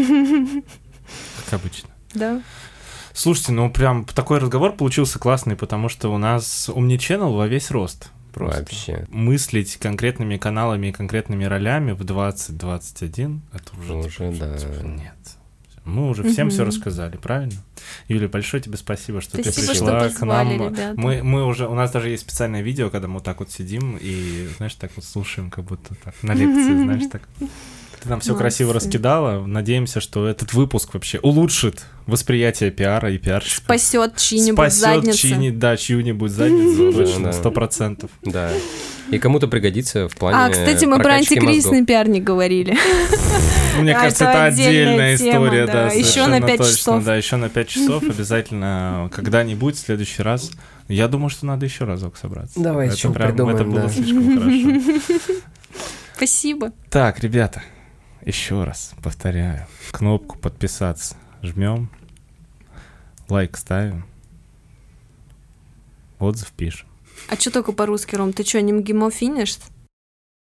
[SPEAKER 1] Как обычно.
[SPEAKER 3] Да.
[SPEAKER 1] Слушайте, прям такой разговор получился классный, потому что у нас Omnichannel во весь рост. Просто.
[SPEAKER 2] Вообще.
[SPEAKER 1] Мыслить конкретными каналами и конкретными ролями в 2021, это уже
[SPEAKER 2] да.
[SPEAKER 1] Нет. Мы уже всем все рассказали, правильно? Юля, большое тебе спасибо, что ты
[SPEAKER 3] Спасибо,
[SPEAKER 1] пришла
[SPEAKER 3] что
[SPEAKER 1] к
[SPEAKER 3] позвали,
[SPEAKER 1] нам.
[SPEAKER 3] ребята.
[SPEAKER 1] Мы уже, у нас даже есть специальное видео, когда мы вот так вот сидим и, знаешь, так вот слушаем, как будто так на лекции, знаешь, так. Ты нам все красиво раскидала. Надеемся, что этот выпуск вообще улучшит восприятие пиара и пиарщика.
[SPEAKER 3] Спасет чьи-нибудь задницы.
[SPEAKER 1] Чью-нибудь задницу, точно, 100%.
[SPEAKER 2] Да. И кому-то пригодится в плане
[SPEAKER 3] Кстати, мы про
[SPEAKER 2] прокачки
[SPEAKER 3] антикризисный
[SPEAKER 2] мозгов.
[SPEAKER 3] пиар не говорили.
[SPEAKER 1] Мне кажется, это отдельная
[SPEAKER 3] тема,
[SPEAKER 1] история,
[SPEAKER 3] да.
[SPEAKER 1] да,
[SPEAKER 3] Еще
[SPEAKER 1] совершенно
[SPEAKER 3] на 5
[SPEAKER 1] точно.
[SPEAKER 3] часов.
[SPEAKER 1] Да, еще на 5 часов обязательно когда-нибудь в следующий раз. Я думаю, что надо еще разок собраться.
[SPEAKER 2] Давай,
[SPEAKER 1] это
[SPEAKER 2] что
[SPEAKER 1] прям,
[SPEAKER 2] придумаем,
[SPEAKER 1] это было
[SPEAKER 2] да.
[SPEAKER 1] слишком хорошо.
[SPEAKER 3] Спасибо.
[SPEAKER 1] Так, ребята, еще раз повторяю. Кнопку подписаться жмем, лайк ставим, отзыв пишем.
[SPEAKER 3] А что только по-русски, Ром? Ты что, не МГИМО финишь?